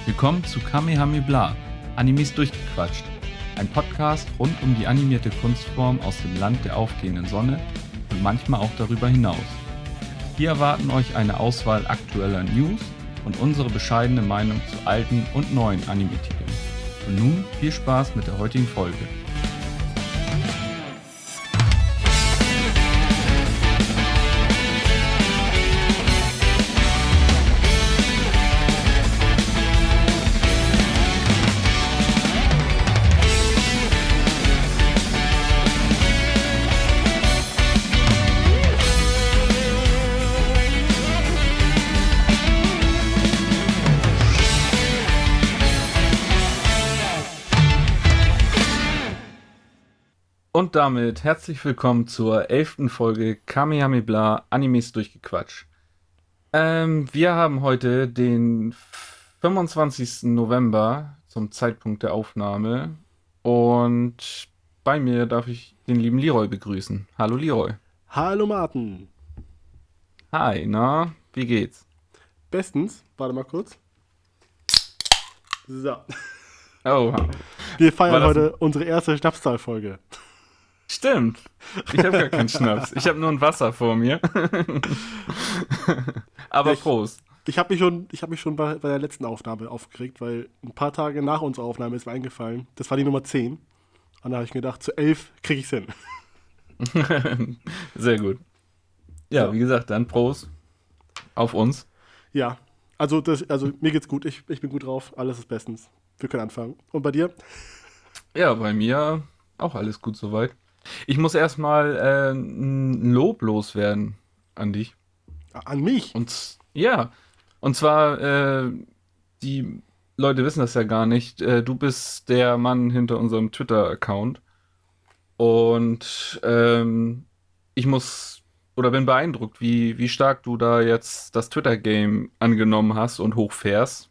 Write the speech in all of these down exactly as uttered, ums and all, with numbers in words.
Willkommen zu Kamehameha, Animes durchgequatscht. Ein Podcast rund um die animierte Kunstform aus dem Land der aufgehenden Sonne und manchmal auch darüber hinaus. Hier erwarten euch eine Auswahl aktueller News und unsere bescheidene Meinung zu alten und neuen Anime-Titeln. Und nun viel Spaß mit der heutigen Folge. Und damit herzlich willkommen zur elften Folge Kamehameha Animes durchgequatscht. Ähm, wir haben heute den fünfundzwanzigsten November zum Zeitpunkt der Aufnahme und bei mir darf ich den lieben Leroy begrüßen. Hallo Leroy. Hallo Martin. Hi, na, wie geht's? Bestens, warte mal kurz. So. Oh. Wir feiern heute unsere erste Schnapszahlfolge. Stimmt. Ich habe gar keinen Schnaps. Ich habe nur ein Wasser vor mir. Aber ich, Prost. Ich habe mich schon, ich hab mich schon bei, bei der letzten Aufnahme aufgeregt, weil ein paar Tage nach unserer Aufnahme ist mir eingefallen, das war die Nummer zehn. Und da habe ich mir gedacht, zu elf kriege ich es hin. Sehr gut. Ja, ja, wie gesagt, dann Prost auf uns. Ja, also, das, also mir geht's gut. Ich, ich bin gut drauf. Alles ist bestens. Wir können anfangen. Und bei dir? Ja, bei mir auch alles gut soweit. Ich muss erstmal äh, ein Lob loswerden an dich. An mich? Und ja, und zwar, äh, die Leute wissen das ja gar nicht, äh, du bist der Mann hinter unserem Twitter-Account. Und ähm, ich muss, oder bin beeindruckt, wie, wie stark du da jetzt das Twitter-Game angenommen hast und hochfährst.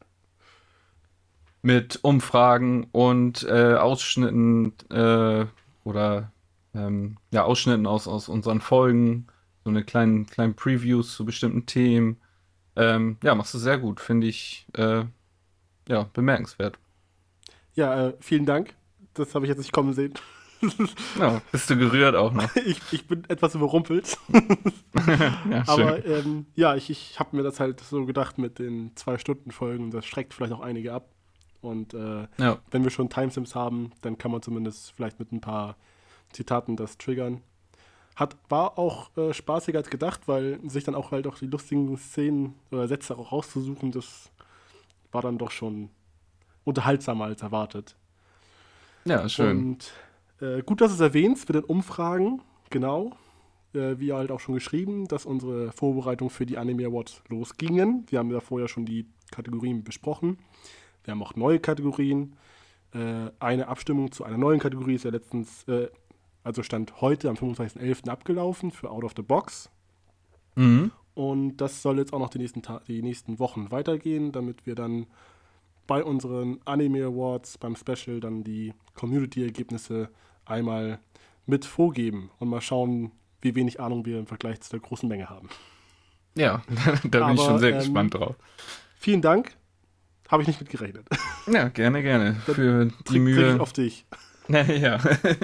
Mit Umfragen und äh, Ausschnitten äh, oder ähm, ja, Ausschnitten aus, aus unseren Folgen, so eine kleinen, kleinen Previews zu bestimmten Themen. Ähm, ja, machst du sehr gut, finde ich äh, ja, bemerkenswert. Ja, äh, vielen Dank. Das habe ich jetzt nicht kommen sehen. Ja, bist du gerührt auch noch? ich, ich bin etwas überrumpelt. Ja, aber ähm, ja, ich, ich habe mir das halt so gedacht mit den Zwei-Stunden-Folgen. Das schreckt vielleicht auch einige ab. Und äh, ja. wenn wir schon Timestamps haben, dann kann man zumindest vielleicht mit ein paar Zitaten das triggern. Hat, war auch äh, spaßiger als gedacht, weil sich dann auch halt auch die lustigen Szenen oder Sätze auch rauszusuchen, das war dann doch schon unterhaltsamer als erwartet. Ja, schön. Und äh, gut, dass es erwähnt mit den Umfragen, genau. Äh, wie halt auch schon geschrieben, dass unsere Vorbereitungen für die Anime Awards losgingen. Wir haben ja vorher schon die Kategorien besprochen. Wir haben auch neue Kategorien. Äh, eine Abstimmung zu einer neuen Kategorie ist ja letztens, äh, also stand heute am fünfundzwanzigsten elften abgelaufen für Out of the Box. Mhm. Und das soll jetzt auch noch die nächsten, Ta- die nächsten Wochen weitergehen, damit wir dann bei unseren Anime Awards, beim Special, dann die Community-Ergebnisse einmal mit vorgeben und mal schauen, wie wenig Ahnung wir im Vergleich zu der großen Menge haben. Ja, da bin Aber, ich schon sehr ähm, gespannt drauf. Vielen Dank. Habe ich nicht mit gerechnet. Ja, gerne, gerne. Dann Für die Trick, Mühe. Trick ich auf dich. Ja, ja.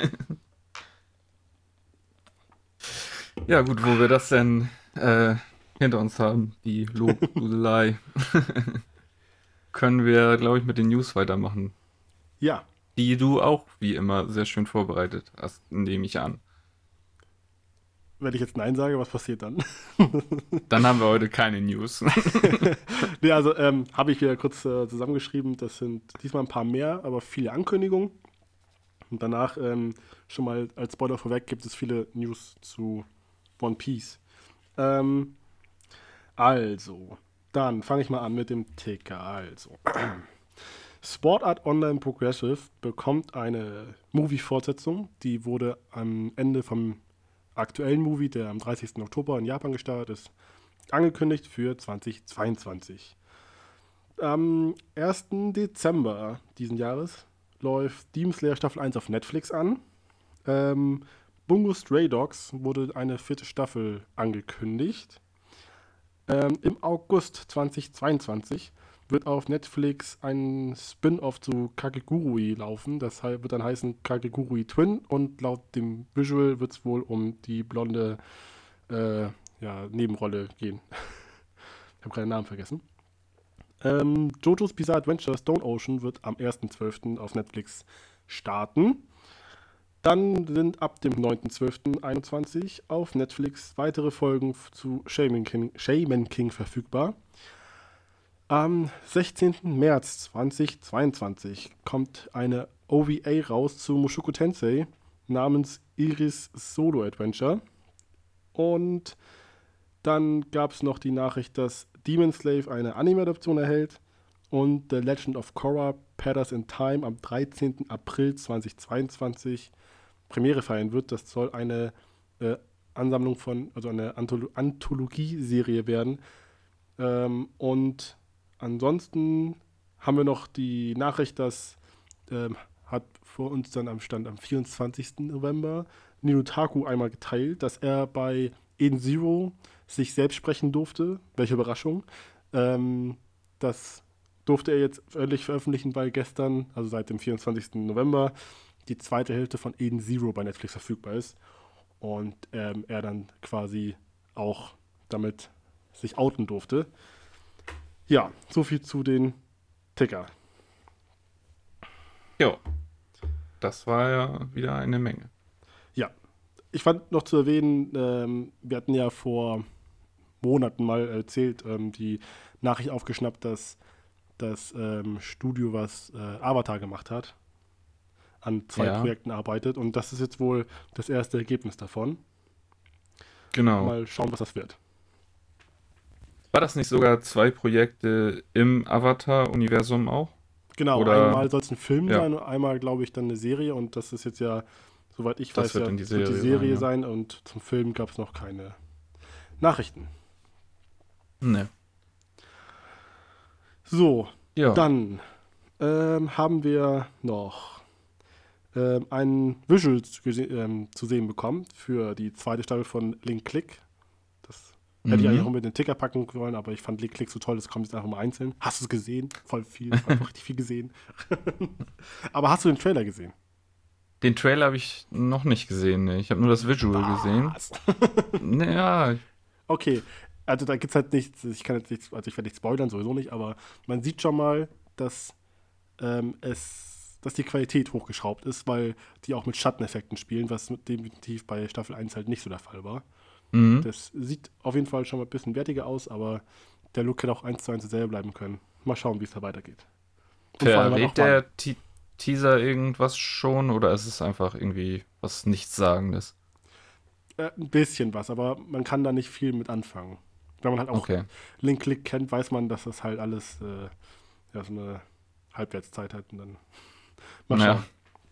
Ja, gut, wo wir das denn äh, hinter uns haben, die Lobhudelei, können wir, glaube ich, mit den News weitermachen. Ja. Die du auch, wie immer, sehr schön vorbereitet hast, nehme ich an. Wenn ich jetzt Nein sage, was passiert dann? Dann haben wir heute keine News. Nee, also ähm, habe ich wieder kurz äh, zusammengeschrieben. Das sind diesmal ein paar mehr, aber viele Ankündigungen. Und danach ähm, schon mal als Spoiler vorweg gibt es viele News zu One Piece. Ähm, also, dann fange ich mal an mit dem Ticker. Also, Sword Art Online Progressive bekommt eine Movie-Fortsetzung. Die wurde am Ende vom aktuellen Movie, der am dreißigsten Oktober in Japan gestartet ist, angekündigt für zweitausendzweiundzwanzig. Am ersten Dezember diesen Jahres läuft Demon Slayer Staffel eins auf Netflix an. Ähm, Bungo Stray Dogs wurde eine vierte Staffel angekündigt. Ähm, Im August zweitausendzweiundzwanzig wird auf Netflix ein Spin-off zu Kakegurui laufen. Das hei- wird dann heißen Kakegurui Twin und laut dem Visual wird es wohl um die blonde äh, ja, Nebenrolle gehen. Ich habe gerade den Namen vergessen. Ähm, JoJo's Bizarre Adventure Stone Ocean wird am ersten zwölften auf Netflix starten. Dann sind ab dem neunten zwölften einundzwanzig auf Netflix weitere Folgen f- zu Shaman King, Shaman King verfügbar. Am sechzehnten März zweitausendzweiundzwanzig kommt eine O V A raus zu Mushoku Tensei namens Iris Solo Adventure. Und dann gab es noch die Nachricht, dass Demon Slave eine Anime-Adaption erhält und The Legend of Korra Patterns in Time am dreizehnten April zweitausendzweiundzwanzig Premiere feiern wird. Das soll eine äh, Ansammlung von, also eine Antholo- Anthologie-Serie werden. Ähm, und ansonsten haben wir noch die Nachricht, dass ähm, hat vor uns dann am Stand am vierundzwanzigsten November Ninutaku einmal geteilt, dass er bei Eden Zero sich selbst sprechen durfte. Welche Überraschung. Ähm, das durfte er jetzt ehrlich veröffentlichen, weil gestern, also seit dem vierundzwanzigsten November, die zweite Hälfte von Eden Zero bei Netflix verfügbar ist. Und ähm, er dann quasi auch damit sich outen durfte. Ja, so viel zu den Ticker. Jo, das war ja wieder eine Menge. Ja, ich fand noch zu erwähnen, ähm, wir hatten ja vor Monaten mal erzählt, ähm, die Nachricht aufgeschnappt, dass das ähm, Studio, was äh, Avatar gemacht hat, an zwei Ja, Projekten arbeitet. Und das ist jetzt wohl das erste Ergebnis davon. genau. Mal schauen, was das wird. War das nicht sogar zwei Projekte im Avatar-Universum auch? Genau, Oder einmal soll es ein Film ja, sein und einmal, glaube ich, dann eine Serie. Und das ist jetzt ja, soweit ich das weiß, wird ja, dann die wird die Serie Serie sein, sein. Und zum Film gab es noch keine Nachrichten. ja. Ne. So, Ja, dann ähm, haben wir noch ähm, ein Visual zu, gese- ähm, zu sehen bekommen für die zweite Staffel von Link Click. Das hätte ich eigentlich auch mhm. mit den Ticker packen wollen, aber ich fand Link Click so toll, das kommt jetzt einfach mal einzeln. Hast du es gesehen? Voll viel, einfach richtig viel gesehen. Aber hast du den Trailer gesehen? Den Trailer habe ich noch nicht gesehen. Ne? Ich habe nur das Visual gesehen. Was? Naja, Okay, also da gibt es halt nichts, ich kann jetzt nichts, also ich werde nicht spoilern, sowieso nicht, aber man sieht schon mal, dass ähm, es, dass die Qualität hochgeschraubt ist, weil die auch mit Schatteneffekten spielen, was mit- definitiv bei Staffel eins halt nicht so der Fall war. mhm. Das sieht auf jeden Fall schon mal ein bisschen wertiger aus, aber der Look hätte auch eins zu eins dasselbe bleiben können. Mal schauen, wie es da weitergeht. Und vor allem halt auch Verrät wann. der Te Teaser irgendwas schon oder ist es einfach irgendwie was Nichtssagendes? Äh, ein bisschen was, aber man kann da nicht viel mit anfangen. Wenn man halt auch Okay. Link-Click kennt, weiß man, dass das halt alles äh, ja, so eine Halbwertszeit hat und dann mal Ja. schauen.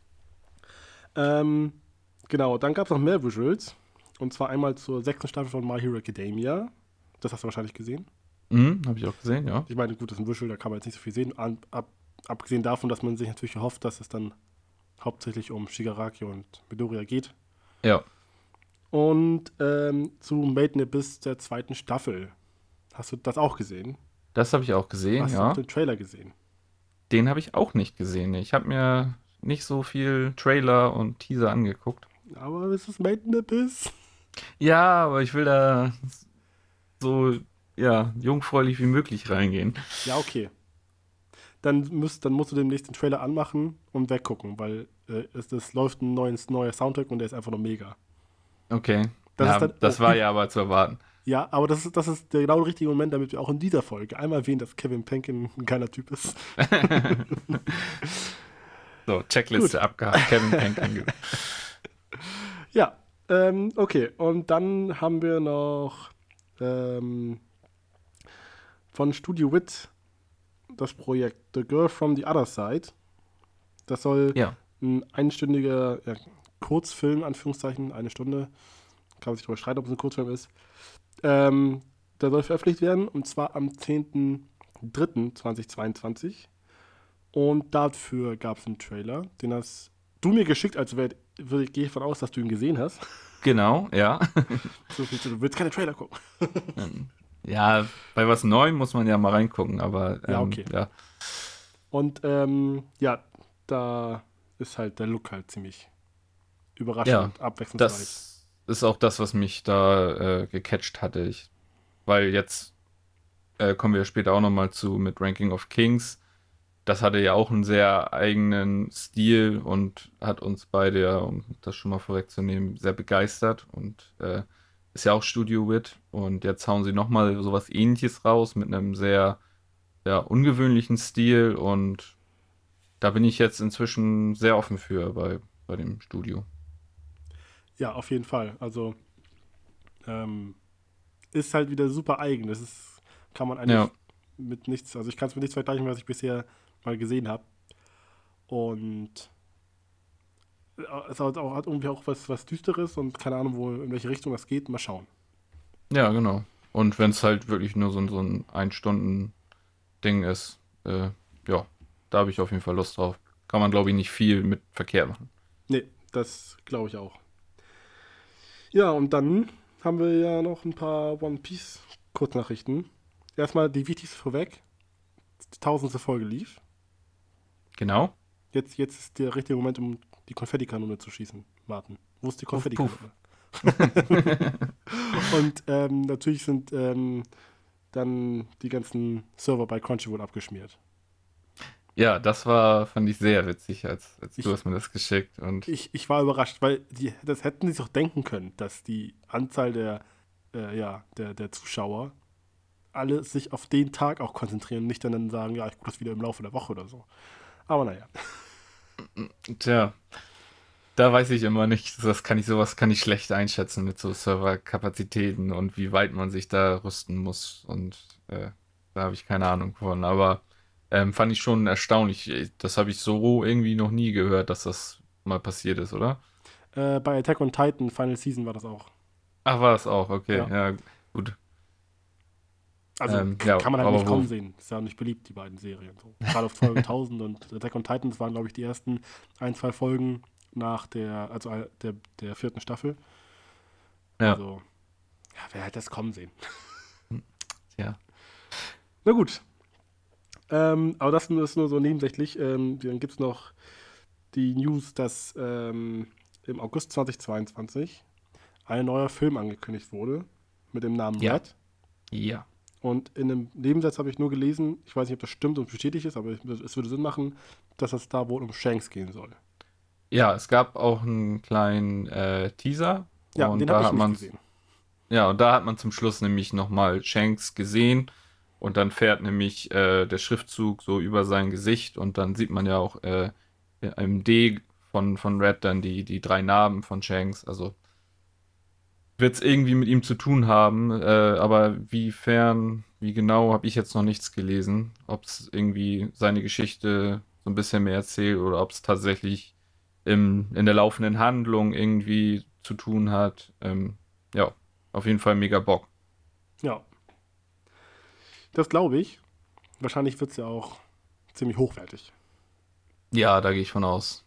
Ähm, genau, dann gab es noch mehr Visuals. Und zwar einmal zur sechsten Staffel von My Hero Academia. Das hast du wahrscheinlich gesehen. Mhm, habe ich auch gesehen, ja. Ich meine, gut, das ist ein Visual, da kann man jetzt nicht so viel sehen. An, ab, abgesehen davon, dass man sich natürlich hofft, dass es dann hauptsächlich um Shigaraki und Midoriya geht. Ja. Und ähm, zu Made in Abyss der zweiten Staffel. Hast du das auch gesehen? Das habe ich auch gesehen, Hast du auch ja. den Trailer gesehen? Den habe ich auch nicht gesehen. Ich habe mir nicht so viel Trailer und Teaser angeguckt. Aber es ist Made in Abyss. Ja, aber ich will da so, ja, jungfräulich wie möglich reingehen. Ja, okay. Dann, müsst, dann musst du demnächst den Trailer anmachen und weggucken, weil äh, es, es läuft ein neues, neuer Soundtrack und der ist einfach nur mega. Okay. Das Ja, ist dann das auch war üb- ja aber zu erwarten. Ja, aber das ist, das ist der genau richtige Moment, damit wir auch in dieser Folge einmal erwähnen, dass Kevin Penkin ein geiler Typ ist. So, Gut. Checkliste abgehakt. Kevin Penkin. Ja, ähm, okay. Und dann haben wir noch ähm, von Studio Wit das Projekt The Girl from the Other Side. Das soll Ja. ein einstündiger ja, Kurzfilm, Anführungszeichen, eine Stunde. Kann man sich darüber streiten, ob es ein Kurzfilm ist. Ähm, der soll veröffentlicht werden und zwar am zehnten dritten zweitausendzweiundzwanzig. Und dafür gab es einen Trailer, den hast du mir geschickt, also wär, würde ich gehe ich von aus, dass du ihn gesehen hast. Genau, ja. So viel zu, du willst keine Trailer gucken. Ja, bei was Neuem muss man ja mal reingucken, aber Ja, ähm, okay. ja. Und ähm, ja, da ist halt der Look halt ziemlich Ja, überraschend, abwechslungsreich. das ist auch das, was mich da äh, gecatcht hatte. Ich, weil jetzt äh, kommen wir später auch nochmal zu mit Ranking of Kings. Das hatte ja auch einen sehr eigenen Stil und hat uns beide, ja, um das schon mal vorwegzunehmen, sehr begeistert und äh, ist ja auch Studio Wit. Und jetzt hauen sie nochmal sowas Ähnliches raus mit einem sehr ja, ungewöhnlichen Stil und da bin ich jetzt inzwischen sehr offen für bei, bei dem Studio. Ja, auf jeden Fall. Also ähm, ist halt wieder super eigen. Das ist, kann man Ja, eigentlich mit nichts, also ich kann es mit nichts vergleichen, was ich bisher mal gesehen habe. Und äh, es hat, auch, hat irgendwie auch was, was Düsteres und keine Ahnung, wo, in welche Richtung das geht. Mal schauen. ja, genau. Und wenn es halt wirklich nur so, ein- so ein Ein-Stunden-Ding ist, äh, ja, da habe ich auf jeden Fall Lust drauf. Kann man, glaube ich, nicht viel mit Verkehr machen. Nee, das glaube ich auch. Ja, und dann haben wir ja noch ein paar One Piece Kurznachrichten. Erstmal die wichtigste vorweg. Die tausendste Folge lief. Genau. Jetzt, jetzt ist der richtige Moment, um die Konfettikanone zu schießen. Warten. Wo ist die Puff, puff. Konfettikanone? Und ähm, natürlich sind ähm, dann die ganzen Server bei Crunchyroll abgeschmiert. Ja, das war, fand ich sehr witzig, als, als du Ich, hast mir das geschickt. Und ich, ich war überrascht, weil die, das hätten sie sich doch denken können, dass die Anzahl der, äh, ja, der, der Zuschauer alle sich auf den Tag auch konzentrieren und nicht dann sagen, ja, ich gucke das wieder im Laufe der Woche oder so. Aber naja. tja, da weiß ich immer nicht. Das kann ich, sowas kann ich schlecht einschätzen mit so Serverkapazitäten und wie weit man sich da rüsten muss. Und äh, da habe ich keine Ahnung von. Aber ähm, fand ich schon erstaunlich. Das habe ich so irgendwie noch nie gehört, dass das mal passiert ist, oder? Äh, bei Attack on Titan Final Season war das auch. Ach, war das auch, okay. Ja. Ja, gut. Also Ähm, k- ja, kann man halt nicht aber kommen wo. sehen. Ist ja nicht beliebt, die beiden Serien. So. Gerade auf Folge tausend und Attack on Titan, das waren, glaube ich, die ersten ein, zwei Folgen nach der, also äh, der, der vierten Staffel. Ja, Also, ja, wer hätte das kommen sehen? ja. Na gut. Ähm, aber das ist nur so nebensächlich. Ähm, dann gibt es noch die News, dass ähm, im August zweitausendzweiundzwanzig ein neuer Film angekündigt wurde mit dem Namen Ja, Red. ja. Und in einem Nebensatz habe ich nur gelesen, ich weiß nicht, ob das stimmt und bestätigt ist, aber es würde Sinn machen, dass es da wohl um Shanks gehen soll. Ja, es gab auch einen kleinen äh, Teaser Ja, und den habe da ich hat nicht man gesehen. ja, und da hat man zum Schluss nämlich nochmal Shanks gesehen und dann fährt nämlich äh, der Schriftzug so über sein Gesicht und dann sieht man ja auch äh, im D von, von Red dann die, die drei Narben von Shanks. Also wird es irgendwie mit ihm zu tun haben, äh, aber wiefern, wie genau, habe ich jetzt noch nichts gelesen. Ob es irgendwie seine Geschichte so ein bisschen mehr erzählt oder ob es tatsächlich im, in der laufenden Handlung irgendwie zu tun hat. Ähm, ja, auf jeden Fall mega Bock. Ja, das glaube ich. Wahrscheinlich wird es ja auch ziemlich hochwertig. Ja, da gehe ich von aus.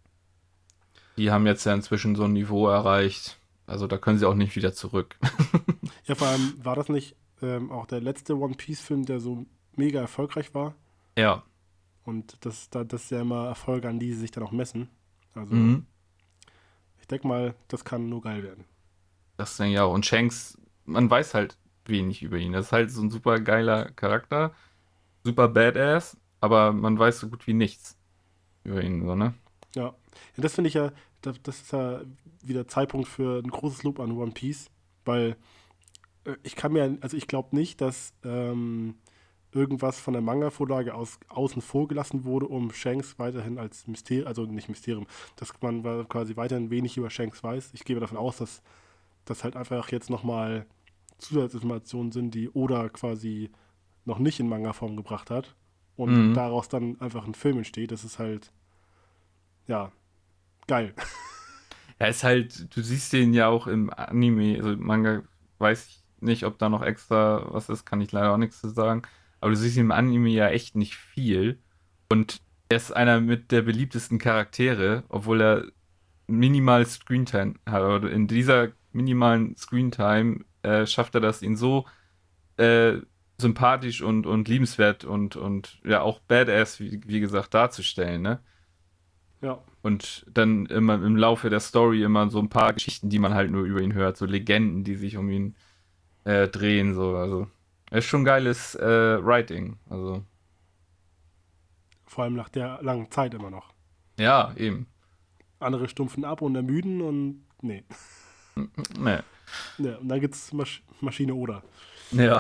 Die haben jetzt ja inzwischen so ein Niveau erreicht. Also da können sie auch nicht wieder zurück. Ja, vor allem war das nicht ähm, auch der letzte One Piece-Film, der so mega erfolgreich war. Ja. Und das, da- das ist ja immer Erfolge, an die sie sich dann auch messen. Also Mhm. ich denke mal, das kann nur geil werden. Das denke ich auch. Und Shanks, man weiß halt wenig über ihn. Das ist halt so ein super geiler Charakter, super badass, aber man weiß so gut wie nichts über ihn, so, ne? Ja, ja, das finde ich ja, das, das ist ja wieder Zeitpunkt für ein großes Lob an One Piece, weil äh, ich kann mir, also ich glaube nicht, dass ähm, irgendwas von der Manga-Vorlage aus, außen vor gelassen wurde, um Shanks weiterhin als Mysterium, also nicht Mysterium, dass man quasi weiterhin wenig über Shanks weiß. Ich gehe davon aus, dass das halt einfach jetzt nochmal Zusatzinformationen sind, die Oda quasi noch nicht in Manga-Form gebracht hat und Mhm. daraus dann einfach ein Film entsteht. Das ist halt, ja, geil. Er ist halt, du siehst den ja auch im Anime, also Manga, weiß ich nicht, ob da noch extra was ist, kann ich leider auch nichts zu sagen. Aber du siehst ihn im Anime ja echt nicht viel. Und er ist einer mit der beliebtesten Charaktere, obwohl er minimal Screentime hat. Aber in dieser minimalen Screentime äh, schafft er das, ihn so äh, sympathisch und, und liebenswert und, und ja auch badass, wie, wie gesagt, darzustellen, ne? Ja. Und dann immer im Laufe der Story immer so ein paar Geschichten, die man halt nur über ihn hört, so Legenden, die sich um ihn äh, drehen, so. Also, er ist schon geiles äh, Writing. Also, Vor allem nach der langen Zeit immer noch. ja, eben. Andere stumpfen ab und ermüden und nee. Ne. Ja, und dann gibt's Masch Maschine oder. Ja.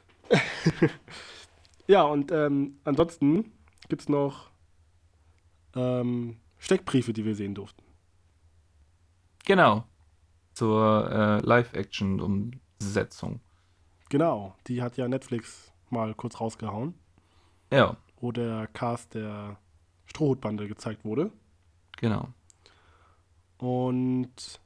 Ja, und ähm, ansonsten gibt's noch ähm, Steckbriefe, die wir sehen durften. Genau. Zur äh, Live-Action-Umsetzung. Genau, die hat ja Netflix mal kurz rausgehauen, Ja, wo der Cast der Strohhutbande gezeigt wurde. genau. Und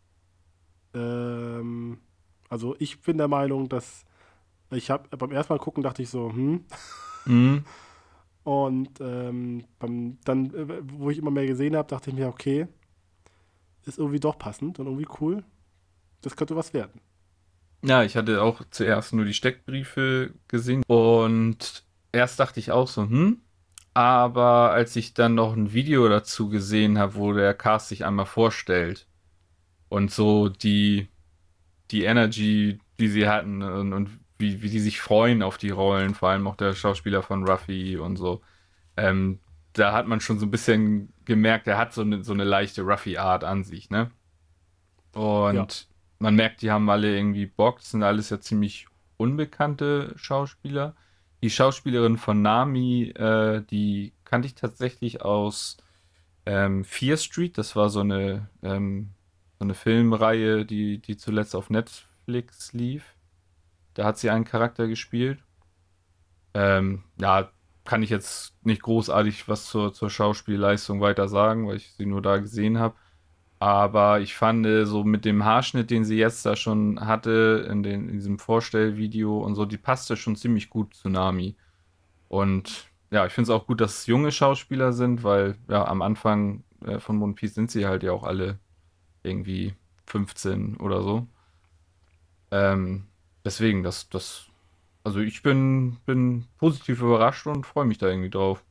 ähm, also ich bin der Meinung, dass ich habe beim ersten Mal gucken dachte ich so, hm. Mhm. Und ähm, beim, dann, äh, wo ich immer mehr gesehen habe, dachte ich mir, okay, ist irgendwie doch passend und irgendwie cool. Das könnte was werden. Ja, ich hatte auch zuerst nur die Steckbriefe gesehen und erst dachte ich auch so, hm. Aber als ich dann noch ein Video dazu gesehen habe, wo der Cast sich einmal vorstellt und so die, die Energy, die sie hatten und, und wie, wie die sich freuen auf die Rollen, vor allem auch der Schauspieler von Ruffy und so, ähm, da hat man schon so ein bisschen gemerkt, er hat so eine, so eine leichte Ruffy-Art an sich, ne? Ja, Und man merkt, die haben alle irgendwie Bock, das sind alles ja ziemlich unbekannte Schauspieler. Die Schauspielerin von Nami, äh, die kannte ich tatsächlich aus ähm, Fear Street. Das war so eine, ähm, so eine Filmreihe, die, die zuletzt auf Netflix lief. Da hat sie einen Charakter gespielt. Ähm, ja, kann ich jetzt nicht großartig was zur, zur Schauspielleistung weiter sagen, weil ich sie nur da gesehen habe. Aber ich fand äh, so mit dem Haarschnitt, den sie jetzt da schon hatte, in, den, in diesem Vorstellvideo und so, die passte schon ziemlich gut zu Nami. Und ja, ich finde es auch gut, dass es junge Schauspieler sind, weil ja, am Anfang äh, von One Piece sind sie halt ja auch alle irgendwie fünfzehn oder so. Ähm, deswegen, das, das, also ich bin, bin positiv überrascht und freue mich da irgendwie drauf.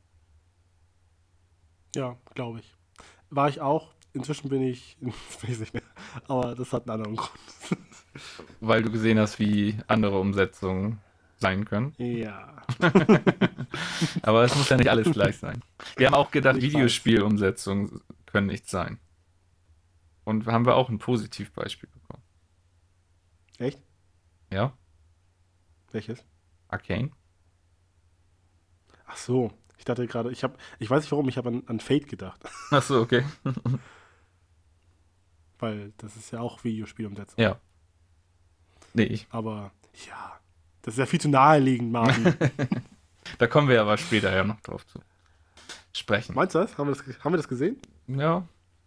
ja, glaube ich. War ich auch. Inzwischen bin ich, weiß ich nicht mehr. Aber das hat einen anderen Grund. Weil du gesehen hast, wie andere Umsetzungen sein können. Ja, Aber es muss ja nicht alles gleich sein. Wir haben auch gedacht, ich weiß. Videospielumsetzungen können nicht sein. Und haben wir auch ein Positivbeispiel bekommen. Echt? Ja, Welches? Arcane. Ach so. Ich dachte gerade, ich habe, ich weiß nicht warum, ich habe an, an Fate gedacht. Achso, okay. Weil das ist ja auch Videospielumsetzung. Ja, nee, ich. Aber ja, das ist ja viel zu naheliegend, Martin. Da kommen wir aber später ja noch drauf zu sprechen. Meinst du das? Haben wir das, haben wir das gesehen? Ja,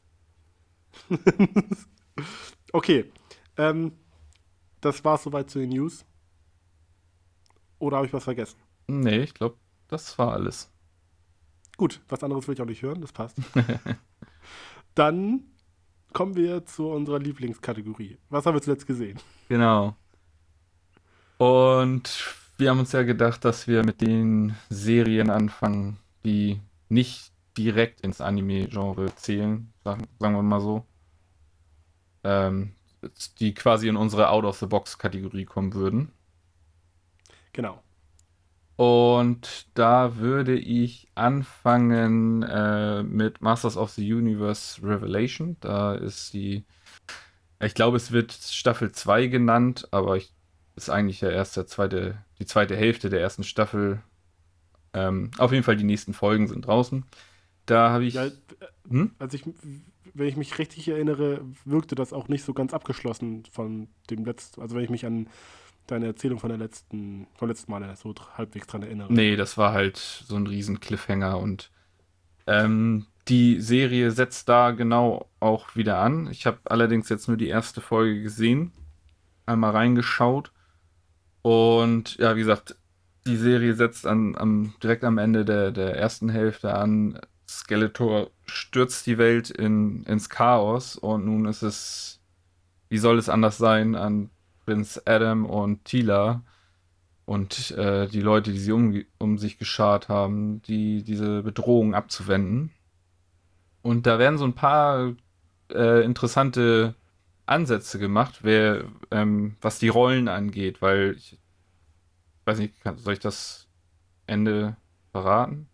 Okay. Ähm, das war's soweit zu den News. Oder habe ich was vergessen? nee, ich glaube, das war alles. Gut, was anderes will ich auch nicht hören, das passt. Dann kommen wir zu unserer Lieblingskategorie. Was haben wir zuletzt gesehen? Genau. Und wir haben uns ja gedacht, dass wir mit den Serien anfangen, die nicht direkt ins Anime-Genre zählen, sagen, sagen wir mal so. Ähm, die quasi in unsere Out-of-the-Box-Kategorie kommen würden. Genau. Und da würde ich anfangen äh, mit Masters of the Universe Revelation. Da ist die, ich glaube, es wird Staffel zwei genannt, aber ich, ist eigentlich ja erst der zweite, die zweite Hälfte der ersten Staffel. Ähm, auf jeden Fall die nächsten Folgen sind draußen. Da habe Ja, ich. Hm? also ich, wenn ich mich richtig erinnere, wirkte das auch nicht so ganz abgeschlossen von dem letzten, also wenn ich mich an deine Erzählung von der letzten, vom letzten Mal so halbwegs dran erinnere. Nee, das war halt so ein riesen Cliffhanger und Ähm, die Serie setzt da genau auch wieder an. Ich habe allerdings jetzt nur die erste Folge gesehen, einmal reingeschaut und ja, wie gesagt, die Serie setzt an, am, direkt am Ende der, der ersten Hälfte an. Skeletor stürzt die Welt in, ins Chaos und nun ist es, wie soll es anders sein, an Prinz Adam und Tila und äh, die Leute, die sie um, um sich geschart haben, die diese Bedrohung abzuwenden. Und da werden so ein paar äh, interessante Ansätze gemacht, wer, ähm, was die Rollen angeht, weil ich weiß nicht, kann, soll ich das Ende verraten?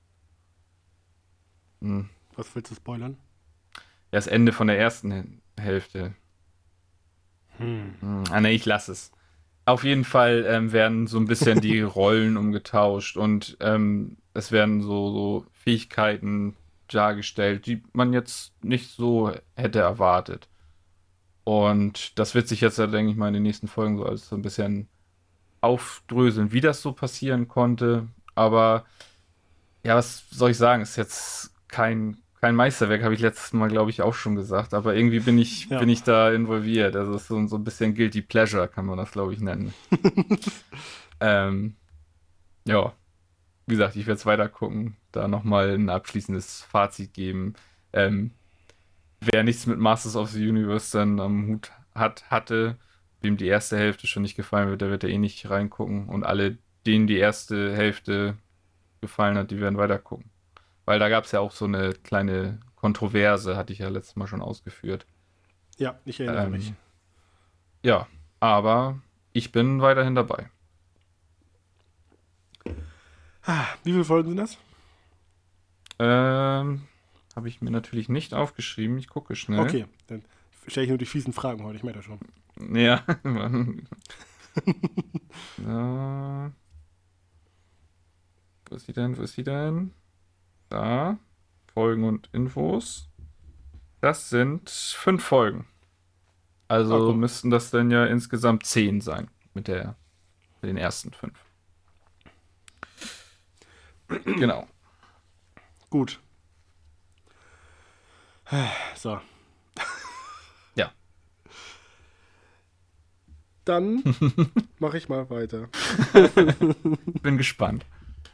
Hm. Was willst du spoilern? Ja, das Ende von der ersten Hälfte. Hm. Hm. Ah, ne, ich lasse es. Auf jeden Fall ähm, werden so ein bisschen die Rollen umgetauscht und ähm, es werden so, so Fähigkeiten dargestellt, die man jetzt nicht so hätte erwartet. Und das wird sich jetzt, ja, denke ich mal, in den nächsten Folgen so alles so ein bisschen aufdröseln, wie das so passieren konnte. Aber ja, was soll ich sagen? Ist jetzt kein, kein Meisterwerk, habe ich letztes Mal, glaube ich, auch schon gesagt. Aber irgendwie bin ich, Ja. bin ich da involviert. Also es ist so, so ein bisschen Guilty Pleasure, kann man das, glaube ich, nennen. Ähm, ja, wie gesagt, ich werde es weiter gucken, da nochmal ein abschließendes Fazit geben. Ähm, wer nichts mit Masters of the Universe dann am Hut hat, hatte, wem die erste Hälfte schon nicht gefallen wird, der wird da eh nicht reingucken. Und alle, denen die erste Hälfte gefallen hat, die werden weiter gucken. Weil da gab es ja auch so eine kleine Kontroverse, hatte ich ja letztes Mal schon ausgeführt. Ja, ich erinnere mich. Ähm, ja, aber ich bin weiterhin dabei. Wie viele Folgen sind das? Ähm, habe ich mir natürlich nicht aufgeschrieben. Ich gucke schnell. Okay, dann stelle ich nur die fiesen Fragen heute, ich merke das schon. Ja. Ja. Wo ist sie denn? Wo ist sie denn? Da. Folgen und Infos. Das sind fünf Folgen. Ah, Also guck. müssten das dann ja insgesamt zehn sein. Mit der, mit den ersten fünf. Genau. Gut. So. Ja. Dann mache ich mal weiter. Bin gespannt.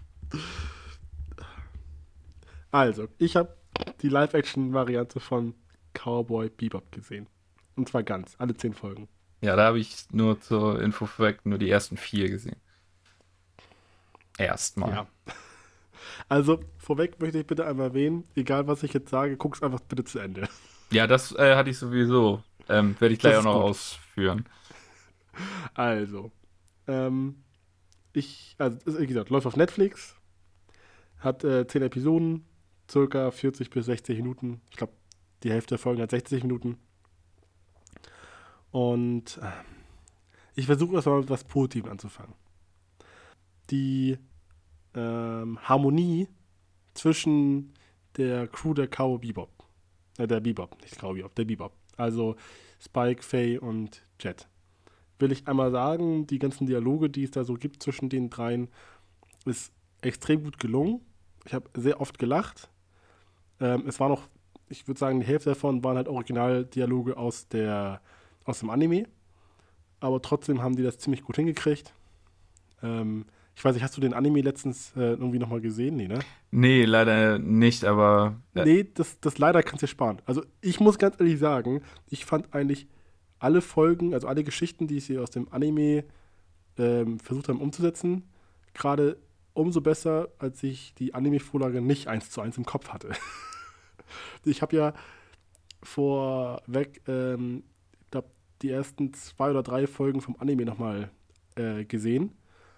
Also, ich habe die Live-Action-Variante von Cowboy Bebop gesehen. Und zwar ganz, alle zehn Folgen. Ja, da habe ich nur zur Info vorweg nur die ersten vier gesehen. Erstmal. Ja. Also, vorweg möchte ich bitte einmal erwähnen, egal was ich jetzt sage, guck's einfach bitte zu Ende. Ja, das äh, hatte ich sowieso. Ähm, werde ich Das gleich auch ist noch gut. ausführen. Also, ähm, ich, also, ist, wie gesagt, läuft auf Netflix, hat äh, zehn Episoden, circa vierzig bis sechzig Minuten. Ich glaube, die Hälfte der Folgen hat sechzig Minuten. Und äh, ich versuche erstmal mit was Positivem anzufangen. Die ähm, Harmonie zwischen der Crew der Cowboy Bebop, äh, der Bebop, nicht Cowboy Bebop, der Bebop. Also Spike, Faye und Jet. Will ich einmal sagen, die ganzen Dialoge, die es da so gibt zwischen den dreien, ist extrem gut gelungen. Ich habe sehr oft gelacht. Ähm, es war noch, ich würde sagen, die Hälfte davon waren halt Originaldialoge aus, der, aus dem Anime. Aber trotzdem haben die das ziemlich gut hingekriegt. Ähm, ich weiß nicht, hast du den Anime letztens äh, irgendwie nochmal gesehen? Nee, ne? Nee, leider nicht, aber äh, Nee, das, das leider kannst du dir sparen. Also ich muss ganz ehrlich sagen, ich fand eigentlich alle Folgen, also alle Geschichten, die sie aus dem Anime ähm, versucht haben umzusetzen, gerade umso besser, als ich die Anime-Vorlage nicht eins zu eins im Kopf hatte. Ich habe ja vorweg, ähm, ich glaube, die ersten zwei oder drei Folgen vom Anime nochmal äh, gesehen.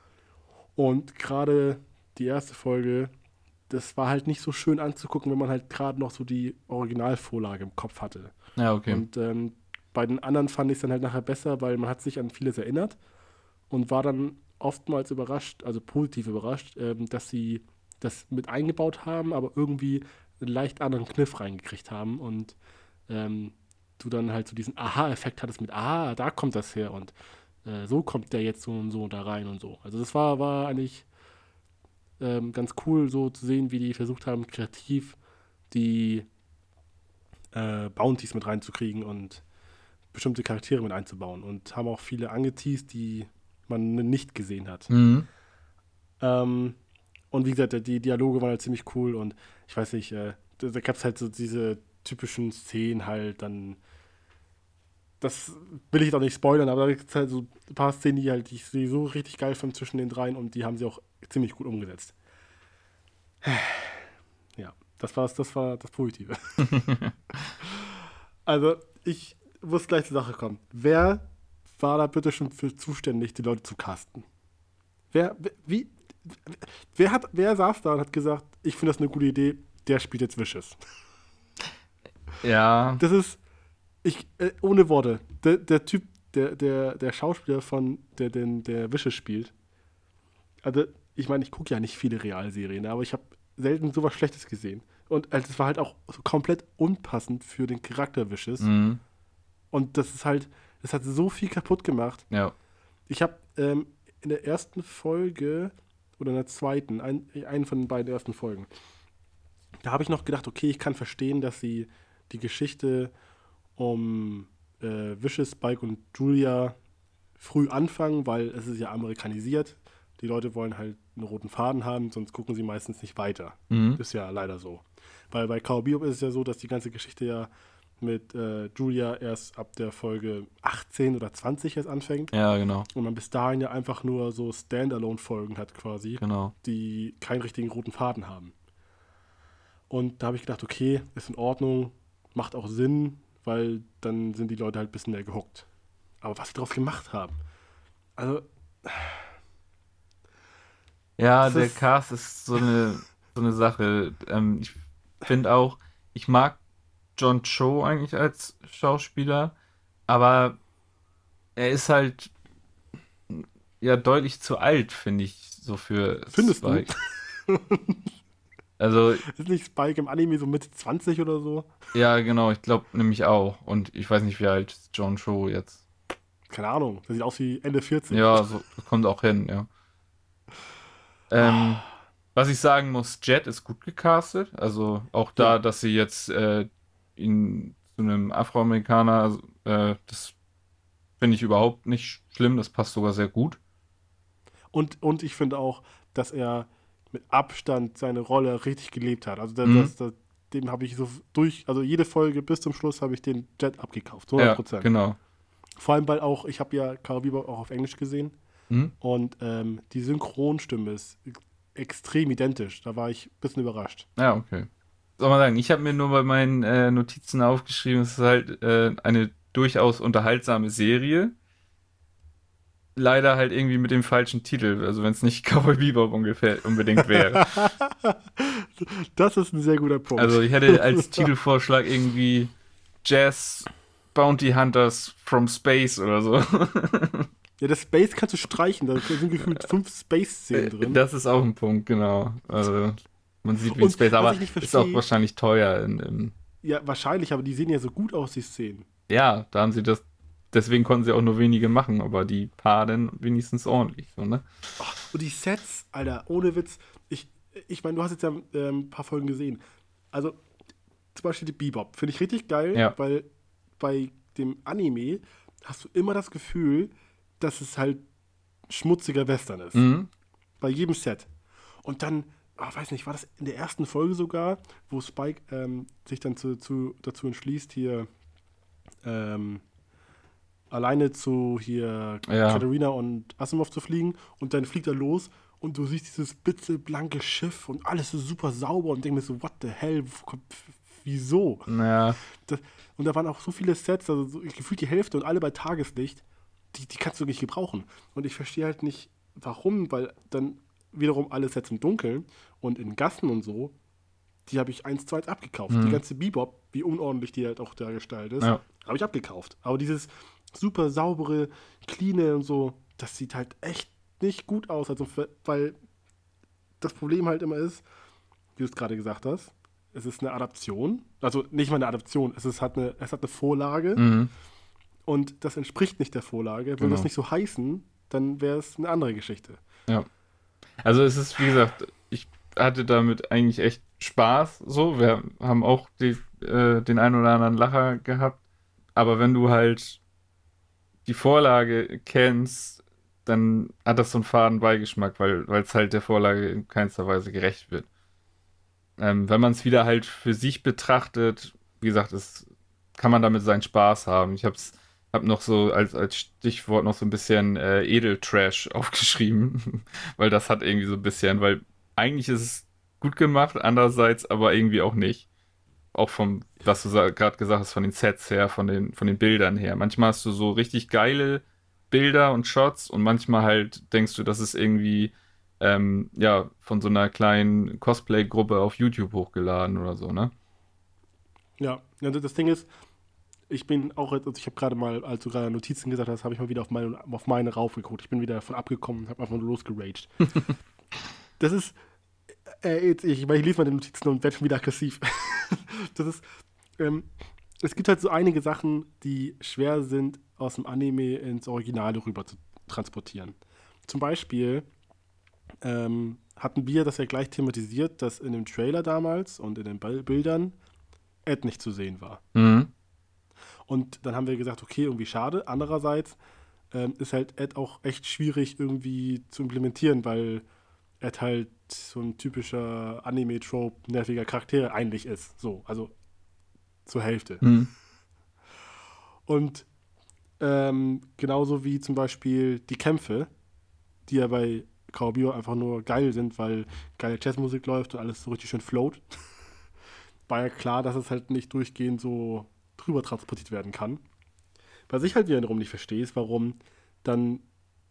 Und gerade die erste Folge, das war halt nicht so schön anzugucken, wenn man halt gerade noch so die Originalvorlage im Kopf hatte. ja, okay. Und ähm, bei den anderen fand ich es dann halt nachher besser, weil man hat sich an vieles erinnert und war dann oftmals überrascht, also positiv überrascht, ähm, dass sie das mit eingebaut haben, aber irgendwie einen leicht anderen Kniff reingekriegt haben und ähm, du dann halt so diesen Aha-Effekt hattest mit, ah, da kommt das her und äh, so kommt der jetzt so und so da rein und so. Also das war, war eigentlich ähm, ganz cool so zu sehen, wie die versucht haben, kreativ die äh, Bounties mit reinzukriegen und bestimmte Charaktere mit einzubauen und haben auch viele angeteased, die man nicht gesehen hat. Mhm. Ähm, und wie gesagt, die Dialoge waren halt ziemlich cool und ich weiß nicht, äh, da, da gab es halt so diese typischen Szenen halt, dann das will ich doch nicht spoilern, aber da gibt es halt so ein paar Szenen, die halt ich sie so richtig geil fand zwischen den dreien und die haben sie auch ziemlich gut umgesetzt. Ja, das war's, das war das Positive. Also, ich muss gleich zur Sache kommen. Wer war da bitte schon für zuständig, die Leute zu casten? Wer, wer- wie, wer hat, wer saß da und hat gesagt, ich finde das eine gute Idee, der spielt jetzt Vicious? Ja, Das ist, ich, äh, ohne Worte, der, der Typ, der, der, der Schauspieler von, der, den, der Vicious spielt, also, ich meine, ich gucke ja nicht viele Realserien, aber ich habe selten sowas Schlechtes gesehen. Und also, es war halt auch so komplett unpassend für den Charakter Vicious. mhm. Und das ist halt, das hat so viel kaputt gemacht. Ja. Ich habe ähm, in der ersten Folge oder in der zweiten, ein, einen von den beiden ersten Folgen, da habe ich noch gedacht, okay, ich kann verstehen, dass sie die Geschichte um äh, Vicious, Spike und Julia früh anfangen, weil es ist ja amerikanisiert. Die Leute wollen halt einen roten Faden haben, sonst gucken sie meistens nicht weiter. Mhm. Ist ja leider so. Weil bei Cowboy Bebop ist es ja so, dass die ganze Geschichte ja mit äh, Julia erst ab der Folge achtzehn oder zwanzig erst anfängt. Ja, genau. Und man bis dahin ja einfach nur so Standalone-Folgen hat quasi, Genau. die keinen richtigen roten Faden haben. Und da habe ich gedacht, okay, ist in Ordnung, macht auch Sinn, weil dann sind die Leute halt ein bisschen mehr gehuckt. Aber was sie draus gemacht haben, also Ja, das der ist, Cast ist so eine, so eine Sache. Ähm, ich finde auch, ich mag John Cho eigentlich als Schauspieler, aber er ist halt ja deutlich zu alt, finde ich, so für findest du, Spike. Also, ist nicht Spike im Anime so Mitte zwanzig oder so? ja, genau, ich glaube nämlich auch. Und ich weiß nicht, wie alt ist John Cho jetzt. Keine Ahnung, das sieht aus wie Ende vierzig. Ja, so, das kommt auch hin, ja. Ähm, was ich sagen muss, Jet ist gut gecastet. Also auch da, Ja. dass sie jetzt äh, ihn zu einem Afroamerikaner, äh, das finde ich überhaupt nicht schlimm. Das passt sogar sehr gut. Und, und ich finde auch, dass er mit Abstand seine Rolle richtig gelebt hat. Also das, Mhm. das, das, dem habe ich so durch, also jede Folge bis zum Schluss habe ich den Jet abgekauft, hundert Ja, Prozent. genau. Vor allem, weil auch, ich habe ja Cowboy Bebop auch auf Englisch gesehen Mhm. und ähm, die Synchronstimme ist extrem identisch. Da war ich ein bisschen überrascht. Ja, okay. Soll man sagen, ich habe mir nur bei meinen äh, Notizen aufgeschrieben, es ist halt äh, eine durchaus unterhaltsame Serie. Leider halt irgendwie mit dem falschen Titel, also wenn es nicht Cowboy Bebop ungefähr unbedingt wäre. Das ist ein sehr guter Punkt. Also ich hätte als Titelvorschlag irgendwie Jazz Bounty Hunters from Space oder so. Ja, das Space kannst du streichen, da sind gefühlt fünf Space-Szenen drin. Das ist auch ein Punkt, genau. Also man sieht wie ein Und Space, was aber ich nicht ist auch verstehe, wahrscheinlich teuer. In, in, ja, wahrscheinlich, aber die sehen ja so gut aus, die Szenen. ja, da haben sie das, deswegen konnten sie auch nur wenige machen, aber die paar dann wenigstens ordentlich, so, ne? Und die Sets, Alter, ohne Witz, ich, ich meine, du hast jetzt ja ähm, ein paar Folgen gesehen. Also, zum Beispiel die Bebop, finde ich richtig geil, Ja. weil bei dem Anime hast du immer das Gefühl, dass es halt schmutziger Western ist. Mhm. Bei jedem Set. Und dann, ah, weiß nicht, war das in der ersten Folge sogar, wo Spike ähm, sich dann zu, zu, dazu entschließt, hier ähm, alleine zu hier Ja. Katharina und Asimov zu fliegen und dann fliegt er los und du siehst dieses blitzeblanke Schiff und alles ist super sauber und denkst mir so, what the hell, wo kommt- wieso? Ja, Das, und da waren auch so viele Sets, also so, gefühlt die Hälfte und alle bei Tageslicht, die, die kannst du nicht gebrauchen. Und ich verstehe halt nicht, warum, weil dann wiederum alle Sets im Dunkeln und in Gassen und so, die habe ich eins zu eins abgekauft. Mhm. Die ganze Bebop, wie unordentlich die halt auch dargestellt ist, ja. habe ich abgekauft. Aber dieses super saubere, cleane und so, das sieht halt echt nicht gut aus. Also, weil das Problem halt immer ist, wie du es gerade gesagt hast, es ist eine Adaption. Also nicht mal eine Adaption, es, ist, hat, eine, es hat eine Vorlage Mhm. und das entspricht nicht der Vorlage. Würde Genau. es nicht so heißen, dann wäre es eine andere Geschichte. Ja. Also es ist, wie gesagt, ich hatte damit eigentlich echt Spaß. So, wir haben auch die, äh, den einen oder anderen Lacher gehabt. Aber wenn du halt die Vorlage kennst, dann hat das so einen faden Beigeschmack, weil weil es halt der Vorlage in keinster Weise gerecht wird. Ähm, wenn man es wieder halt für sich betrachtet, wie gesagt, es kann man damit seinen Spaß haben. Ich habe es habe noch so als, als Stichwort noch so ein bisschen äh, Edeltrash aufgeschrieben, weil das hat irgendwie so ein bisschen, weil eigentlich ist es gut gemacht, andererseits aber irgendwie auch nicht. Auch vom, was du gerade gesagt hast, von den Sets her, von den, von den Bildern her. Manchmal hast du so richtig geile Bilder und Shots und manchmal halt denkst du, das ist irgendwie ähm, ja, von so einer kleinen Cosplay-Gruppe auf YouTube hochgeladen oder so, ne? Ja, also das Ding ist, ich bin auch, also ich habe gerade mal, als du gerade Notizen gesagt hast, habe ich mal wieder auf meine, auf meine raufgeguckt. Ich bin wieder davon abgekommen und habe einfach nur losgeraged. Das ist, äh, jetzt, ich, weil ich lese meine Notizen und werde schon wieder aggressiv. Das ist, ähm, es gibt halt so einige Sachen, die schwer sind, aus dem Anime ins Originale rüber zu transportieren. Zum Beispiel ähm, hatten wir das ja gleich thematisiert, dass in dem Trailer damals und in den Bil- Bildern Ed nicht zu sehen war. Mhm. Und dann haben wir gesagt, okay, irgendwie schade. Andererseits ähm, ist halt Ed auch echt schwierig irgendwie zu implementieren, weil Ed halt so ein typischer Anime-Trope, nerviger Charakter eigentlich ist. So, also zur Hälfte. Mhm. Und ähm, genauso wie zum Beispiel die Kämpfe, die ja bei Cowboy Bebop einfach nur geil sind, weil geile Jazzmusik läuft und alles so richtig schön float, war ja klar, dass es halt nicht durchgehend so drüber transportiert werden kann. Was ich halt wiederum nicht verstehe, ist, warum dann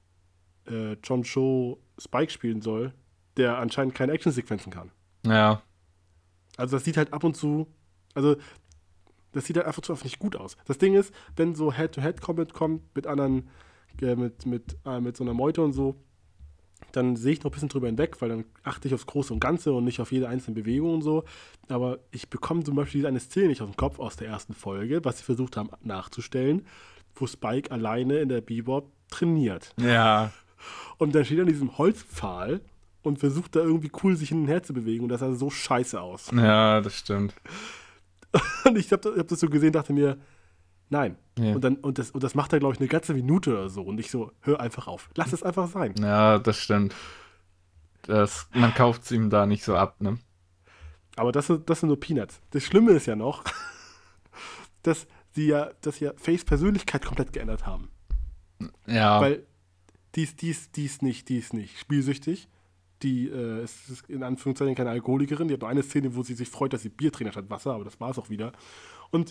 äh, John Cho Spike spielen soll, der anscheinend keine Actionsequenzen kann. Ja. Also das sieht halt ab und zu, also das sieht halt einfach zu oft nicht gut aus. Das Ding ist, wenn so Head-to-Head-Combat kommt mit anderen, äh, mit, mit, äh, mit so einer Meute und so, dann sehe ich noch ein bisschen drüber hinweg, weil dann achte ich aufs Große und Ganze und nicht auf jede einzelne Bewegung und so. Aber ich bekomme zum Beispiel eine Szene nicht aus dem Kopf aus der ersten Folge, was sie versucht haben nachzustellen, wo Spike alleine in der Bebop trainiert. Ja. Und dann steht er an diesem Holzpfahl und versucht da irgendwie cool sich hin und her zu bewegen und das sah so scheiße aus. Ja, das stimmt. Und ich habe hab das so gesehen, dachte mir, nein. Ja, Und, dann, und, das, und das macht er, glaube ich, eine ganze Minute oder so. Und ich so, hör einfach auf. Lass es einfach sein. ja, das stimmt. Das, man kauft es ihm da nicht so ab, ne? Aber das, sind- das sind nur Peanuts. Das Schlimme ist ja noch, dass sie ja, dass ja Fays Persönlichkeit komplett geändert haben. Ja, Weil die ist, die ist, die ist nicht, die ist nicht spielsüchtig. Die äh, ist, ist in Anführungszeichen keine Alkoholikerin. Die hat nur eine Szene, wo sie sich freut, dass sie Bier trinkt statt Wasser, aber das war es auch wieder. Und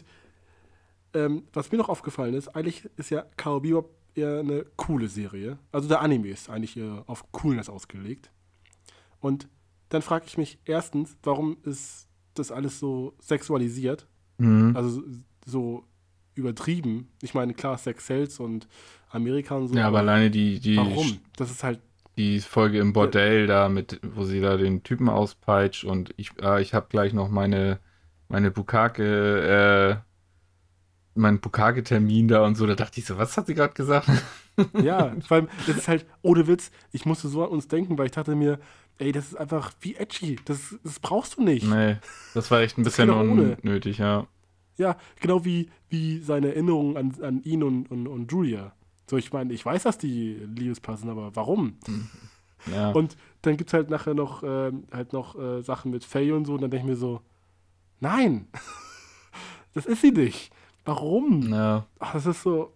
ähm, was mir noch aufgefallen ist, eigentlich ist ja Cowboy Bebop eher eine coole Serie. Also der Anime ist eigentlich eher auf Coolness ausgelegt. Und dann frage ich mich erstens, warum ist das alles so sexualisiert? mhm. Also so, so übertrieben. Ich meine, klar, Sex sells und Amerika und so. Ja, aber alleine die, die, warum? Das ist halt, die Folge im Bordell da, mit, wo sie da den Typen auspeitscht und ich, äh, ich habe gleich noch meine, meine Bukake, äh, meinen Bukake-Termin da und so, da dachte ich so, was hat sie gerade gesagt? ja, vor allem, das ist halt, ohne Witz, ich musste so an uns denken, weil ich dachte mir, ey, das ist einfach wie edgy. Das, das brauchst du nicht. Nee, das war echt ein Das bisschen geht auch ohne. unnötig, ja. Ja, genau wie, wie seine Erinnerungen an, an ihn und, und, und Julia. So, ich meine, ich weiß, dass die Liebespaar sind, aber warum? Ja, Und dann gibt es halt nachher noch, ähm, halt noch äh, Sachen mit Faye und so, und dann denke ich mir so, nein, das ist sie nicht. Warum? ja, Ach, das ist so.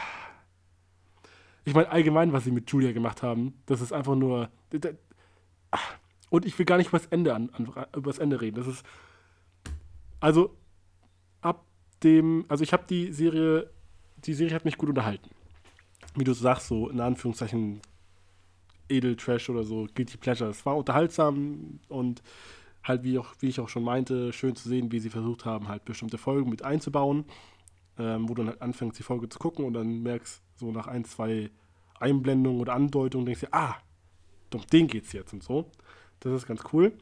Ich meine, allgemein, was sie mit Julia gemacht haben, das ist einfach nur. Und ich will gar nicht über das Ende, an, an, über das Ende reden. Das ist. Also, ab dem. Also, ich habe die Serie. Die Serie hat mich gut unterhalten. Wie du sagst, so in Anführungszeichen Edeltrash oder so, Guilty Pleasure. Es war unterhaltsam und halt, wie, auch, wie ich auch schon meinte, schön zu sehen, wie sie versucht haben, halt bestimmte Folgen mit einzubauen, ähm, wo du dann halt anfängst, die Folge zu gucken und dann merkst, so nach ein, zwei Einblendungen oder Andeutungen, denkst du, ah, um den geht's jetzt und so. Das ist ganz cool.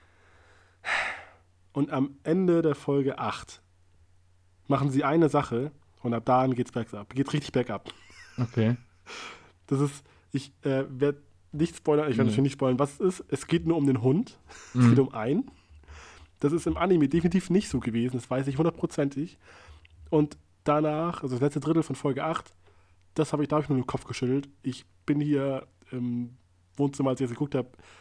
Und am Ende der Folge acht machen sie eine Sache und ab da geht's bergab. Geht richtig bergab. okay. Das ist, ich äh, werde nicht spoilern, ich werde Nee. natürlich nicht spoilern, was es ist. Es geht nur um den Hund. Es Mhm. geht um einen. Das ist im Anime definitiv nicht so gewesen, das weiß ich hundertprozentig. Und danach, also das letzte Drittel von Folge acht, das habe ich, da habe ich nur den Kopf geschüttelt. Ich bin hier im Wohnzimmer, als ich das geguckt habe,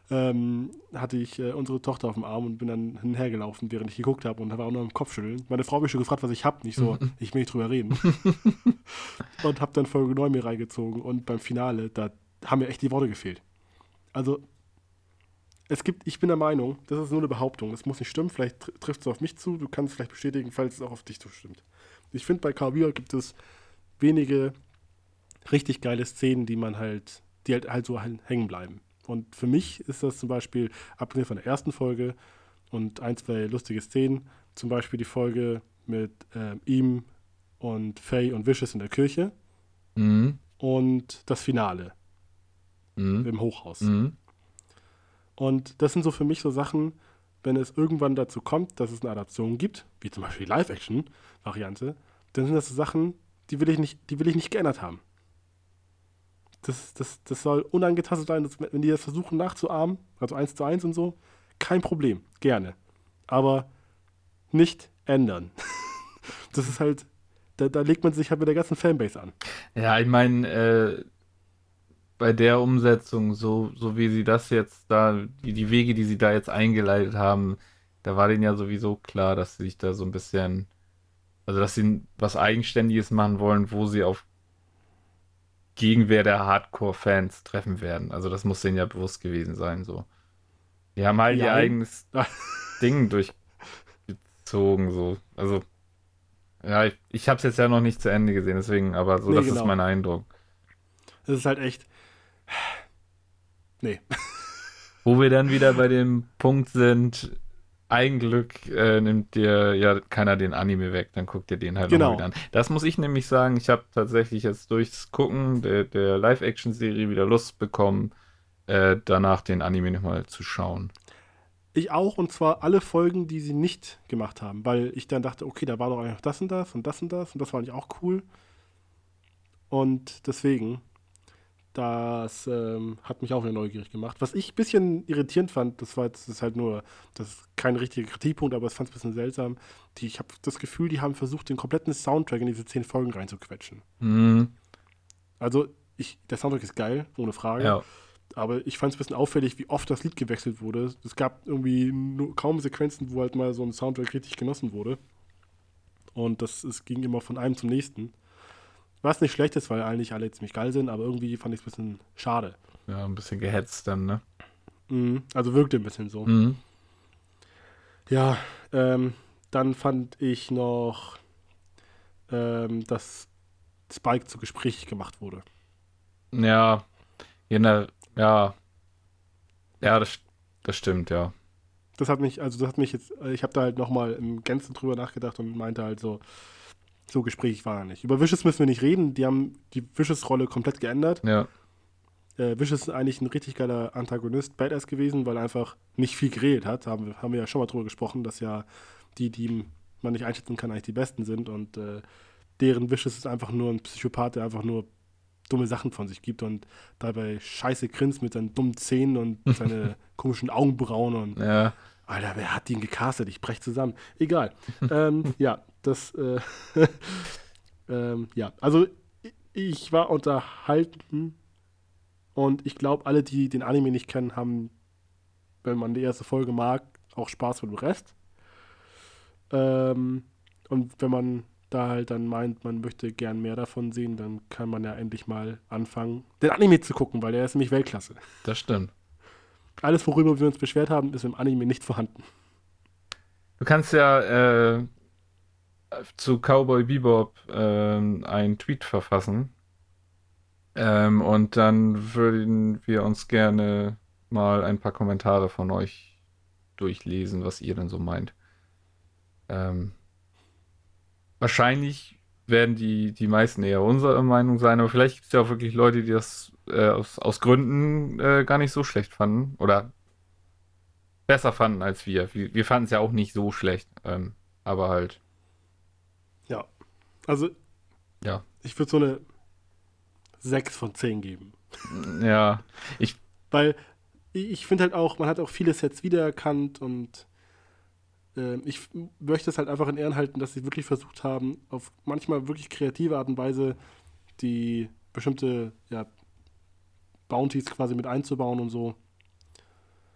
ähm, hatte ich äh, unsere Tochter auf dem Arm und bin dann hinhergelaufen, während ich geguckt habe und war auch noch im Kopfschütteln. Meine Frau hat mich schon gefragt, was ich hab, nicht so, ich will nicht drüber reden. Und habe dann Folge neun mir reingezogen und beim Finale, da haben mir echt die Worte gefehlt. Also, es gibt, ich bin der Meinung, das ist nur eine Behauptung, das muss nicht stimmen, vielleicht tr- trifft es auf mich zu, du kannst es vielleicht bestätigen, falls es auch auf dich zustimmt. Ich finde, bei Cowboy Bebop gibt es wenige richtig geile Szenen, die man halt, die halt, halt so hängen bleiben. Und für mich ist das zum Beispiel, abgesehen von der ersten Folge und ein, zwei lustige Szenen, zum Beispiel die Folge mit ähm, ihm und Faye und Vicious in der Kirche Mhm. und das Finale Mhm. im Hochhaus. Mhm. Und das sind so für mich so Sachen, wenn es irgendwann dazu kommt, dass es eine Adaption gibt, wie zum Beispiel die Live-Action-Variante, dann sind das so Sachen, die will ich nicht, die will ich nicht geändert haben. Das, das, das soll unangetastet sein, dass, wenn die das versuchen nachzuahmen, also eins zu eins und so, kein Problem, gerne. Aber nicht ändern. Das ist halt, da, da legt man sich halt mit der ganzen Fanbase an. Ja, ich meine, äh, bei der Umsetzung, so, so wie sie das jetzt da, die, die Wege, die sie da jetzt eingeleitet haben, da war denen ja sowieso klar, dass sie sich da so ein bisschen, also dass sie was Eigenständiges machen wollen, wo sie auf Gegenwehr der Hardcore-Fans treffen werden. Also das muss denen ja bewusst gewesen sein, so. Die haben halt ihr Jein. eigenes Ding durchgezogen, so. Also, ja, ich, ich habe es jetzt ja noch nicht zu Ende gesehen, deswegen, aber so, Nee, das ist genau. mein Eindruck. Das ist halt echt. Nee. Wo wir dann wieder bei dem Punkt sind, Eigenglück äh, nimmt dir ja keiner den Anime weg, dann guckt ihr den halt nochmal wieder Genau. an. Das muss ich nämlich sagen, ich habe tatsächlich jetzt durchs Gucken der, der Live-Action-Serie wieder Lust bekommen, äh, danach den Anime nochmal zu schauen. Ich auch, und zwar alle Folgen, die sie nicht gemacht haben, weil ich dann dachte, okay, da war doch eigentlich noch das und das und das und das und das war eigentlich auch cool. Und deswegen, das ähm, hat mich auch wieder neugierig gemacht. Was ich ein bisschen irritierend fand, das war jetzt, das ist halt nur, das ist kein richtiger Kritikpunkt, aber ich fand es ein bisschen seltsam. Die, ich habe das Gefühl, die haben versucht, den kompletten Soundtrack in diese zehn Folgen reinzuquetschen. Hm, Also, ich, der Soundtrack ist geil, ohne Frage. ja, Aber ich fand es ein bisschen auffällig, wie oft das Lied gewechselt wurde. Es gab irgendwie nur, kaum Sequenzen, wo halt mal so ein Soundtrack richtig genossen wurde. Und das es ging immer von einem zum nächsten. Was nicht schlecht ist, weil eigentlich alle ziemlich geil sind, aber irgendwie fand ich es ein bisschen schade. ja, ein bisschen gehetzt dann, ne? Mhm. Also wirkte ein bisschen so. Mhm. Ja, ähm, dann fand ich noch, ähm, dass Spike zu Gespräch gemacht wurde. Ja, gener ja, ja, das, das stimmt, ja. Das hat mich, also das hat mich jetzt, äh, ich habe da halt nochmal im Gänzen drüber nachgedacht und meinte halt so, so gesprächig war er nicht. Über Vicious müssen wir nicht reden, die haben die Vicious-Rolle komplett geändert. Ja, Äh, Vicious ist eigentlich ein richtig geiler Antagonist, Badass gewesen, weil er einfach nicht viel geredet hat. Haben wir, haben wir ja schon mal drüber gesprochen, dass ja die, die man nicht einschätzen kann, eigentlich die Besten sind und äh, deren Vicious ist einfach nur ein Psychopath, der einfach nur dumme Sachen von sich gibt und dabei scheiße grinst mit seinen dummen Zähnen und seine komischen Augenbrauen und ja, Alter, wer hat den gecastet? Ich brech zusammen. Egal. ähm, ja, das, äh, ähm, ja, also ich, ich war unterhalten und ich glaube, alle, die den Anime nicht kennen, haben, wenn man die erste Folge mag, auch Spaß mit dem Rest. Ähm, und wenn man da halt dann meint, man möchte gern mehr davon sehen, dann kann man ja endlich mal anfangen, den Anime zu gucken, weil der ist nämlich Weltklasse. das stimmt. Alles, worüber wir uns beschwert haben, ist im Anime nicht vorhanden. Du kannst ja äh, zu Cowboy Bebop ähm, einen Tweet verfassen. Ähm, und dann würden wir uns gerne mal ein paar Kommentare von euch durchlesen, was ihr denn so meint. Ähm, wahrscheinlich werden die, die meisten eher unserer Meinung sein, aber vielleicht gibt es ja auch wirklich Leute, die das äh, aus, aus Gründen äh, gar nicht so schlecht fanden oder besser fanden als wir. Wir, wir fanden es ja auch nicht so schlecht, ähm, aber halt, Ja, also ja, ich würde so eine sechs von zehn geben. ja, ich, Weil ich finde halt auch, man hat auch viele Sets wiedererkannt und äh, ich möchte es halt einfach in Ehren halten, dass sie wirklich versucht haben, auf manchmal wirklich kreative Art und Weise die bestimmte ja, Bounties quasi mit einzubauen und so.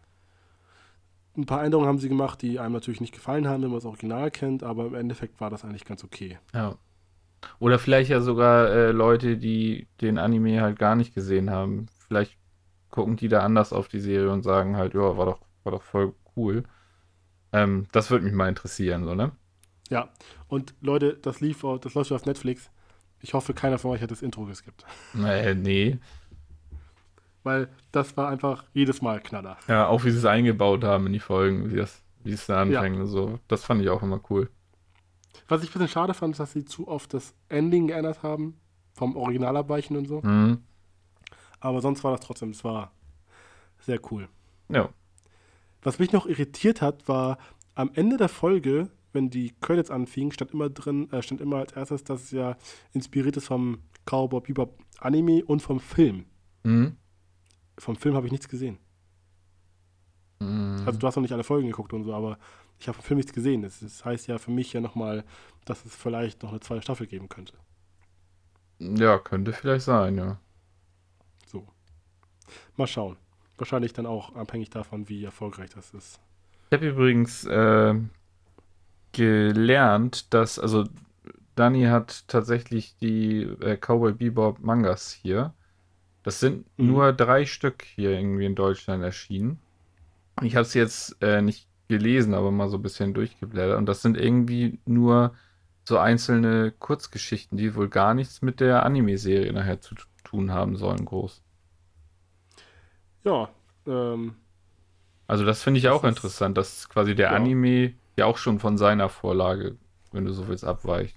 ein paar Änderungen haben sie gemacht, die einem natürlich nicht gefallen haben, wenn man das Original kennt, aber im Endeffekt war das eigentlich ganz okay. Ja. Oder vielleicht ja sogar äh, Leute, die den Anime halt gar nicht gesehen haben. Vielleicht gucken die da anders auf die Serie und sagen halt, ja, war doch, war doch voll cool. Ähm, das würde mich mal interessieren, so, ne? Ja, und Leute, das lief, auf- das läuft schon auf Netflix. Ich hoffe, keiner von euch hat das Intro geskippt. Äh, nee. Weil das war einfach jedes Mal Knaller. Ja, auch wie sie es eingebaut haben in die Folgen, wie das, wie es da Ja. anfängt und so. Das fand ich auch immer cool. Was ich ein bisschen schade fand, ist, dass sie zu oft das Ending geändert haben. Vom Original abweichen und so. Mhm. Aber sonst war das trotzdem, es war sehr cool. Ja. Was mich noch irritiert hat, war am Ende der Folge, wenn die Credits anfingen, stand immer drin, äh, stand immer als erstes, dass es ja inspiriert ist vom Cowboy Bebop Anime und vom Film. Mhm. Vom Film habe ich nichts gesehen. Mhm. Also du hast noch nicht alle Folgen geguckt und so, aber ich habe vom Film nichts gesehen. Das, das heißt ja für mich ja nochmal, dass es vielleicht noch eine zweite Staffel geben könnte. Ja, könnte vielleicht sein, ja. So. Mal schauen. Wahrscheinlich dann auch abhängig davon, wie erfolgreich das ist. Ich habe übrigens äh, gelernt, dass, also Dani hat tatsächlich die äh, Cowboy Bebop Mangas hier. Das sind Mhm. nur drei Stück hier irgendwie in Deutschland erschienen. Ich habe es jetzt äh, nicht gelesen, aber mal so ein bisschen durchgeblättert. Und das sind irgendwie nur so einzelne Kurzgeschichten, die wohl gar nichts mit der Anime-Serie nachher zu t- tun haben sollen, groß. Ja, ähm, Also das finde ich das auch ist, interessant, dass quasi der ja, Anime ja auch schon von seiner Vorlage, wenn du so willst, abweicht.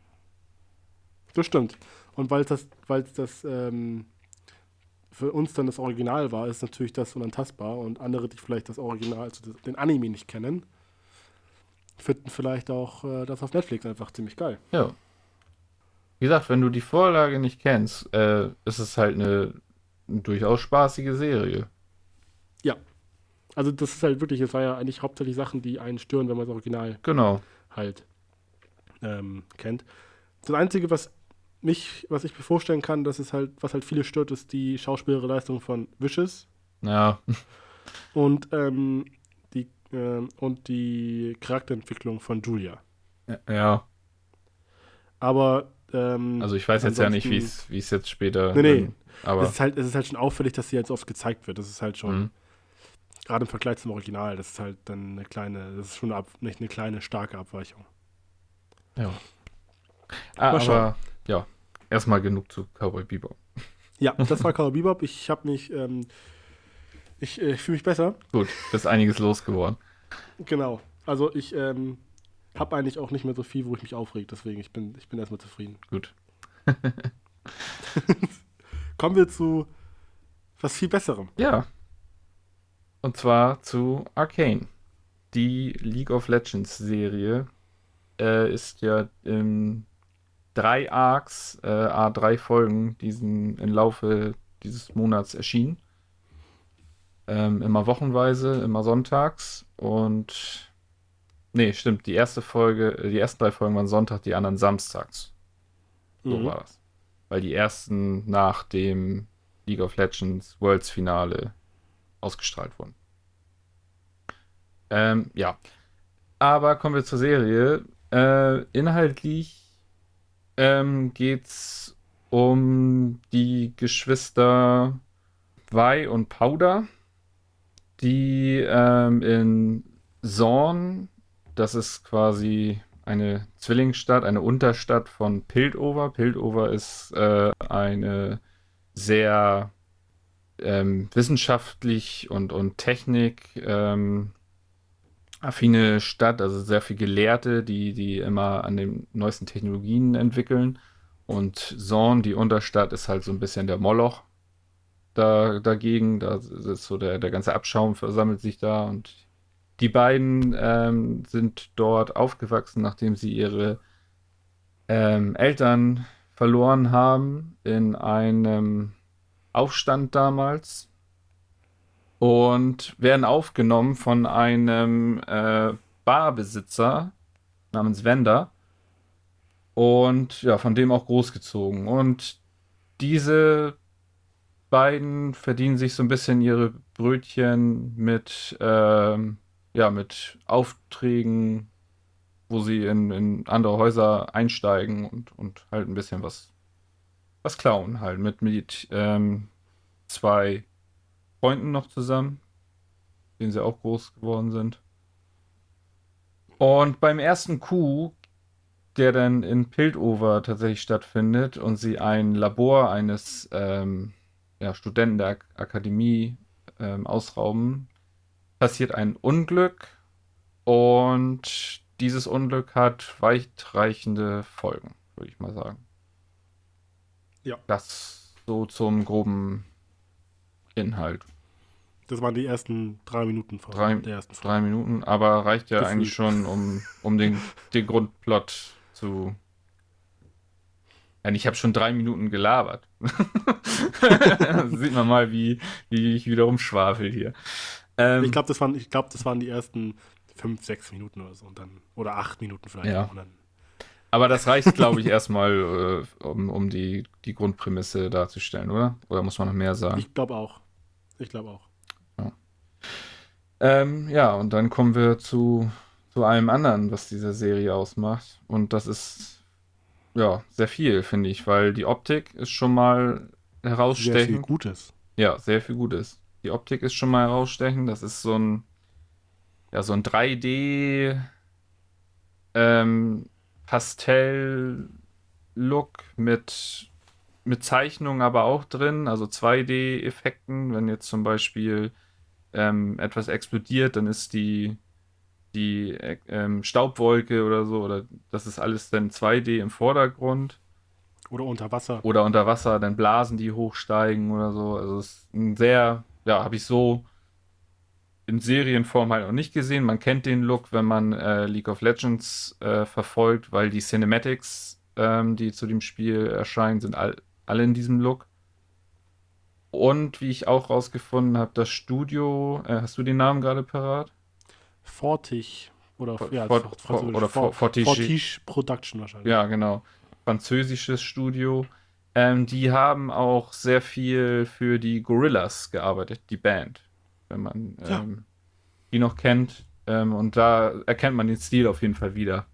das stimmt. Und weil das, weil das ähm, für uns dann das Original war, ist natürlich das unantastbar. Und andere, die vielleicht das Original, also das, den Anime nicht kennen, finden vielleicht auch äh, das auf Netflix einfach ziemlich geil. Ja. Wie gesagt, wenn du die Vorlage nicht kennst, äh, ist es halt eine, durchaus spaßige Serie. Ja, also das ist halt wirklich, es war ja eigentlich hauptsächlich Sachen, die einen stören, wenn man das Original Genau. halt ähm, kennt. Das Einzige, was mich, was ich mir vorstellen kann, dass es halt, was halt viele stört, ist die Schauspielerleistung von Vicious Ja, und ähm, die ähm, und die Charakterentwicklung von Julia. ja. Aber ähm, Also ich weiß jetzt ja nicht, wie ansonsten, es wie es jetzt später nee, nee, dann, es aber ist halt, es ist halt schon auffällig, dass sie jetzt oft gezeigt wird. Das ist halt schon, mhm. gerade im Vergleich zum Original, das ist halt dann eine kleine, das ist schon eine Ab, nicht eine kleine, starke Abweichung. Ja. Ah, Mal schauen. aber ja, erstmal genug zu Cowboy Bebop. Ja, das war Cowboy Bebop. Ich habe mich, ähm, ich, äh, fühle mich besser. Gut, ist einiges losgeworden. Genau. Also ich ähm, habe eigentlich auch nicht mehr so viel, wo ich mich aufreg. Deswegen, ich bin, ich bin erstmal zufrieden. Gut. Kommen wir zu was viel Besserem. Ja, und zwar zu Arcane. Die League of Legends Serie äh, ist ja in drei Arcs, äh, a drei Folgen, diesen im Laufe dieses Monats erschienen. Ähm, immer wochenweise, immer sonntags. Und nee, stimmt, die erste Folge, äh, die ersten drei Folgen waren Sonntag, die anderen samstags. So Mhm. war das. Weil die ersten nach dem League of Legends Worlds Finale ausgestrahlt wurden. Ähm, ja. Aber kommen wir zur Serie. Äh, inhaltlich ähm, geht's um die Geschwister Vi und Powder, die ähm, in Zorn, das ist quasi eine Zwillingsstadt, eine Unterstadt von Piltover. Piltover ist äh, eine sehr ähm, wissenschaftlich und, und Technik ähm, affine Stadt, also sehr viel Gelehrte, die, die immer an den neuesten Technologien entwickeln. Und Zorn, die Unterstadt, ist halt so ein bisschen der Moloch da, dagegen. Da ist so der, der ganze Abschaum versammelt sich da. Und die beiden ähm, sind dort aufgewachsen, nachdem sie ihre ähm, Eltern verloren haben in einem Aufstand damals. Und werden aufgenommen von einem äh, Barbesitzer namens Wender und ja, von dem auch großgezogen. Und diese beiden verdienen sich so ein bisschen ihre Brötchen mit ähm, ja, mit Aufträgen, wo sie in, in andere Häuser einsteigen und, und halt ein bisschen was, was klauen halt mit, mit ähm, zwei Freunden noch zusammen, denen sie auch groß geworden sind. Und beim ersten Coup, der dann in Piltover tatsächlich stattfindet und sie ein Labor eines ähm, ja, Studenten der Ak Akademie ähm, ausrauben, passiert ein Unglück und dieses Unglück hat weitreichende Folgen, würde ich mal sagen. Ja, Das so zum groben Inhalt. das waren die ersten drei Minuten von Drei, der ersten drei Folge. Minuten, aber reicht ja eigentlich Gefühlt. schon, um, um den, den Grundplot zu. Ja, ich habe schon drei Minuten gelabert. Sieht man mal, wie, wie ich wieder rumschwafel hier. Ich Ähm, glaube, das, waren, ich glaub, das waren die ersten fünf, sechs Minuten oder so. Und dann, oder acht Minuten vielleicht ja. auch. Und dann, Aber das reicht, glaube ich, erstmal, äh, um, um die, die Grundprämisse darzustellen, oder? Oder muss man noch mehr sagen? ich glaube auch. Ich glaube auch. Ja. Ähm, ja, und dann kommen wir zu, zu allem anderen, was diese Serie ausmacht. Und das ist, ja, sehr viel, finde ich, weil die Optik ist schon mal Sehr viel herausstechend. Gutes. Ja, sehr viel Gutes. Die Optik ist schon mal herausstechend. Das ist so ein, ja, so ein drei D ähm, Pastell-Look mit, mit Zeichnungen aber auch drin, also zwei D-Effekten. Wenn jetzt zum Beispiel ähm, etwas explodiert, dann ist die, die äh, ähm, Staubwolke oder so, oder das ist alles dann zwei D im Vordergrund. Oder unter Wasser. Oder unter Wasser, dann Blasen, die hochsteigen oder so. Also es ist ein sehr, ja, habe ich so in Serienform halt noch nicht gesehen. Man kennt den Look, wenn man äh, League of Legends äh, verfolgt, weil die Cinematics, ähm, die zu dem Spiel erscheinen, sind all, alle in diesem Look. Und wie ich auch rausgefunden habe, das Studio, äh, hast du den Namen gerade parat? Fortig. Oder, Fort, ja, Fort, Fort, französisch. oder For, Fort, Fortiche, Fortige Production wahrscheinlich. ja, genau. Französisches Studio. Ähm, die haben auch sehr viel für die Gorillaz gearbeitet, die Band, wenn man Ja, ähm, die noch kennt. Ähm, und da erkennt man den Stil auf jeden Fall wieder.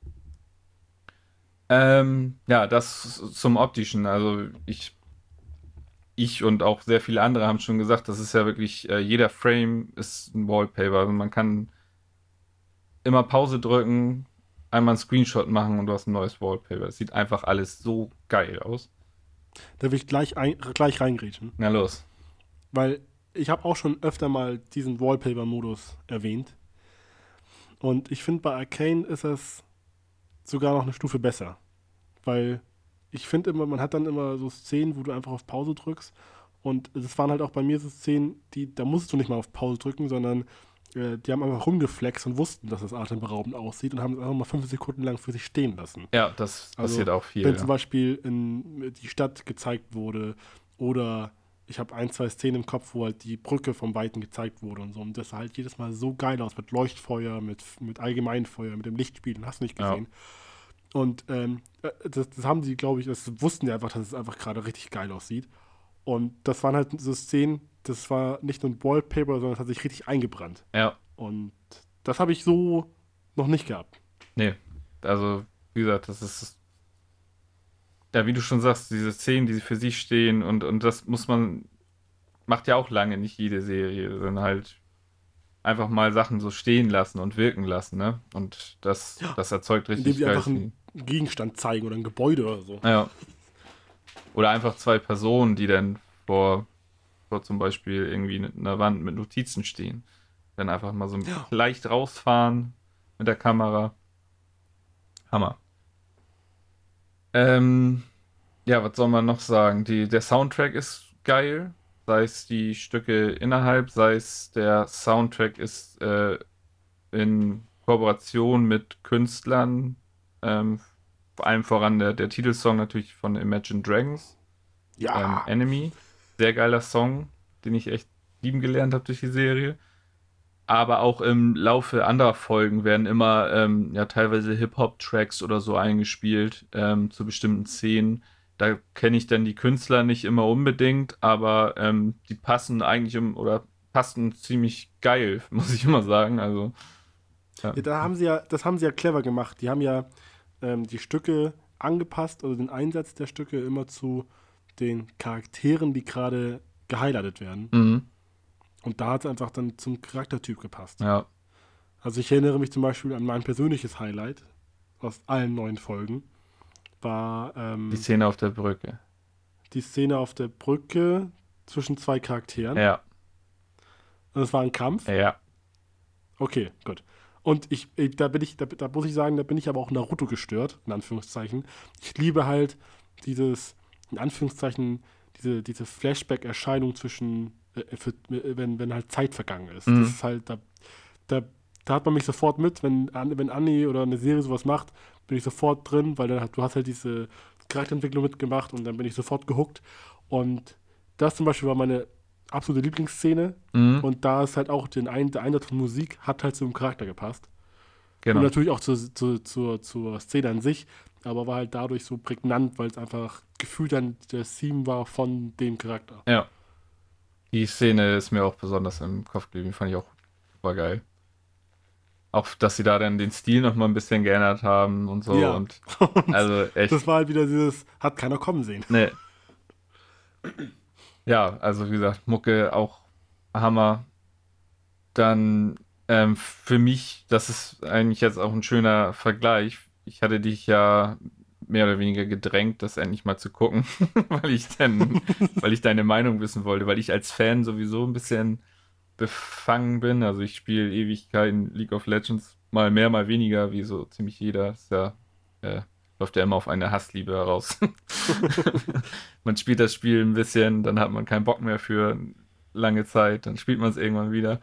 Ähm, ja, das zum Optischen. Also ich, ich und auch sehr viele andere haben schon gesagt, das ist ja wirklich, äh, jeder Frame ist ein Wallpaper. Also man kann immer Pause drücken, einmal einen Screenshot machen und du hast ein neues Wallpaper. Es sieht einfach alles so geil aus. da will ich gleich, ein, gleich reingrätschen. Na los. Weil ich habe auch schon öfter mal diesen Wallpaper-Modus erwähnt. Und ich finde, bei Arcane ist es sogar noch eine Stufe besser. Weil ich finde immer, man hat dann immer so Szenen, wo du einfach auf Pause drückst. Und es waren halt auch bei mir so Szenen, die, da musstest du nicht mal auf Pause drücken, sondern äh, die haben einfach rumgeflext und wussten, dass das atemberaubend aussieht und haben es einfach mal fünf Sekunden lang für sich stehen lassen. Ja, das Also, passiert auch viel, wenn zum ja. Beispiel in, die Stadt gezeigt wurde oder ich habe ein, zwei Szenen im Kopf, wo halt die Brücke vom Weiten gezeigt wurde und so. Und das sah halt jedes Mal so geil aus mit Leuchtfeuer, mit, mit Allgemeinfeuer, mit dem Lichtspielen, hast du nicht Ja, gesehen. Und ähm, äh, das, das haben sie, glaube ich, das wussten die einfach, dass es einfach gerade richtig geil aussieht. Und das waren halt so Szenen, das war nicht nur ein Wallpaper, sondern es hat sich richtig eingebrannt. ja. Und das habe ich so noch nicht gehabt. Nee. Also, wie gesagt, das ist, ja, wie du schon sagst, diese Szenen, die für sich stehen und, und das muss man, macht ja auch lange nicht jede Serie, sondern halt einfach mal Sachen so stehen lassen und wirken lassen, ne? Und das, Ja. das erzeugt Indem richtig sie geil. einfach einen Gegenstand zeigen oder ein Gebäude oder so. Ja. Oder einfach zwei Personen, die dann vor, vor zum Beispiel irgendwie einer Wand mit Notizen stehen. Dann einfach mal so Ja. leicht rausfahren mit der Kamera. Hammer. Ähm, ja, was soll man noch sagen? Die, der Soundtrack ist geil. Sei es die Stücke innerhalb, sei es der Soundtrack ist äh, in Kooperation mit Künstlern. Ähm, vor allem voran der, der Titelsong natürlich von Imagine Dragons, ähm, Ja. Enemy. Sehr geiler Song, den ich echt lieben gelernt habe durch die Serie. Aber auch im Laufe anderer Folgen werden immer ähm, ja teilweise Hip-Hop-Tracks oder so eingespielt ähm, zu bestimmten Szenen. Da kenne ich dann die Künstler nicht immer unbedingt, aber ähm, die passen eigentlich im, oder passen ziemlich geil, muss ich immer sagen. Also, ja. Ja, da haben sie ja, das haben sie ja clever gemacht. Die haben ja ähm, die Stücke angepasst, also den Einsatz der Stücke immer zu den Charakteren, die gerade gehighlightet werden. Mhm. Und da hat es einfach dann zum Charaktertyp gepasst. Ja. Also ich erinnere mich zum Beispiel an mein persönliches Highlight aus allen neun Folgen, war ähm, Die Szene auf der Brücke. die Szene auf der Brücke zwischen zwei Charakteren. Ja. Und es war ein Kampf. Ja. Okay, gut. Und ich, ich, da bin ich, da, da muss ich sagen, da bin ich aber auch Naruto gestört, in Anführungszeichen. Ich liebe halt dieses, in Anführungszeichen, diese, diese Flashback-Erscheinung zwischen, äh, für, wenn, wenn halt Zeit vergangen ist. Mhm. Das ist halt, da, da, da hat man mich sofort mit, wenn, wenn Anime oder eine Serie sowas macht, bin ich sofort drin, weil dann, du hast halt diese Charakterentwicklung mitgemacht und dann bin ich sofort gehuckt. Und das zum Beispiel war meine absolute Lieblingsszene. Mhm. Und da ist halt auch den ein, der Einsatz von Musik hat halt zum Charakter gepasst. Genau. Und natürlich auch zur, zur, zur, zur Szene an sich, aber war halt dadurch so prägnant, weil es einfach gefühlt dann der Theme war von dem Charakter. Ja. Die Szene ist mir auch besonders im Kopf geblieben, fand ich auch super geil. Auch, dass sie da dann den Stil noch mal ein bisschen geändert haben und so. Ja. Und also echt. Das war halt wieder dieses, hat keiner kommen sehen. Nee. Ja, also wie gesagt, Mucke auch Hammer. Dann ähm, für mich, das ist eigentlich jetzt auch ein schöner Vergleich. Ich hatte dich ja mehr oder weniger gedrängt, das endlich mal zu gucken, weil ich dann, weil ich deine Meinung wissen wollte, weil ich als Fan sowieso ein bisschen befangen bin. Also ich spiele Ewigkeiten League of Legends, mal mehr, mal weniger, wie so ziemlich jeder. Ist ja, äh, läuft ja immer auf eine Hassliebe heraus. Man spielt das Spiel ein bisschen, dann hat man keinen Bock mehr für lange Zeit, dann spielt man es irgendwann wieder.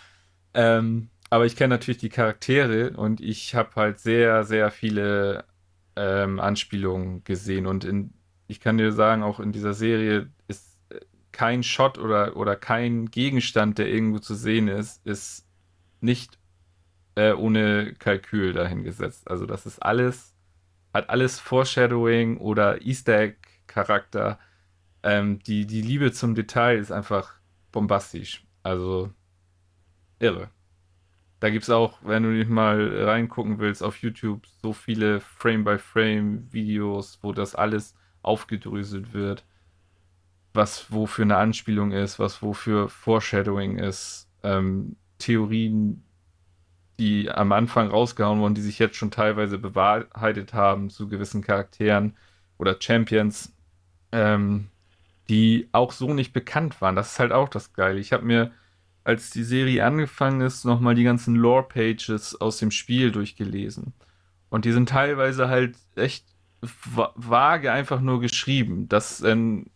Ähm, aber ich kenne natürlich die Charaktere und ich habe halt sehr, sehr viele ähm, Anspielungen gesehen. Und in, ich kann dir sagen, auch in dieser Serie ist äh, kein Shot oder, oder kein Gegenstand, der irgendwo zu sehen ist, ist nicht äh, ohne Kalkül dahingesetzt. Also das ist alles, hat alles Foreshadowing oder Easter Egg-Charakter. Ähm, die, die Liebe zum Detail ist einfach bombastisch. Also irre. Da gibt es auch, wenn du nicht mal reingucken willst, auf YouTube so viele Frame-by-Frame-Videos, wo das alles aufgedröselt wird. Was wofür eine Anspielung ist, was wofür Foreshadowing ist. Ähm, Theorien, die am Anfang rausgehauen wurden, die sich jetzt schon teilweise bewahrheitet haben zu gewissen Charakteren oder Champions, ähm, die auch so nicht bekannt waren. Das ist halt auch das Geile. Ich habe mir, als die Serie angefangen ist, nochmal die ganzen Lore-Pages aus dem Spiel durchgelesen. Und die sind teilweise halt echt va- vage einfach nur geschrieben, dass ein,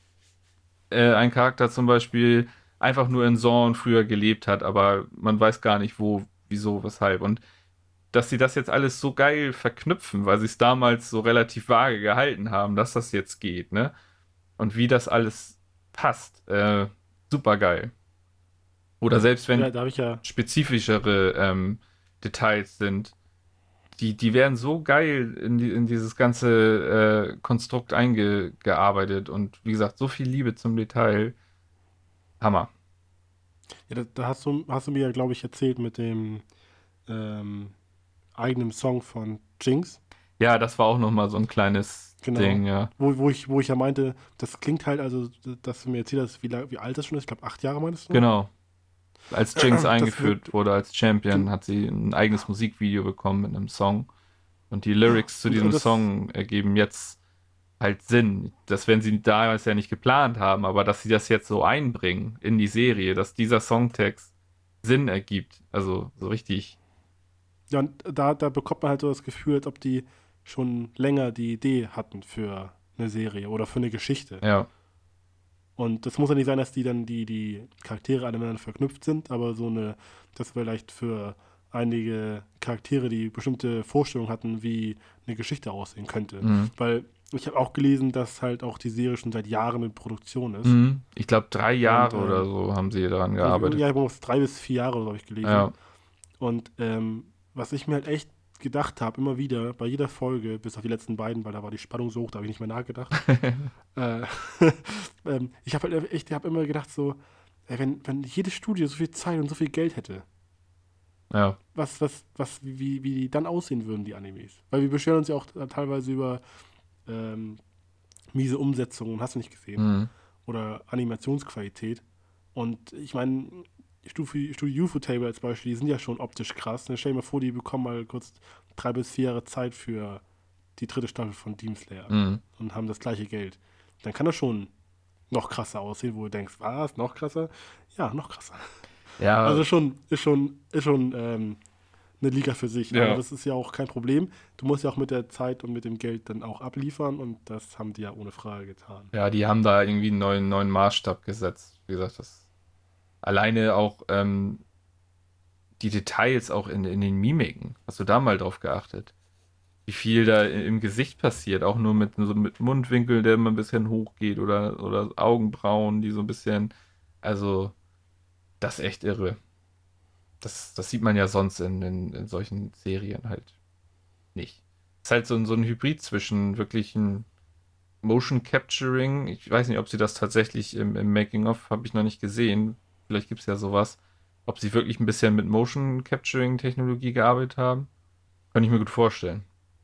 äh, ein Charakter zum Beispiel einfach nur in Zorn früher gelebt hat, aber man weiß gar nicht wo, wieso, weshalb. Und dass sie das jetzt alles so geil verknüpfen, weil sie es damals so relativ vage gehalten haben, dass das jetzt geht, ne? Und wie das alles passt, äh, super geil. Oder selbst wenn Ja, da habe ich ja, spezifischere ähm, Details sind, die, die werden so geil in, die, in dieses ganze äh, Konstrukt eingearbeitet und wie gesagt, so viel Liebe zum Detail. Hammer. ja da, da hast du, hast du mir ja, glaube ich, erzählt mit dem ähm, eigenen Song von Jinx. Ja, das war auch nochmal so ein kleines Genau. Ding, ja. Wo, wo, ich, wo ich ja meinte, das klingt halt, also, dass du mir erzählt hast, wie, lang, wie alt das schon ist. Ich glaube, acht Jahre meinst du? Genau. Als Jinx Das eingeführt wird- wurde als Champion, hat sie ein eigenes Musikvideo bekommen mit einem Song. Und die Lyrics zu Und- diesem und das- Song ergeben jetzt halt Sinn. Das werden sie damals ja nicht geplant haben, aber dass sie das jetzt so einbringen in die Serie, dass dieser Songtext Sinn ergibt. Also so richtig. Ja, und da, da bekommt man halt so das Gefühl, als ob die schon länger die Idee hatten für eine Serie oder für eine Geschichte. Ja. Und das muss ja nicht sein, dass die dann die, die Charaktere alle miteinander verknüpft sind, aber so eine, das vielleicht für einige Charaktere, die bestimmte Vorstellungen hatten, wie eine Geschichte aussehen könnte. Mhm. Weil ich habe auch gelesen, dass halt auch die Serie schon seit Jahren in Produktion ist. Mhm. Ich glaube, drei Jahre Und, ähm, oder so haben sie daran Also, gearbeitet. ja, ich habe drei bis vier Jahre, so habe ich gelesen. Ja. Und ähm, was ich mir halt echt gedacht habe, immer wieder, bei jeder Folge, bis auf die letzten beiden, weil da war die Spannung so hoch, da habe ich nicht mehr nachgedacht. äh, ähm, ich habe halt echt, ich habe immer gedacht so, ey, wenn, wenn jedes Studio so viel Zeit und so viel Geld hätte, Ja. was, was, was, wie, wie die dann aussehen würden, die Animes. Weil wir beschweren uns ja auch teilweise über ähm, miese Umsetzungen, hast du nicht gesehen. Mhm. Oder Animationsqualität. Und ich meine, Studio, Studio Ufotable als Beispiel, die sind ja schon optisch krass. Ne? Stell dir mal vor, die bekommen mal kurz drei bis vier Jahre Zeit für die dritte Staffel von Demon Slayer Mhm. und haben das gleiche Geld. Dann kann das schon noch krasser aussehen, wo du denkst, was, noch krasser? Ja, noch krasser. Ja, Also schon, ist schon, ist schon ähm, eine Liga für sich. Ja. Aber das ist ja auch kein Problem. Du musst ja auch mit der Zeit und mit dem Geld dann auch abliefern und das haben die ja ohne Frage getan. ja, die haben da irgendwie einen neuen, neuen Maßstab gesetzt. Wie gesagt, das alleine auch ähm, die Details auch in, in den Mimiken. Hast du da mal drauf geachtet? Wie viel da i- im Gesicht passiert, auch nur mit, so mit Mundwinkel, der immer ein bisschen hochgeht oder, oder Augenbrauen, die so ein bisschen, also das ist echt irre. Das, das sieht man ja sonst in, in, in solchen Serien halt nicht. Es ist halt so, ein- so ein Hybrid zwischen wirklichen Motion Capturing. Ich weiß nicht, ob sie das tatsächlich im, im Making-of, habe ich noch nicht gesehen. Vielleicht gibt es ja sowas. Ob sie wirklich ein bisschen mit Motion Capturing Technologie gearbeitet haben, kann ich mir gut vorstellen.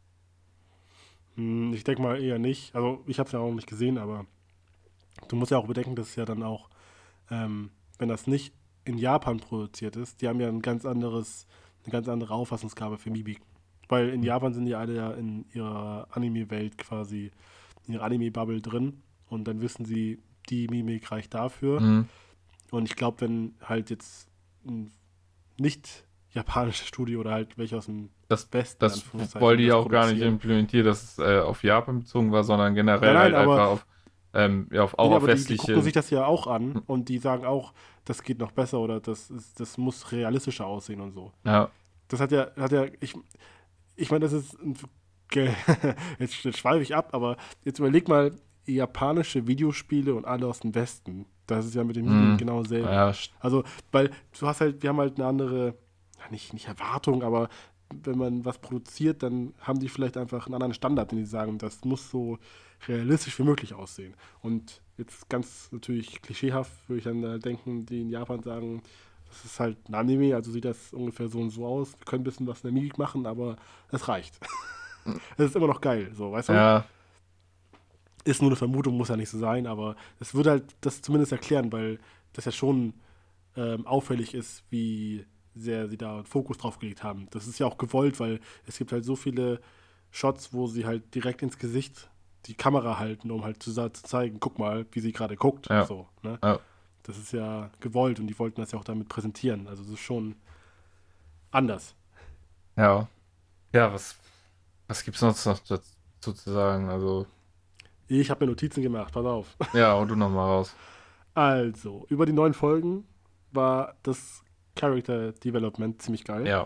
Hm, ich denke mal eher nicht. Also ich habe es ja auch nicht gesehen, aber du musst ja auch bedenken, dass es ja dann auch, ähm, wenn das nicht in Japan produziert ist, die haben ja ein ganz anderes, eine ganz andere Auffassungsgabe für Mimik. Weil in Japan sind die alle ja in ihrer Anime-Welt quasi, in ihrer Anime-Bubble drin und dann wissen sie, die Mimik reicht dafür. Mhm. Und ich glaube, wenn halt jetzt ein nicht japanisches Studio oder halt welche aus dem Das, Westen, in das Anführungszeichen, wollte ich das auch gar nicht produzieren. implementieren, dass es äh, auf Japan bezogen war, sondern generell Nein, nein, halt aber einfach auf, ähm, ja, auf, auch Nee, auf aber die, die gucken westliche. sich das ja auch an Hm, und die sagen auch, das geht noch besser oder das, ist, das muss realistischer aussehen und so. Ja, Das hat ja, hat ja, ich, ich meine, das ist, ein, ge- jetzt, jetzt schweife ich ab, aber jetzt überleg mal, japanische Videospiele und alle aus dem Westen. Das ist ja mit dem Mimik hm, genau dasselbe. ja, st- Also, weil du hast halt, wir haben halt eine andere, ja, nicht, nicht Erwartung, aber wenn man was produziert, dann haben die vielleicht einfach einen anderen Standard, den die sagen, das muss so realistisch wie möglich aussehen. Und jetzt ganz natürlich klischeehaft würde ich dann äh, denken, die in Japan sagen, das ist halt ein Anime, also sieht das ungefähr so und so aus. Wir können ein bisschen was in der Mimik machen, aber es reicht. Es ist immer noch geil, so, weißt du? ja, Ist nur eine Vermutung, muss ja nicht so sein, aber es würde halt das zumindest erklären, weil das ja schon ähm, auffällig ist, wie sehr sie da Fokus drauf gelegt haben. Das ist ja auch gewollt, weil es gibt halt so viele Shots, wo sie halt direkt ins Gesicht die Kamera halten, um halt zu, sa- zu zeigen, guck mal, wie sie gerade guckt. ja, So, ne? ja, Das ist ja gewollt und die wollten das ja auch damit präsentieren. Also es ist schon anders. ja. Ja, was, was gibt's sonst noch dazu zu sagen? Also, Ich habe mir Notizen gemacht, pass auf. ja, und du noch mal raus. Also, über die neun Folgen war das Character Development ziemlich geil. Ja.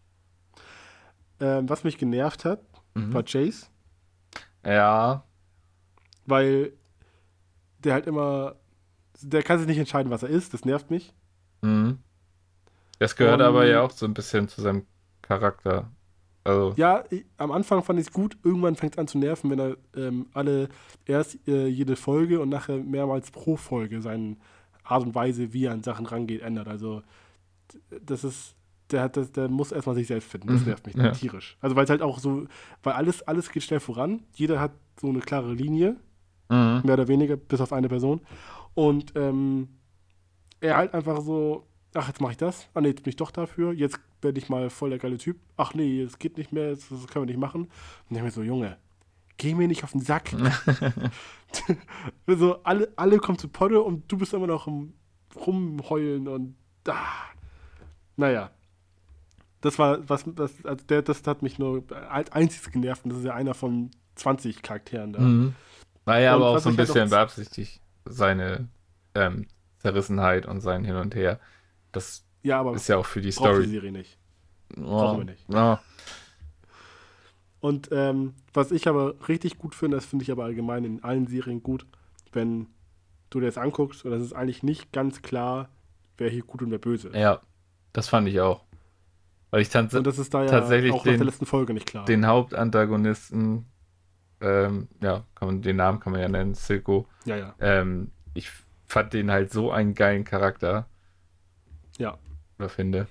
Ähm, was mich genervt hat, war Mhm. Chase, Ja, weil der halt immer, der kann sich nicht entscheiden, was er ist, das nervt mich. mhm. Das gehört aber ja Und auch so ein bisschen zu seinem Charakter. Also, ja, ich, am Anfang fand ich es gut, irgendwann fängt es an zu nerven, wenn er ähm, alle, erst äh, jede Folge und nachher mehrmals pro Folge seine Art und Weise, wie er an Sachen rangeht, ändert. Also, d- das ist, der hat das, der muss erstmal sich selbst finden. Das mhm. nervt mich Ja. tierisch. Also, weil es halt auch so, weil alles, alles geht schnell voran. Jeder hat so eine klare Linie, Mhm. mehr oder weniger, bis auf eine Person. Und ähm, er halt einfach so, ach, jetzt mache ich das. Ah, nee, jetzt bin ich doch dafür. Jetzt werde ich mal voll der geile Typ. Ach nee, es geht nicht mehr, das, das können wir nicht machen. Und ich denke mir so, Junge, geh mir nicht auf den Sack. So, alle, alle kommen zu Podde und du bist immer noch im Rumheulen und ah. Naja. Das war, was, das, also der, das hat mich nur als einziges genervt und das ist ja einer von zwanzig Charakteren da. Mhm. War ja aber Und auch was so ein mich halt bisschen noch, beabsichtigt, seine ähm, Zerrissenheit und sein Hin und Her. Das ja, aber ist ja auch für die braucht die Story. Serie nicht. Oh, wir nicht. ja. Und ähm, was ich aber richtig gut finde, das finde ich aber allgemein in allen Serien gut, wenn du dir das anguckst, und das ist eigentlich nicht ganz klar, wer hier gut und wer böse ist. Ja, das fand ich auch. Weil ich tats Und das ist da ja tatsächlich auch nach der den, letzten Folge nicht klar. den Hauptantagonisten, ähm, ja, kann man, den Namen kann man ja nennen, Silco, Ja, ja. ähm, ich fand den halt so einen geilen Charakter, Ja. oder finde.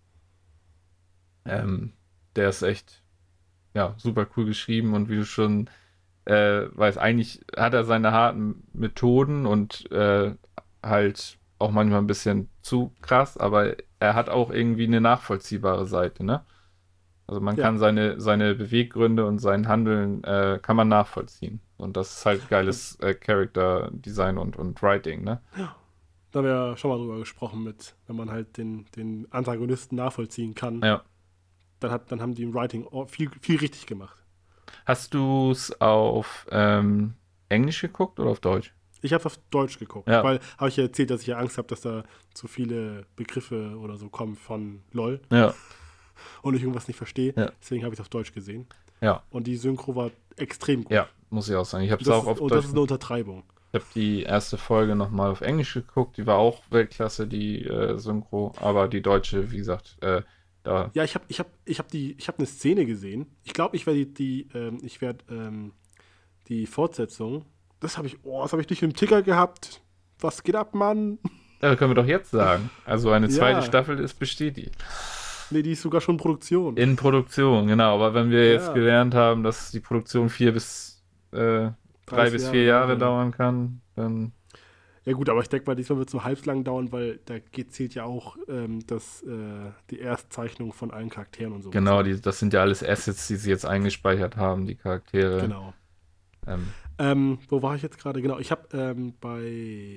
Ähm, der ist echt, ja, super cool geschrieben und wie du schon äh, weißt, eigentlich hat er seine harten Methoden und äh, halt auch manchmal ein bisschen zu krass, aber er hat auch irgendwie eine nachvollziehbare Seite, ne? Also man Ja. kann seine, seine Beweggründe und sein Handeln äh, kann man nachvollziehen. Und das ist halt Und geiles äh, Character Design und, und Writing, ne? da haben wir ja schon mal drüber gesprochen mit, wenn man halt den, den Antagonisten nachvollziehen kann, Ja. dann, hat, dann haben die im Writing auch viel, viel richtig gemacht. Hast du es auf ähm, Englisch geguckt oder auf Deutsch? Ich habe auf Deutsch geguckt, Ja, weil habe ich ja erzählt, dass ich ja Angst habe, dass da zu viele Begriffe oder so kommen von LOL ja, und ich irgendwas nicht verstehe. ja, Deswegen habe ich es auf Deutsch gesehen. ja, Und die Synchro war extrem ja, gut. muss ich auch sagen. Ich habe Und es das, auch ist, auf und das Deutsch. ist eine Untertreibung. Ich habe die erste Folge nochmal auf Englisch geguckt. Die war auch Weltklasse, die äh, Synchro. Aber die deutsche, wie gesagt, äh, da. Ja, ich habe ich hab, ich hab die, ich hab eine Szene gesehen. Ich glaube, ich werde die, die, ähm, ich werde ähm, die Fortsetzung, das habe ich, oh, das habe ich durch den Ticker gehabt. Was geht ab, Mann? Ja, können wir doch jetzt sagen. Also eine zweite Ja, Staffel ist bestätigt. nee, die ist sogar schon in Produktion. In Produktion, genau. Aber wenn wir jetzt Ja, gelernt haben, dass die Produktion vier bis äh, drei dreißig bis Jahre vier Jahre dauert, ja. dauern kann, dann Ja gut, aber ich denke mal, diesmal wird es nur halb so lang dauern, weil da geht, zählt ja auch ähm, das, äh, die Erstzeichnung von allen Charakteren und sowas. genau, Ne? die, das sind ja alles Assets, die sie jetzt eingespeichert haben, die Charaktere. Genau. Ähm, Ähm, wo war ich jetzt gerade? Genau, ich habe ähm, bei,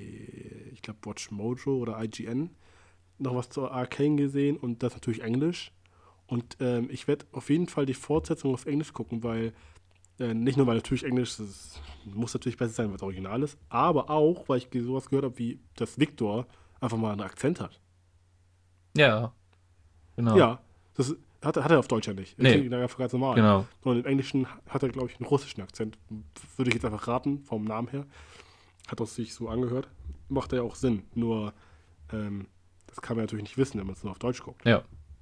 ich glaube, Watch Mojo oder I G N noch was zu Arcane gesehen und das natürlich Englisch. Und ähm, ich werde auf jeden Fall die Fortsetzung auf Englisch gucken, weil äh, nicht nur, weil natürlich Englisch das muss natürlich besser sein, weil es original ist, aber auch, weil ich ge- sowas gehört habe, wie dass Victor einfach mal einen Akzent hat. ja, genau. Ja, das hat, er- hat er auf Deutsch ja nicht. Er Nee, klingt einfach ganz normal. genau. Und im Englischen hat er, glaube ich, einen russischen Akzent. Würde ich jetzt einfach raten, vom Namen her. Hat es sich so angehört. Macht ja auch Sinn. Nur, ähm, das kann man natürlich nicht wissen, wenn man es nur auf Deutsch guckt. Ja.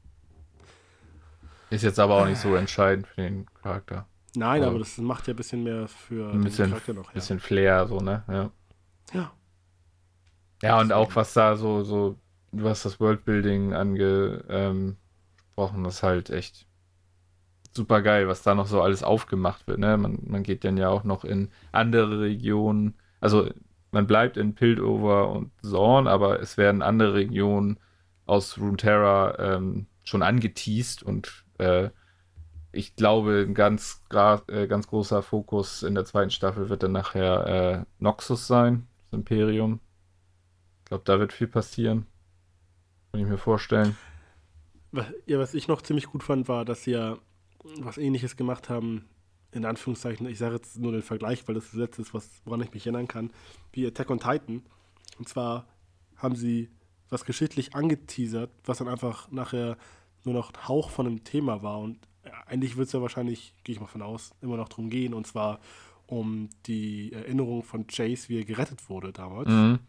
Ist jetzt aber auch nicht so entscheidend für den Charakter. Nein, Aber aber das macht ja ein bisschen mehr für ein den bisschen, Charakter noch her. bisschen Flair, so, ne? Ja. Ja, Ja, und auch deswegen. was da so, so, du hast das Worldbuilding angesprochen, ähm, gesprochen, das ist halt echt super geil, was da noch so alles aufgemacht wird, ne? Man, man geht dann ja auch noch in andere Regionen, also man bleibt in Piltover und Zorn, aber es werden andere Regionen aus Runeterra ähm, schon angeteased und äh, ich glaube, ein ganz, gra- äh, ganz großer Fokus in der zweiten Staffel wird dann nachher äh, Noxus sein, das Imperium. Ich glaube, da wird viel passieren, kann ich mir vorstellen. Was, ja, was ich noch ziemlich gut fand, war, dass sie ja was Ähnliches gemacht haben, in Anführungszeichen, ich sage jetzt nur den Vergleich, weil das das letzte ist, was, woran ich mich erinnern kann, wie Attack on Titan. Und zwar haben sie was geschichtlich angeteasert, was dann einfach nachher nur noch ein Hauch von einem Thema war. Und eigentlich wird es ja wahrscheinlich, gehe ich mal von aus, immer noch drum gehen. Und zwar um die Erinnerung von Chase, wie er gerettet wurde damals. Mhm.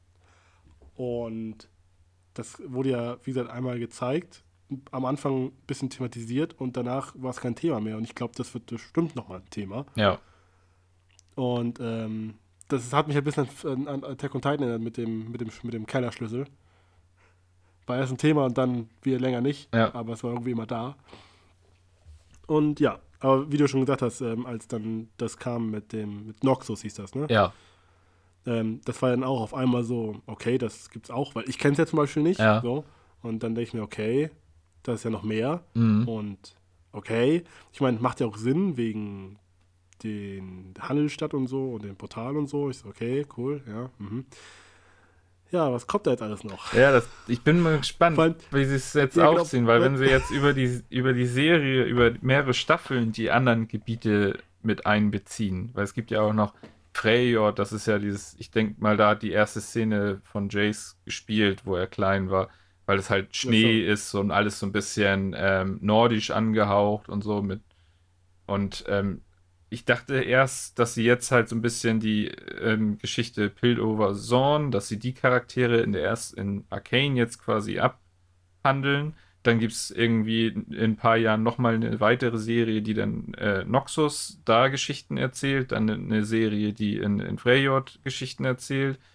Und das wurde ja, wie gesagt, einmal gezeigt, am Anfang ein bisschen thematisiert und danach war es kein Thema mehr. Und ich glaube, das wird bestimmt nochmal ein Thema. Ja, Und ähm, das hat mich ein bisschen an, an Attack on Titan erinnert mit dem, mit dem, mit dem Kellerschlüssel. War erst ein Thema und dann wieder länger nicht, ja, aber es war irgendwie immer da. Und ja, aber wie du schon gesagt hast, ähm, als dann das kam mit dem, mit Noxus hieß das, ne? ja, Ähm, das war dann auch auf einmal so, okay, das gibt's auch, weil ich kenne es ja zum Beispiel nicht. ja. So. Und dann denke ich mir, okay, da ist ja noch mehr. Mhm. Und okay, ich meine, macht ja auch Sinn wegen den Handelsstadt und so und dem Portal und so. Ich so, okay, cool, ja. Mhm. Ja, was kommt da jetzt alles noch? Ja, das, ich bin mal gespannt, Vor allem- wie sie es jetzt Ja, genau. aufziehen, weil wenn sie jetzt über die, über die Serie, über mehrere Staffeln die anderen Gebiete mit einbeziehen, weil es gibt ja auch noch Freyjord, das ist ja dieses, ich denke mal, da hat die erste Szene von Jace gespielt, wo er klein war, weil es halt Schnee so. ist und alles so ein bisschen ähm, nordisch angehaucht und so mit. Und ähm, ich dachte erst, dass sie jetzt halt so ein bisschen die ähm, Geschichte Piltover Zorn, dass sie die Charaktere in der erst in Arcane jetzt quasi abhandeln. Dann gibt es irgendwie in ein paar Jahren nochmal eine weitere Serie, die dann äh, Noxus da Geschichten erzählt. Dann eine Serie, die in, in Freyjord Geschichten erzählt.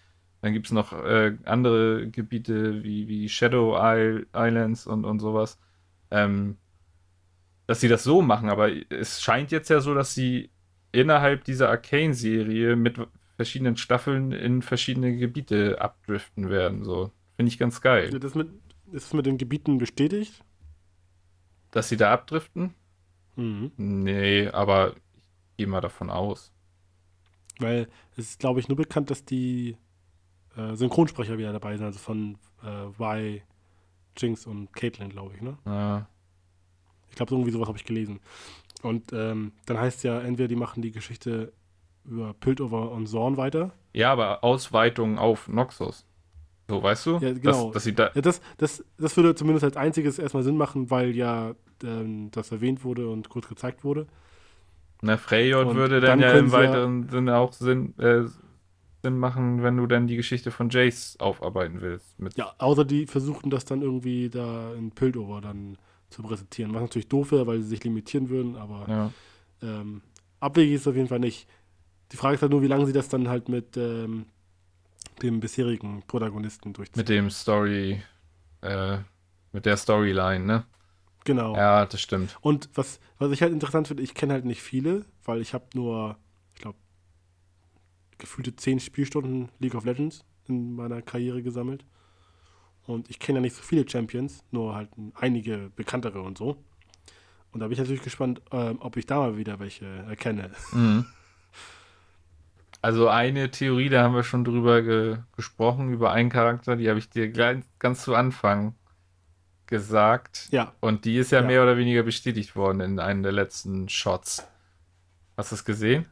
Dann gibt es noch äh, andere Gebiete wie, wie Shadow Isle, Islands und, und sowas. Ähm, dass sie das so machen, aber es scheint jetzt ja so, dass sie innerhalb dieser Arcane-Serie mit verschiedenen Staffeln in verschiedene Gebiete abdriften werden. So. Finde ich ganz geil. Das mit, ist es mit den Gebieten bestätigt? Dass sie da abdriften? Mhm. Nee, aber ich gehe mal davon aus. Weil es ist, glaube ich, nur bekannt, dass die äh, Synchronsprecher wieder dabei sind, also von äh, Vi, Jinx und Caitlyn, glaube ich, ne? Ja. Ich glaube, irgendwie sowas habe ich gelesen. Und ähm, dann heißt es ja, entweder die machen die Geschichte über Piltover und Zorn weiter. Ja, aber Ausweitung auf Noxus. So, weißt du? Ja, Dass, genau. dass sie da. Ja, das, das, das würde zumindest als einziges erstmal Sinn machen, weil ja ähm, das erwähnt wurde und kurz gezeigt wurde. Ne, Freyjord Und würde dann dann ja können im sie ja- weiteren Sinne auch Sinn, äh, Sinn machen, wenn du dann die Geschichte von Jace aufarbeiten willst. Mit, Ja, außer die versuchen das dann irgendwie da in Piltover dann zu präsentieren. Was natürlich doof wäre, weil sie sich limitieren würden, aber ja. ähm, abwegig ist es auf jeden Fall nicht. Die Frage ist halt nur, wie lange sie das dann halt mit ähm, dem bisherigen Protagonisten durchziehen. Mit dem Story, äh, mit der Storyline, ne? Genau. Ja, das stimmt. Und was, was ich halt interessant finde, ich kenne halt nicht viele, weil ich habe nur, ich glaube, gefühlte zehn Spielstunden League of Legends in meiner Karriere gesammelt. Und ich kenne ja nicht so viele Champions, nur halt einige bekanntere und so. Und da bin ich natürlich gespannt, ähm, ob ich da mal wieder welche erkenne. Mhm. Also eine Theorie, da haben wir schon drüber ge gesprochen, über einen Charakter, die habe ich dir gleich, ganz zu Anfang gesagt. Ja, Und die ist ja, Ja. mehr oder weniger bestätigt worden in einem der letzten Shots. Hast du es gesehen?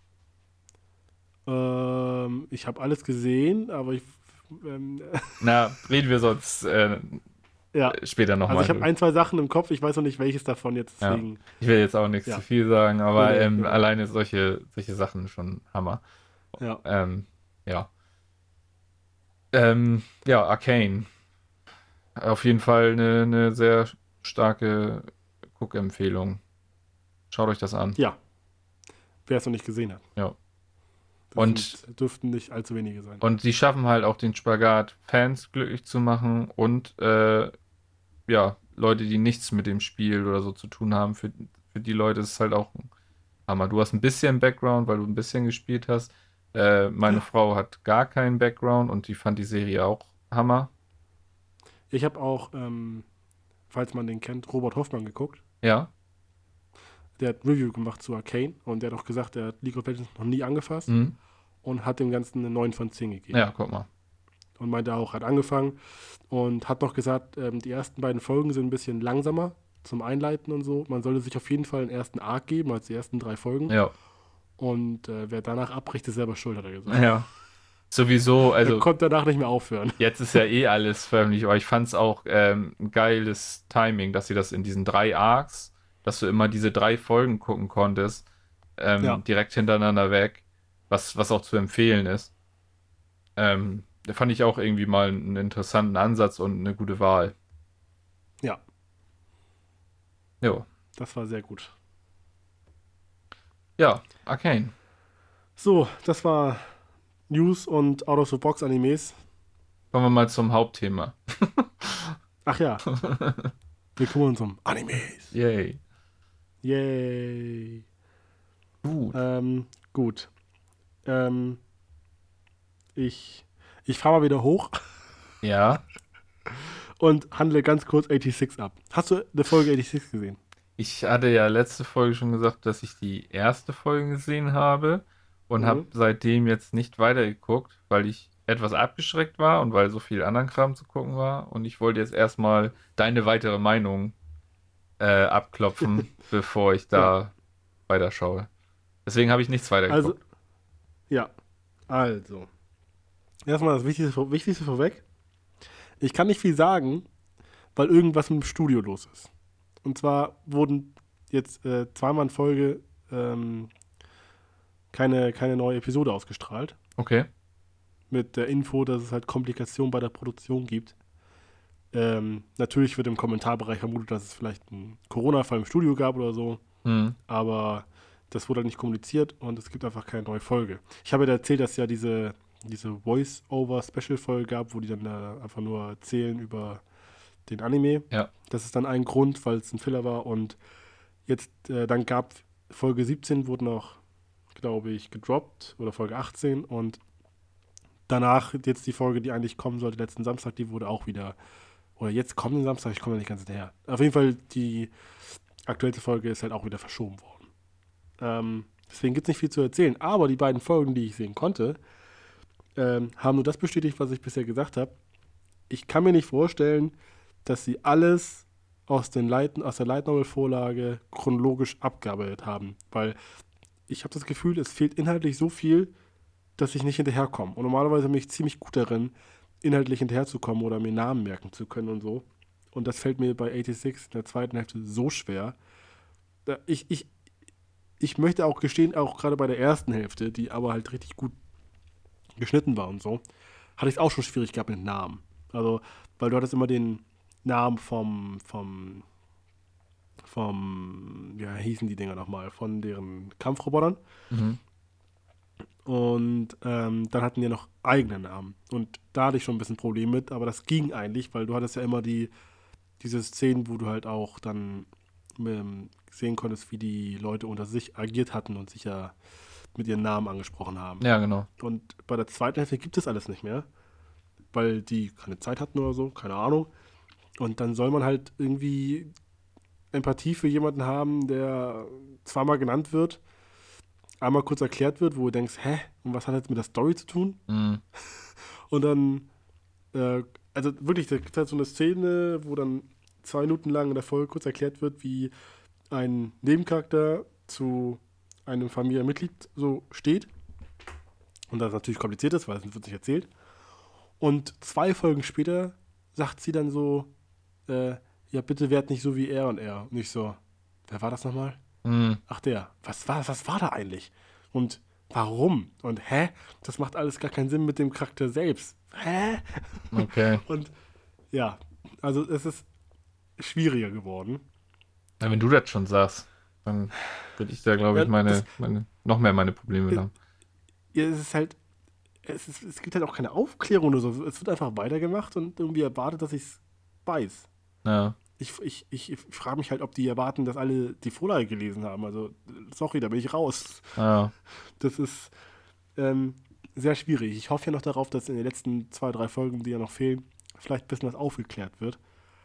ähm, ich habe alles gesehen, aber ich, ähm, Na, reden wir sonst äh, ja. später nochmal. Also ich habe ein, zwei Sachen im Kopf, ich weiß noch nicht, welches davon jetzt, Ja. deswegen. Ich will jetzt auch nichts Ja. zu viel sagen, aber Nee, nee, ähm, genau. alleine solche, solche Sachen schon Hammer. Ja. Ähm, ja. Ähm, ja, Arcane. Auf jeden Fall eine, eine sehr starke Guck-Empfehlung. Schaut euch das an. Ja. Wer es noch nicht gesehen hat. Ja. Das Und- sind, dürften nicht allzu wenige sein. Und sie schaffen halt auch den Spagat, Fans glücklich zu machen und äh, ja, Leute, die nichts mit dem Spiel oder so zu tun haben. Für, für die Leute ist es halt auch ein Hammer. Du hast ein bisschen Background, weil du ein bisschen gespielt hast. Äh, meine Ja. Frau hat gar keinen Background und die fand die Serie auch Hammer. Ich habe auch, ähm, falls man den kennt, Robert Hoffmann geguckt. Ja. Der hat ein Review gemacht zu Arcane und der hat auch gesagt, er hat League of Legends noch nie angefasst Mhm. und hat dem Ganzen eine neun von zehn gegeben. Ja, guck mal. Und meinte auch, hat angefangen und hat noch gesagt, ähm, die ersten beiden Folgen sind ein bisschen langsamer zum Einleiten und so. Man sollte sich auf jeden Fall einen ersten Arc geben, als die ersten drei Folgen. Ja. Und äh, wer danach abbricht, ist selber schuld, hat er gesagt. Ja. Sowieso, also er konnte danach nicht mehr aufhören. jetzt ist ja eh alles förmlich, aber ich fand es auch ähm, ein geiles Timing, dass sie das in diesen drei Arcs, dass du immer diese drei Folgen gucken konntest, ähm, Ja. direkt hintereinander weg, was, was auch zu empfehlen ist. Ähm, da fand ich auch irgendwie mal einen interessanten Ansatz und eine gute Wahl. Ja, Jo. das war sehr gut. Ja, Arcane. So, das war News und Out-of-the-Box-Animes. Kommen wir mal zum Hauptthema. Ach ja. Wir kümmern uns um Animes. Yay. Yay. Gut. Ähm, gut. Ähm, ich ich fahre mal wieder hoch Ja. und handle ganz kurz sechsundachtzig ab. Hast du eine Folge sechsundachtzig gesehen? Ich hatte ja letzte Folge schon gesagt, dass ich die erste Folge gesehen habe und Mhm. habe seitdem jetzt nicht weitergeguckt, weil ich etwas abgeschreckt war und weil so viel anderen Kram zu gucken war. Und ich wollte jetzt erstmal deine weitere Meinung äh, abklopfen, bevor ich da weiterschaue. Deswegen habe ich nichts Also, weitergeguckt. ja. Also. Erstmal das Wichtigste, Wichtigste vorweg. Ich kann nicht viel sagen, weil irgendwas mit dem Studio los ist. Und zwar wurden jetzt äh, zweimal in Folge ähm, keine, keine neue Episode ausgestrahlt. Okay. Mit der Info, dass es halt Komplikationen bei der Produktion gibt. Ähm, natürlich wird im Kommentarbereich vermutet, dass es vielleicht einen Corona-Fall im Studio gab oder so. Hm. Aber das wurde halt nicht kommuniziert und es gibt einfach keine neue Folge. Ich habe ja erzählt, dass ja diese, diese Voice-Over-Special-Folge gab, wo die dann da einfach nur erzählen über den Anime. Ja. Das ist dann ein Grund, weil es ein Filler war. Und jetzt, äh, dann gab Folge siebzehn, wurde noch, glaube ich, gedroppt. Oder Folge achtzehn. Und danach, jetzt die Folge, die eigentlich kommen sollte, letzten Samstag, die wurde auch wieder, oder jetzt kommenden Samstag, ich komme da nicht ganz hinterher. Auf jeden Fall, die aktuellste Folge ist halt auch wieder verschoben worden. Ähm, deswegen gibt es nicht viel zu erzählen. Aber die beiden Folgen, die ich sehen konnte, ähm, haben nur das bestätigt, was ich bisher gesagt habe. Ich kann mir nicht vorstellen, dass sie alles aus, den Light, aus der Light Novel Vorlage chronologisch abgearbeitet haben. Weil ich habe das Gefühl, es fehlt inhaltlich so viel, dass ich nicht hinterherkomme. Und normalerweise bin ich ziemlich gut darin, inhaltlich hinterherzukommen oder mir Namen merken zu können und so. Und das fällt mir bei sechsundachtzig in der zweiten Hälfte so schwer. Da- Ich, ich, ich möchte auch gestehen, auch gerade bei der ersten Hälfte, die aber halt richtig gut geschnitten war und so, hatte ich es auch schon schwierig gehabt mit Namen. Also, weil du hattest immer den Namen vom, vom, vom, ja, hießen die Dinger nochmal, von deren Kampfrobotern. Mhm. Und ähm, dann hatten die noch eigene Namen. Und da hatte ich schon ein bisschen Probleme mit, aber das ging eigentlich, weil du hattest ja immer die, diese Szenen, wo du halt auch dann ähm, sehen konntest, wie die Leute unter sich agiert hatten und sich ja mit ihren Namen angesprochen haben. Ja, genau. Und bei der zweiten Hälfte gibt es alles nicht mehr, weil die keine Zeit hatten oder so, keine Ahnung. Und dann soll man halt irgendwie Empathie für jemanden haben, der zweimal genannt wird, einmal kurz erklärt wird, wo du denkst, hä, und was hat das mit der Story zu tun? Mhm. Und dann, äh, also wirklich, da gibt es halt so eine Szene, wo dann zwei Minuten lang in der Folge kurz erklärt wird, wie ein Nebencharakter zu einem Familienmitglied so steht. Und das natürlich kompliziert ist, weil es wird nicht erzählt. Und zwei Folgen später sagt sie dann so, äh, ja, bitte werd nicht so wie er und er. Und ich so, wer war das nochmal? Mhm. Ach der, was war, was war da eigentlich? Und warum? Und hä? Das macht alles gar keinen Sinn mit dem Charakter selbst. Hä? Okay. Und ja, also es ist schwieriger geworden. Ja, wenn du das schon sagst, dann würde ich da, glaube ich, Ja, meine, das, meine, noch mehr meine Probleme mit haben. ja, es ist halt, es, ist, es gibt halt auch keine Aufklärung oder so. Es wird einfach weitergemacht und irgendwie erwartet, dass ich es weiß. Ja. Ich, ich, ich, ich frage mich halt, ob die erwarten, dass alle die Vorlage gelesen haben. Also, sorry, da bin ich raus. Ja. Das ist ähm, sehr schwierig. Ich hoffe ja noch darauf, dass in den letzten zwei, drei Folgen, die ja noch fehlen, vielleicht ein bisschen was aufgeklärt wird.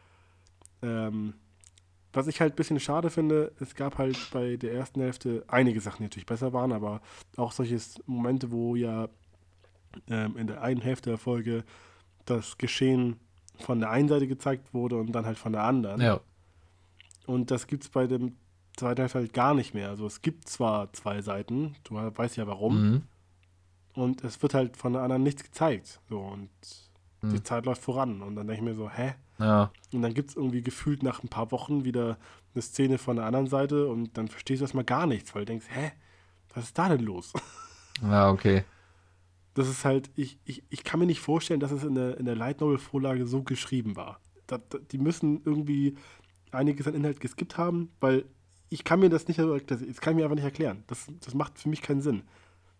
Ähm, was ich halt ein bisschen schade finde, es gab halt bei der ersten Hälfte einige Sachen, die natürlich besser waren, aber auch solche Momente, wo ja ähm, in der einen Hälfte der Folge das Geschehen von der einen Seite gezeigt wurde und dann halt von der anderen. Ja. Und das gibt es bei dem zweiten Hälfte halt gar nicht mehr. Also es gibt zwar zwei Seiten, du weißt ja warum, Mhm. und es wird halt von der anderen nichts gezeigt. So, und die Mhm. Zeit läuft voran. Und dann denke ich mir so, hä? Ja. Und dann gibt es irgendwie gefühlt nach ein paar Wochen wieder eine Szene von der anderen Seite und dann verstehst du erstmal gar nichts, weil du denkst, hä? Was ist da denn los? Ja, okay. Das ist halt, ich, ich, ich kann mir nicht vorstellen, dass es in der, in der Light Novel-Vorlage so geschrieben war. Da, da, die müssen irgendwie einiges an Inhalt geskippt haben, weil ich kann mir das nicht, das, das kann ich mir einfach nicht erklären. Das, das macht für mich keinen Sinn.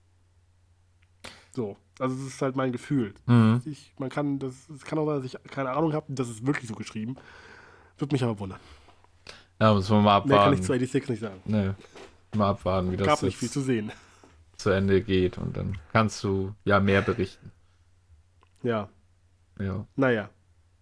So, also das ist halt mein Gefühl. Mhm. Ich, man kann, das, es kann auch sein, dass ich keine Ahnung habe, das ist wirklich so geschrieben. Würde mich aber wundern. Ja, müssen wir mal Mehr kann ich zu abwarten. sechsundachtzig nicht sagen. Ne, mal abwarten, wie das Gab nicht viel jetzt zu sehen. zu Ende geht und dann kannst du ja mehr berichten. Ja, Ja. naja.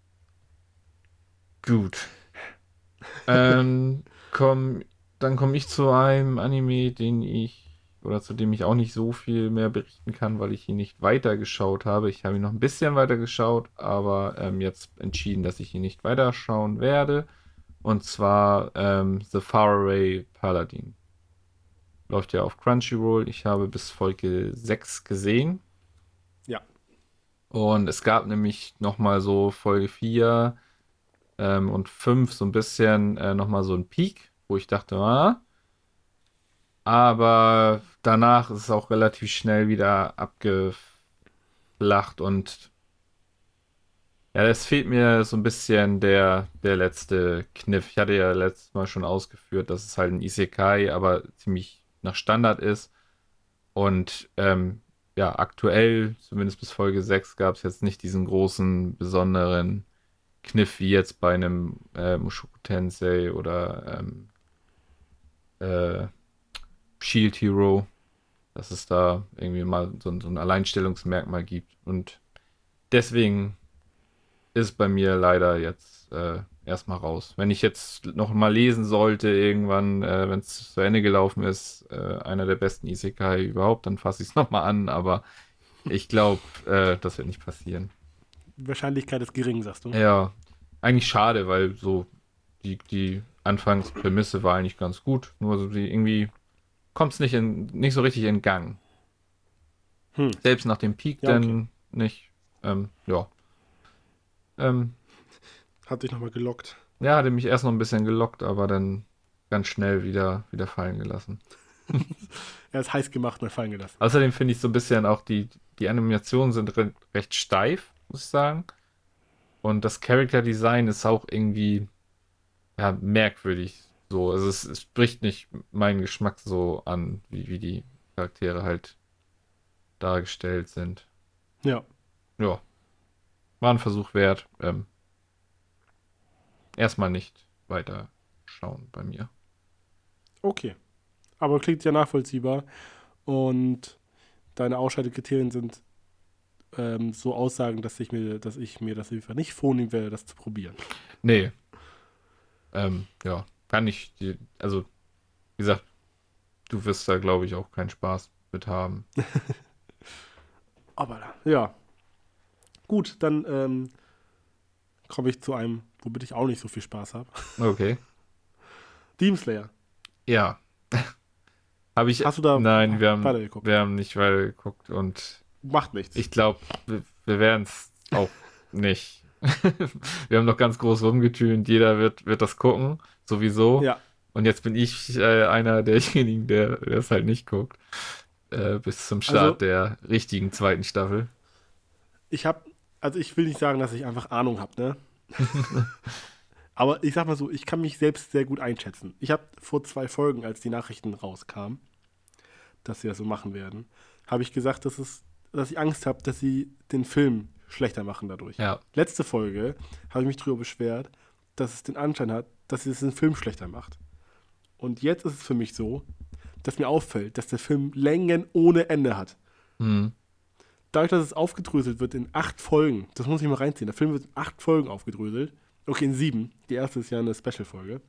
Gut. Ähm, komm, dann komme ich zu einem Anime, den ich, oder zu dem ich auch nicht so viel mehr berichten kann, weil ich ihn nicht weitergeschaut habe. Ich habe ihn noch ein bisschen weitergeschaut, aber ähm, jetzt entschieden, dass ich ihn nicht weiterschauen werde. Und zwar ähm, The Faraway Paladin. Läuft ja auf Crunchyroll. Ich habe bis Folge sechs gesehen. Ja. Und es gab nämlich nochmal so Folge vier ähm, und fünf so ein bisschen äh, nochmal so ein Peak, wo ich dachte, ah, aber danach ist es auch relativ schnell wieder abgeflacht und ja, es fehlt mir so ein bisschen der, der letzte Kniff. Ich hatte ja letztes Mal schon ausgeführt, dass es halt ein Isekai, aber ziemlich nach Standard ist und ähm, ja, aktuell, zumindest bis Folge sechs, gab es jetzt nicht diesen großen, besonderen Kniff wie jetzt bei einem äh, Mushoku Tensei oder ähm, äh, Shield Hero, dass es da irgendwie mal so, so ein Alleinstellungsmerkmal gibt. Und deswegen ist bei mir leider jetzt äh, erstmal raus. Wenn ich jetzt noch mal lesen sollte, irgendwann, äh, wenn es zu Ende gelaufen ist, äh, einer der besten Isekai überhaupt, dann fasse ich es nochmal an, aber ich glaube, äh, das wird nicht passieren. Wahrscheinlichkeit ist gering, sagst du. Ja, eigentlich schade, weil so die, die Anfangsprämisse war eigentlich ganz gut, nur so die irgendwie kommt es nicht, in, nicht so richtig in Gang. Hm. Selbst nach dem Peak Ja, okay. dann nicht. Ähm, ja. Ähm, Hat dich nochmal gelockt. ja, hatte mich erst noch ein bisschen gelockt, aber dann ganz schnell wieder, wieder fallen gelassen. Er ist heiß gemacht und fallen gelassen. Außerdem finde ich so ein bisschen auch die, die Animationen sind re recht steif, muss ich sagen. Und das Character Design ist auch irgendwie ja, merkwürdig. So, also es, es spricht nicht meinen Geschmack so an, wie, wie die Charaktere halt dargestellt sind. Ja, Ja, war ein Versuch wert. Ähm, erstmal nicht weiter schauen bei mir. okay. Aber klingt ja nachvollziehbar. Und deine Ausscheidekriterien sind ähm, so Aussagen, dass ich mir, dass ich mir das einfach nicht vornehmen werde, das zu probieren. Nee, ähm, ja, kann ich dir, also, wie gesagt, du wirst da, glaube ich, auch keinen Spaß mit haben. Aber ja. Gut, dann ähm, komme ich zu einem, womit ich auch nicht so viel Spaß habe. Okay. Demon Slayer. Ja. Habe ich, Hast du da nein, wir haben, weitergeguckt? wir haben nicht weitergeguckt und Macht nichts. ich glaube, wir, wir werden es auch nicht. Wir haben noch ganz groß rumgetönt, jeder wird, wird das gucken, sowieso. Ja, Und jetzt bin ich äh, einer derjenigen, der der es halt nicht guckt, äh, bis zum also Start der richtigen zweiten Staffel. ich habe, also ich will nicht sagen, dass ich einfach Ahnung habe, ne? Aber ich sag mal so, ich kann mich selbst sehr gut einschätzen. Ich habe vor zwei Folgen, als die Nachrichten rauskamen, dass sie das so machen werden, habe ich gesagt, dass, es, dass ich Angst habe, dass sie den Film schlechter machen dadurch. Ja. Letzte Folge habe ich mich darüber beschwert, dass es den Anschein hat, dass es den Film schlechter macht. Und jetzt ist es für mich so, dass mir auffällt, dass der Film Längen ohne Ende hat. Hm. Dadurch, dass es aufgedröselt wird in acht Folgen, das muss ich mal reinziehen, der Film wird in acht Folgen aufgedröselt. Okay, in sieben. Die erste ist ja eine Special-Folge.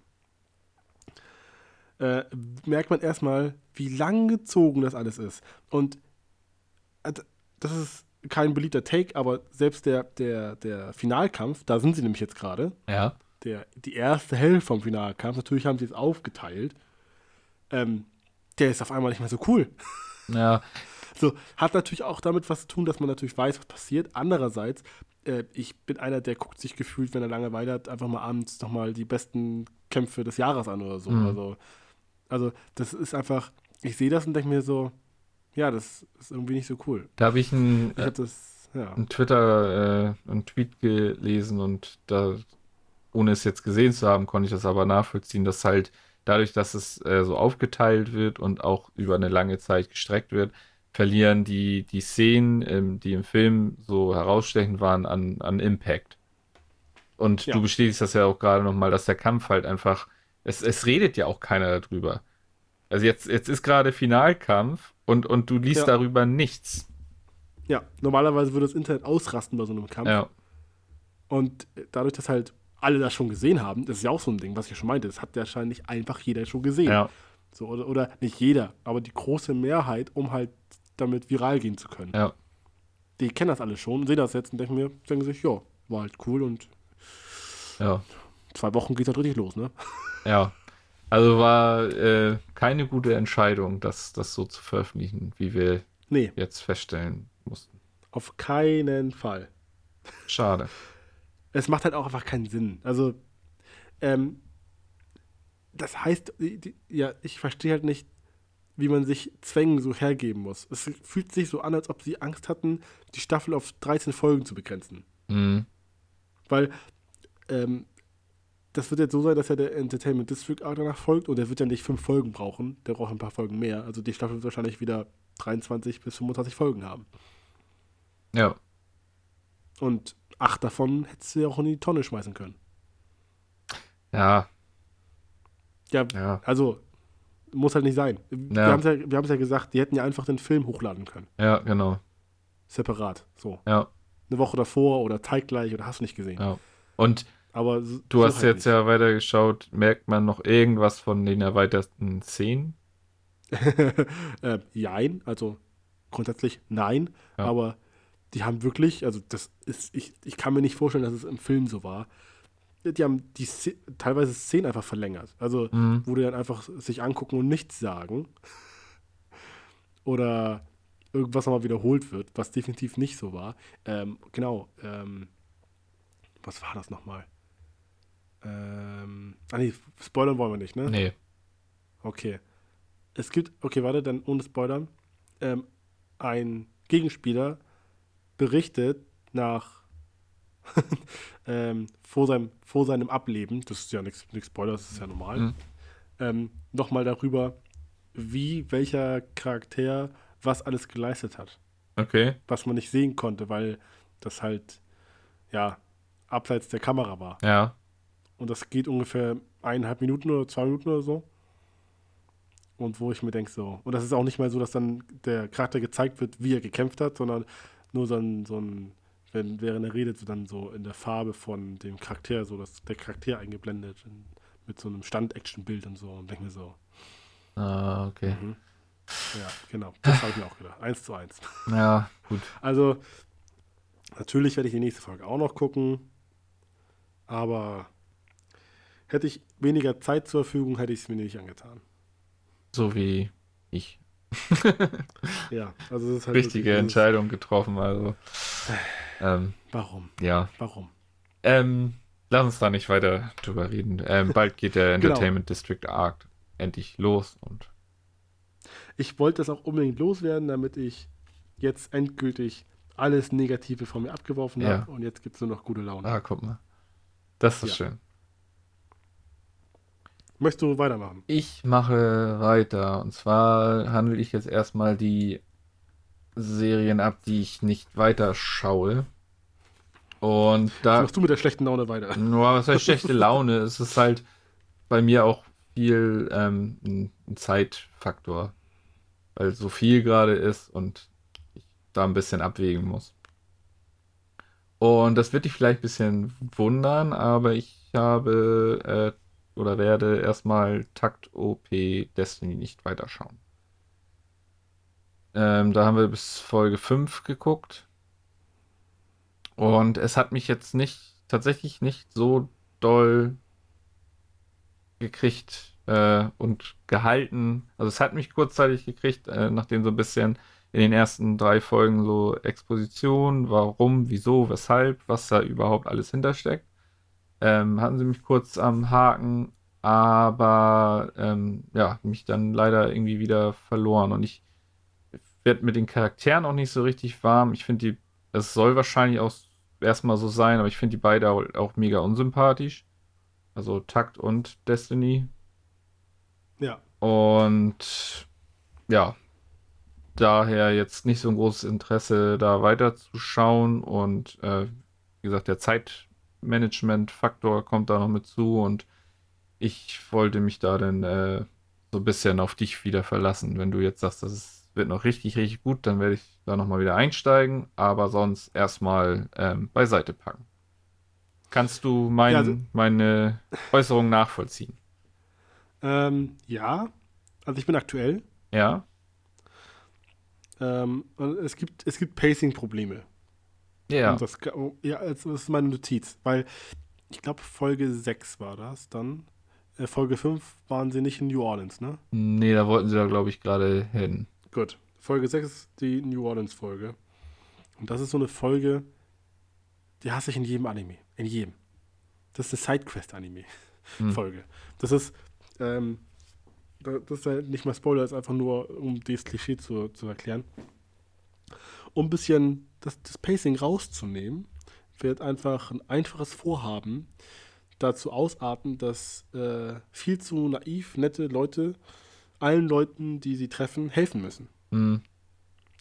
Äh, merkt man erstmal, wie lang gezogen das alles ist. Und äh, das ist kein beliebter Take, aber selbst der, der, der Finalkampf, da sind sie nämlich jetzt gerade, Ja. der, die erste Hälfte vom Finalkampf, natürlich haben sie es aufgeteilt, ähm, der ist auf einmal nicht mehr so cool. Ja. So, hat natürlich auch damit was zu tun, dass man natürlich weiß, was passiert. Andererseits, äh, ich bin einer, der guckt sich gefühlt, wenn er Langeweile hat, einfach mal abends nochmal die besten Kämpfe des Jahres an oder so. Mhm. Also, also, das ist einfach, ich sehe das und denke mir so, ja, das ist irgendwie nicht so cool. Da habe ich einen, Ich habe das, ja. einen Twitter, äh, einen Tweet gelesen und da, ohne es jetzt gesehen zu haben, konnte ich das aber nachvollziehen, dass halt dadurch, dass es äh, so aufgeteilt wird und auch über eine lange Zeit gestreckt wird, verlieren die, die Szenen, ähm, die im Film so herausstechend waren, an, an Impact. Und Ja. du bestätigst das ja auch gerade nochmal, dass der Kampf halt einfach, es, es redet ja auch keiner darüber. Also jetzt, jetzt ist gerade Finalkampf und, und du liest Ja. darüber nichts. Ja, normalerweise würde das Internet ausrasten bei so einem Kampf. Ja, Und dadurch, dass halt alle das schon gesehen haben, das ist ja auch so ein Ding, was ich ja schon meinte, das hat wahrscheinlich einfach jeder schon gesehen. ja, So, oder, oder nicht jeder, aber die große Mehrheit, um halt damit viral gehen zu können. ja. Die kennen das alle schon, sehen das jetzt und denken mir, denken sich, ja, war halt cool und Ja, zwei Wochen geht halt richtig los, ne? ja. Also war äh, keine gute Entscheidung, das, das so zu veröffentlichen, wie wir Nee, jetzt feststellen mussten. auf keinen Fall. Schade. Es macht halt auch einfach keinen Sinn. Also, ähm, das heißt, die, die, ja, ich verstehe halt nicht, wie man sich Zwängen so hergeben muss. Es fühlt sich so an, als ob sie Angst hatten, die Staffel auf dreizehn Folgen zu begrenzen. Mhm. Weil, ähm, das wird jetzt so sein, dass ja der Entertainment District Arc danach folgt und der wird ja nicht fünf Folgen brauchen. Der braucht ein paar Folgen mehr. Also die Staffel wird wahrscheinlich wieder dreiundzwanzig bis fünfundzwanzig Folgen haben. Ja. Und acht davon hättest du ja auch in die Tonne schmeißen können. Ja. Ja, Ja. also muss halt nicht sein. Wir Ja. haben es ja, wir haben's ja gesagt, die hätten ja einfach den Film hochladen können. Ja, genau. Separat. So. Ja. Eine Woche davor oder zeitgleich oder hast du nicht gesehen. Ja. Und Aber so, du so hast halt jetzt nicht. ja weitergeschaut. Merkt man noch irgendwas von den erweiterten Szenen? äh, jein, also grundsätzlich nein, Ja. aber die haben wirklich, also das ist, ich, ich kann mir nicht vorstellen, dass es im Film so war. Die haben die Sz- teilweise Szenen einfach verlängert. Also, Mhm. wo die dann einfach sich angucken und nichts sagen. Oder irgendwas nochmal wiederholt wird, was definitiv nicht so war. Ähm, genau, ähm, was war das nochmal? Ähm, ah nee, spoilern wollen wir nicht, ne? Nee. Okay. Es gibt, okay, warte, dann ohne Spoilern. Ähm, ein Gegenspieler berichtet nach ähm, vor, seinem, vor seinem Ableben, das ist ja nichts Spoiler, das ist ja normal, Mhm. ähm, nochmal darüber, wie welcher Charakter was alles geleistet hat, Okay. was man nicht sehen konnte, weil das halt, ja, abseits der Kamera war. Ja. Und das geht ungefähr eineinhalb Minuten oder zwei Minuten oder so. Und wo ich mir denke, so. Und das ist auch nicht mal so, dass dann der Charakter gezeigt wird, wie er gekämpft hat, sondern nur so ein, so ein wenn, während er redet, so dann so in der Farbe von dem Charakter, so dass der Charakter eingeblendet in, mit so einem Stand-Action-Bild und so. Und denke mir so, Ah, okay. mhm. Ja, genau. Das habe ich mir auch gedacht. Eins zu eins. Ja, gut. Also, natürlich werde ich die nächste Folge auch noch gucken. Aber hätte ich weniger Zeit zur Verfügung, hätte ich es mir nicht angetan. So wie ich. Ja, also das ist halt Richtige wirklich, das ist- Entscheidung getroffen, also. Ähm, Warum? ja. Warum? Ähm, lass uns da nicht weiter drüber reden. Ähm, bald geht der Genau. Entertainment District Arc endlich los und Ich wollte das auch unbedingt loswerden, damit ich jetzt endgültig alles Negative von mir abgeworfen Ja. habe und jetzt gibt es nur noch gute Laune. ah, guck mal. Das ist Ja. schön. Möchtest du weitermachen? Ich mache weiter. Und zwar handle ich jetzt erstmal die Serien ab, die ich nicht weiter schaue. Und Was da, machst du mit der schlechten Laune weiter? nur was heißt schlechte Laune? Es ist halt bei mir auch viel ähm, ein, ein Zeitfaktor, weil so viel gerade ist und ich da ein bisschen abwägen muss. Und das wird dich vielleicht ein bisschen wundern, aber ich habe äh, oder werde erstmal Takt O P Destiny nicht weiterschauen. Ähm, da haben wir bis Folge fünf geguckt. Und es hat mich jetzt nicht, tatsächlich nicht so doll gekriegt äh, und gehalten. Also es hat mich kurzzeitig gekriegt, äh, nachdem so ein bisschen in den ersten drei Folgen so Exposition, warum, wieso, weshalb, was da überhaupt alles hintersteckt. Ähm, hatten sie mich kurz am Haken, aber ähm, ja, mich dann leider irgendwie wieder verloren. Und ich werde mit den Charakteren auch nicht so richtig warm. Ich finde die, es soll wahrscheinlich auch erstmal so sein, aber ich finde die beide auch, auch mega unsympathisch. Also Takt und Destiny. Ja. Und ja, daher jetzt nicht so ein großes Interesse, da weiterzuschauen. Und äh, wie gesagt, der Zeitmanagement-Faktor kommt da noch mit zu. Und ich wollte mich da dann äh, so ein bisschen auf dich wieder verlassen. Wenn du jetzt sagst, das ist, wird noch richtig, richtig gut, dann werde ich da nochmal wieder einsteigen. Aber sonst erstmal ähm, beiseite packen. Kannst du mein, Ja, also- meine Äußerung nachvollziehen? Ähm, ja, also ich bin aktuell. Ja? Ähm, und es gibt, es gibt Pacing-Probleme. Ja. Und das, ja, das ist meine Notiz, weil ich glaube, Folge sechs war das dann. Äh, Folge fünf waren sie nicht in New Orleans, ne? Nee, da wollten sie da, glaube ich, gerade hin. Gut. Folge sechs ist die New Orleans-Folge. Und das ist so eine Folge, die hasse ich in jedem Anime. In jedem. Das ist eine Sidequest-Anime-Folge. Hm. Das ist, ähm, da- das ist halt nicht mal Spoiler, ist einfach nur, um dieses Klischee zu, zu erklären. Um ein bisschen das, das Pacing rauszunehmen, wird einfach ein einfaches Vorhaben dazu ausarten, dass äh, viel zu naiv, nette Leute allen Leuten, die sie treffen, helfen müssen. Hm.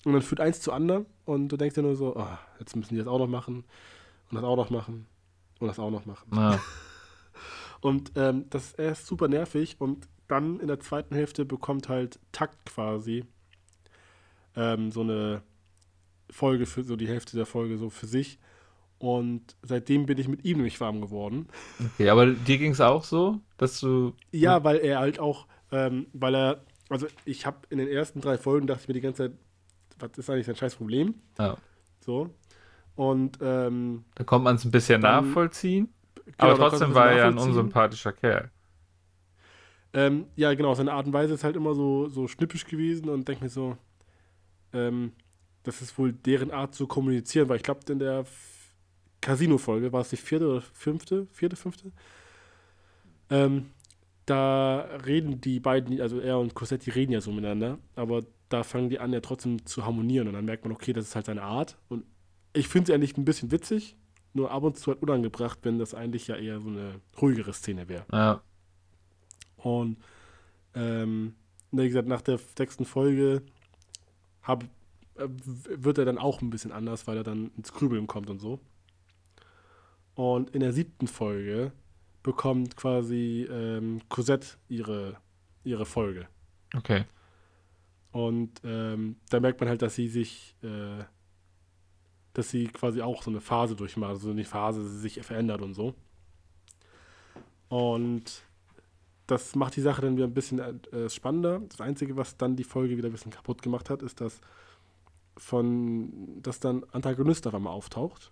Und dann führt eins zu anderen und du denkst dir nur so, oh, jetzt müssen die das auch noch machen und das auch noch machen und das auch noch machen. Ja. Und ähm, das ist erst super nervig und dann in der zweiten Hälfte bekommt halt Takt quasi ähm, so eine Folge, für so die Hälfte der Folge so für sich. Und seitdem bin ich mit ihm nämlich warm geworden. Okay, aber dir ging es auch so, dass du... Ja, weil er halt auch, ähm, weil er, also ich habe in den ersten drei Folgen dachte ich mir die ganze Zeit, was ist eigentlich sein scheiß Problem? Ja. So. Und ähm, Da kommt man es ein bisschen dann, nachvollziehen, genau, aber da konnte trotzdem man war er ja ein nachvollziehen. unsympathischer Kerl. Ähm, ja, genau, seine Art und Weise ist halt immer so, so schnippisch gewesen und denke mir so, ähm, das ist wohl deren Art zu kommunizieren, weil ich glaube, in der F- Casino-Folge, war es die vierte oder fünfte, vierte, fünfte, ähm, da reden die beiden, also er und Cosette, die reden ja so miteinander, aber da fangen die an ja trotzdem zu harmonieren und dann merkt man, okay, das ist halt seine Art und ich finde sie eigentlich ein bisschen witzig, nur ab und zu halt unangebracht, wenn das eigentlich ja eher so eine ruhigere Szene wäre. Ja. Und ähm, wie gesagt, nach der sechsten Folge hab, äh, wird er dann auch ein bisschen anders, weil er dann ins Grübeln kommt und so. Und in der siebten Folge bekommt quasi ähm, Cosette ihre, ihre Folge. Okay. Und ähm, da merkt man halt, dass sie sich, äh, dass sie quasi auch so eine Phase durchmacht, also eine Phase, dass sie sich verändert und so. Und das macht die Sache dann wieder ein bisschen äh, spannender. Das Einzige, was dann die Folge wieder ein bisschen kaputt gemacht hat, ist, dass von, dass dann Antagonist auf einmal auftaucht.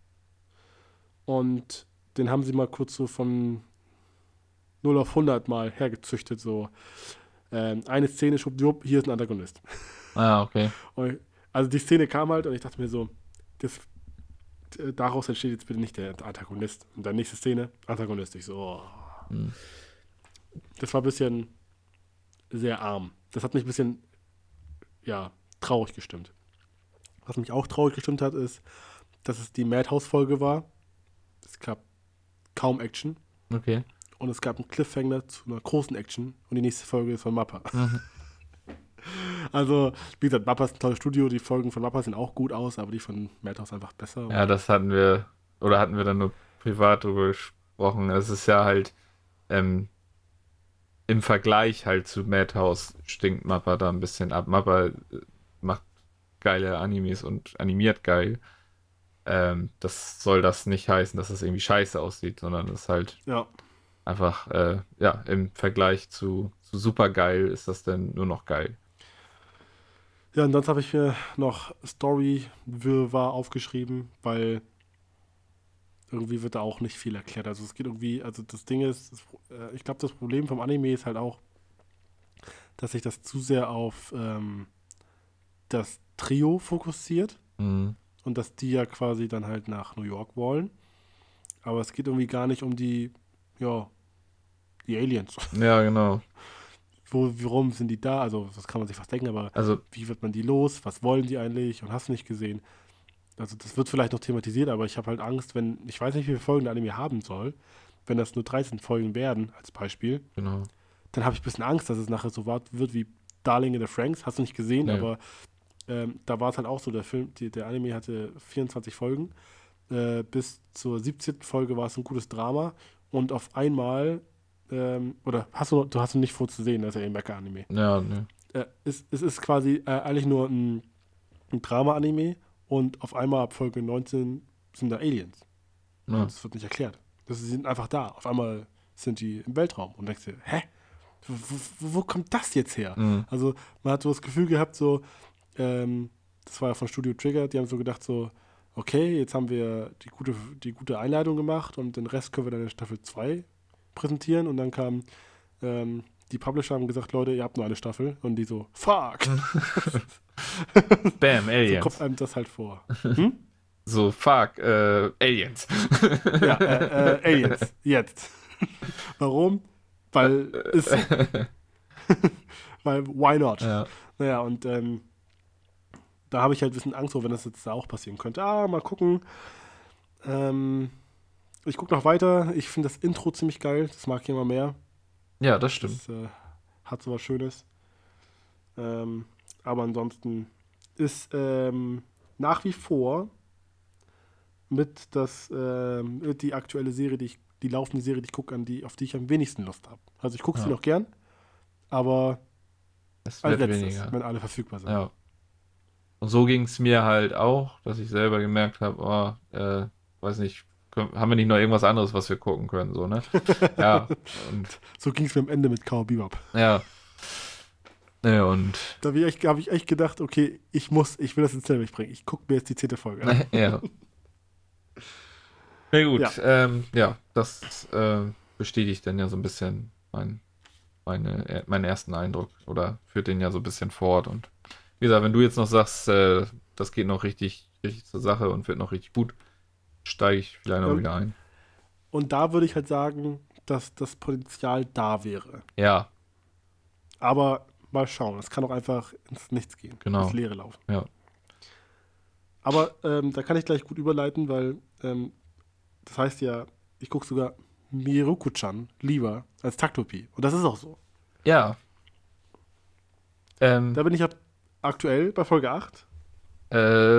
Und den haben sie mal kurz so von null auf hundert mal hergezüchtet, so ähm, eine Szene, schwuppdiwupp, hier ist ein Antagonist. Ah, okay. Und, also die Szene kam halt und ich dachte mir so, das, äh, daraus entsteht jetzt bitte nicht der Antagonist. Und dann nächste Szene, Antagonist. Ich so, oh. Hm. Das war ein bisschen sehr arm. Das hat mich ein bisschen, ja, traurig gestimmt. Was mich auch traurig gestimmt hat, ist, dass es die Madhouse-Folge war. Es gab kaum Action. Okay. Und es gab einen Cliffhanger zu einer großen Action. Und die nächste Folge ist von Mappa. Mhm. Also, wie gesagt, Mappa ist ein tolles Studio. Die Folgen von Mappa sehen auch gut aus, aber die von Madhouse einfach besser. Ja, das hatten wir, oder hatten wir dann nur privat drüber gesprochen. Es ist ja halt, ähm, im Vergleich halt zu Madhouse stinkt Mappa da ein bisschen ab. Mappa äh, macht geile Animes und animiert geil. Ähm, das soll das nicht heißen, dass es irgendwie scheiße aussieht, sondern es ist halt Ja. einfach, äh, ja, im Vergleich zu, zu super geil ist das dann nur noch geil. Ja, und sonst habe ich mir noch Story-Wirrwarr aufgeschrieben, weil irgendwie wird da auch nicht viel erklärt. Also es geht irgendwie, also das Ding ist, das, äh, ich glaube, das Problem vom Anime ist halt auch, dass sich das zu sehr auf ähm, das Trio fokussiert Mhm. und dass die ja quasi dann halt nach New York wollen. Aber es geht irgendwie gar nicht um die, ja, die Aliens. Ja, genau. Wo, warum sind die da? Also, das kann man sich fast denken, aber Also, wie wird man die los? Was wollen die eigentlich? Und hast du nicht gesehen? Also, das wird vielleicht noch thematisiert, aber ich habe halt Angst, wenn, ich weiß nicht, wie viele Folgen der Anime haben soll, wenn das nur dreizehn Folgen werden, als Beispiel, genau. dann habe ich ein bisschen Angst, dass es nachher so wird wie Darling in the Franxx. Hast du nicht gesehen, Nee. aber ähm, da war es halt auch so, der Film, die, der Anime hatte vierundzwanzig Folgen. Äh, bis zur siebzehnten Folge war es ein gutes Drama und auf einmal, ähm, oder hast du, du hast ihn nicht vorzusehen, das ist ja ein Mecha-Anime. Ja, ne. Äh, es, es ist quasi äh, eigentlich nur ein, ein Drama-Anime und auf einmal ab Folge neunzehn sind da Aliens. Ja. Und das wird nicht erklärt. Das, sie sind einfach da. Auf einmal sind die im Weltraum und denkst dir, hä? Wo, wo, wo kommt das jetzt her? Mhm. Also man hat so das Gefühl gehabt, so, ähm, das war ja von Studio Trigger, die haben so gedacht, so, okay, jetzt haben wir die gute, die gute Einleitung gemacht und den Rest können wir dann in Staffel zwei präsentieren. Und dann kam ähm, die Publisher haben gesagt, Leute, ihr habt nur eine Staffel. Und die so, fuck. Bam, So Aliens. kommt einem das halt vor. Hm? So, fuck, äh, Aliens. Ja, äh, äh, Aliens, jetzt. Warum? Weil ist so. Weil, why not? Ja. Naja, und ähm, da habe ich halt ein bisschen Angst, so, wenn das jetzt da auch passieren könnte. Ah, mal gucken. Ähm, ich gucke noch weiter. Ich finde das Intro ziemlich geil. Das mag ich immer mehr. Ja, das stimmt. Das äh, hat so was Schönes. Ähm, aber ansonsten ist ähm, nach wie vor mit das, ähm, die aktuelle Serie, die ich, die laufende Serie, die ich gucke, an die, auf die ich am wenigsten Lust habe. Also ich gucke sie Ja. noch gern, aber Es als wird letztes, weniger. wenn alle verfügbar sind. Ja. Und so ging es mir halt auch, dass ich selber gemerkt habe, oh, äh, weiß nicht, können, haben wir nicht noch irgendwas anderes, was wir gucken können, so, ne? Ja, und So ging es mir am Ende mit Cowboy Bebop. ja. Ja, und Da habe ich, echt- hab ich echt gedacht, okay, ich muss, ich will das ins Zelt bringen. Ich gucke mir jetzt die zehnte Folge an. ja. Na gut, Ja. ähm, ja, das äh, bestätigt dann ja so ein bisschen mein, meine, äh, meinen ersten Eindruck oder führt den ja so ein bisschen fort. Und wie gesagt, wenn du jetzt noch sagst, äh, das geht noch richtig, richtig zur Sache und wird noch richtig gut, steige ich vielleicht noch Ähm, wieder ein. Und da würde ich halt sagen, dass das Potenzial da wäre. Ja, Aber mal schauen, es kann auch einfach ins Nichts gehen, Genau. ins Leere laufen. ja. Aber ähm, da kann ich gleich gut überleiten, weil ähm, das heißt ja, ich gucke sogar Miruko-chan lieber als Taktopie. Und das ist auch so. Ja. Ähm, Da bin ich ab aktuell bei Folge acht. äh,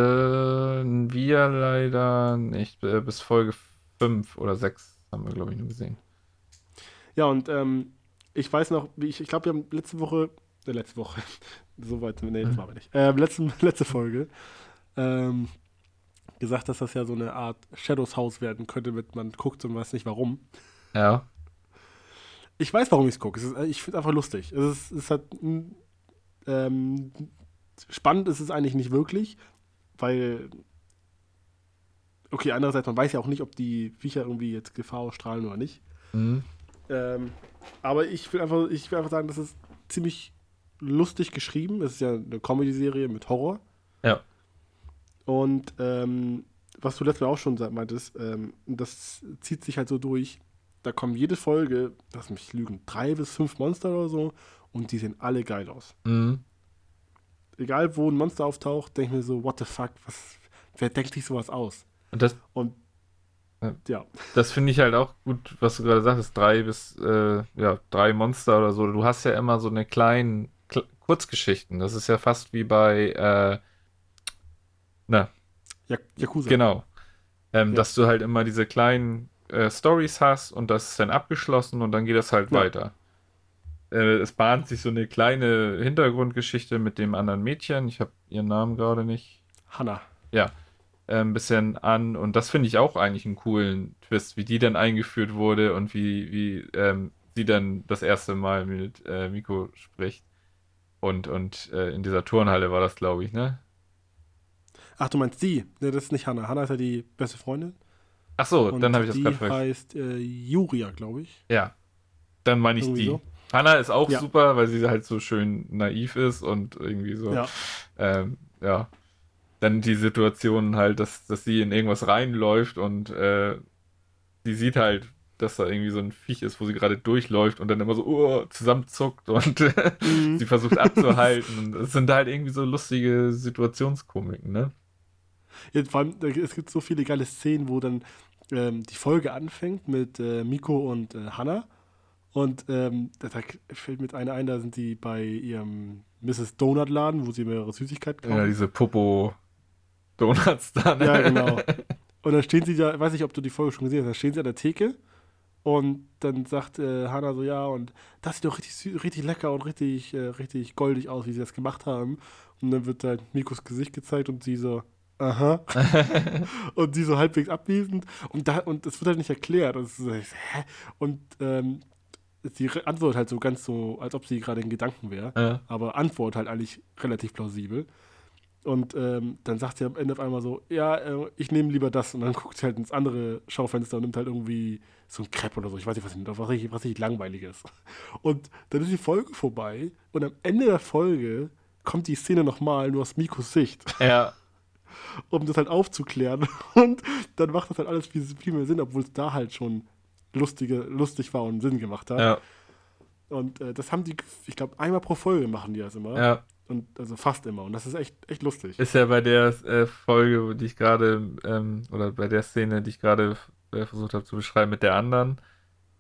wir leider nicht. Äh, bis Folge fünf oder sechs haben wir, glaube ich, nur gesehen. Ja, und ähm, ich weiß noch, wie ich, ich glaube, wir haben letzte Woche, äh, letzte Woche, so weit, nee, das waren wir nicht, ähm, letzte, letzte Folge, ähm, gesagt, dass das ja so eine Art Shadows House werden könnte, mit man guckt und weiß nicht warum. Ja. Ich weiß, warum ich es gucke. Ich finde es einfach lustig. Es ist, es hat, mm, ähm, spannend ist es eigentlich nicht wirklich, weil, okay, andererseits, man weiß ja auch nicht, ob die Viecher irgendwie jetzt Gefahr ausstrahlen oder nicht. Mhm. Ähm, aber ich will einfach, ich will einfach sagen, das ist ziemlich lustig geschrieben. Es ist ja eine Comedy-Serie mit Horror. Ja. Und ähm, was du letztes Mal auch schon sa- meintest, ähm, das zieht sich halt so durch. Da kommen jede Folge, lass mich lügen, drei bis fünf Monster oder so und die sehen alle geil aus. Mhm. Egal, wo ein Monster auftaucht, denke ich mir so, what the fuck, was, wer denkt sich sowas aus? Und das, Und Ja. ja, das finde ich halt auch gut, was du gerade sagtest, drei bis, äh, ja, drei Monster oder so. Du hast ja immer so eine kleinen Kl Kurzgeschichten. Das ist ja fast wie bei, äh, na, Ja- Yakuza. genau. Ähm, Ja. Dass du halt immer diese kleinen äh, Stories hast und das ist dann abgeschlossen und dann geht das halt Ja. weiter. Äh, es bahnt sich so eine kleine Hintergrundgeschichte mit dem anderen Mädchen. Ich habe ihren Namen gerade nicht. Hannah. Ja, äh, ein bisschen an. Und das finde ich auch eigentlich einen coolen Twist, wie die dann eingeführt wurde und wie, wie ähm, sie dann das erste Mal mit äh, Miko spricht. Und, und äh, in dieser Turnhalle war das, glaube ich, ne? Ach, du meinst die? Ne, das ist nicht Hannah. Hannah ist ja die beste Freundin. Ach so, Und dann habe ich das die gerade falsch. heißt äh, Juria, glaube ich. Ja, dann meine ich Irgendwie die. so. Hannah ist auch Ja. super, weil sie halt so schön naiv ist und irgendwie so. Ja. Ähm, ja. Dann die Situation halt, dass, dass sie in irgendwas reinläuft und äh, sie sieht halt, dass da irgendwie so ein Viech ist, wo sie gerade durchläuft und dann immer so uh, zusammenzuckt und Mhm. sie versucht abzuhalten. Und es sind halt irgendwie so lustige Situationskomiken, ne? Ja, vor allem, da- es gibt so viele geile Szenen, wo dann ähm, die Folge anfängt mit äh, Miko und äh, Hannah. Und ähm, da, da fällt mit einer ein, da sind die bei ihrem Misses Donut Laden, wo sie mehrere Süßigkeiten kaufen. Ja, diese Popo-Donuts da, ne? Ja, genau. Und dann stehen sie da, ich weiß nicht, ob du die Folge schon gesehen hast, da stehen sie an der Theke und dann sagt äh, Hannah so, ja, und das sieht doch richtig, sü- richtig lecker und richtig, äh, richtig goldig aus, wie sie das gemacht haben. Und dann wird halt Mikos Gesicht gezeigt und sie so, aha. Und sie so halbwegs abwesend. Und da, und es wird halt nicht erklärt. Und, es ist so, hä? Und ähm, sie re- antwortet halt so ganz so, als ob sie gerade in Gedanken wäre. Ja. Aber antwortet halt eigentlich relativ plausibel. Und ähm, dann sagt sie am Ende auf einmal so, ja, äh, ich nehme lieber das. Und dann guckt sie halt ins andere Schaufenster und nimmt halt irgendwie so ein Crepe oder so. Ich weiß nicht, was, sie nimmt, was, richtig, was richtig langweilig ist. Und dann ist die Folge vorbei. Und am Ende der Folge kommt die Szene nochmal, nur aus Mikos Sicht, Ja, um das halt aufzuklären. Und dann macht das halt alles viel, viel mehr Sinn, obwohl es da halt schon lustige, lustig war und Sinn gemacht hat. ja, Und äh, das haben die, ich glaube, einmal pro Folge machen die das immer. ja. Und also fast immer. Und das ist echt, echt lustig. Ist ja bei der äh, Folge, die ich gerade, ähm, oder bei der Szene, die ich gerade äh, versucht habe zu beschreiben, mit der anderen,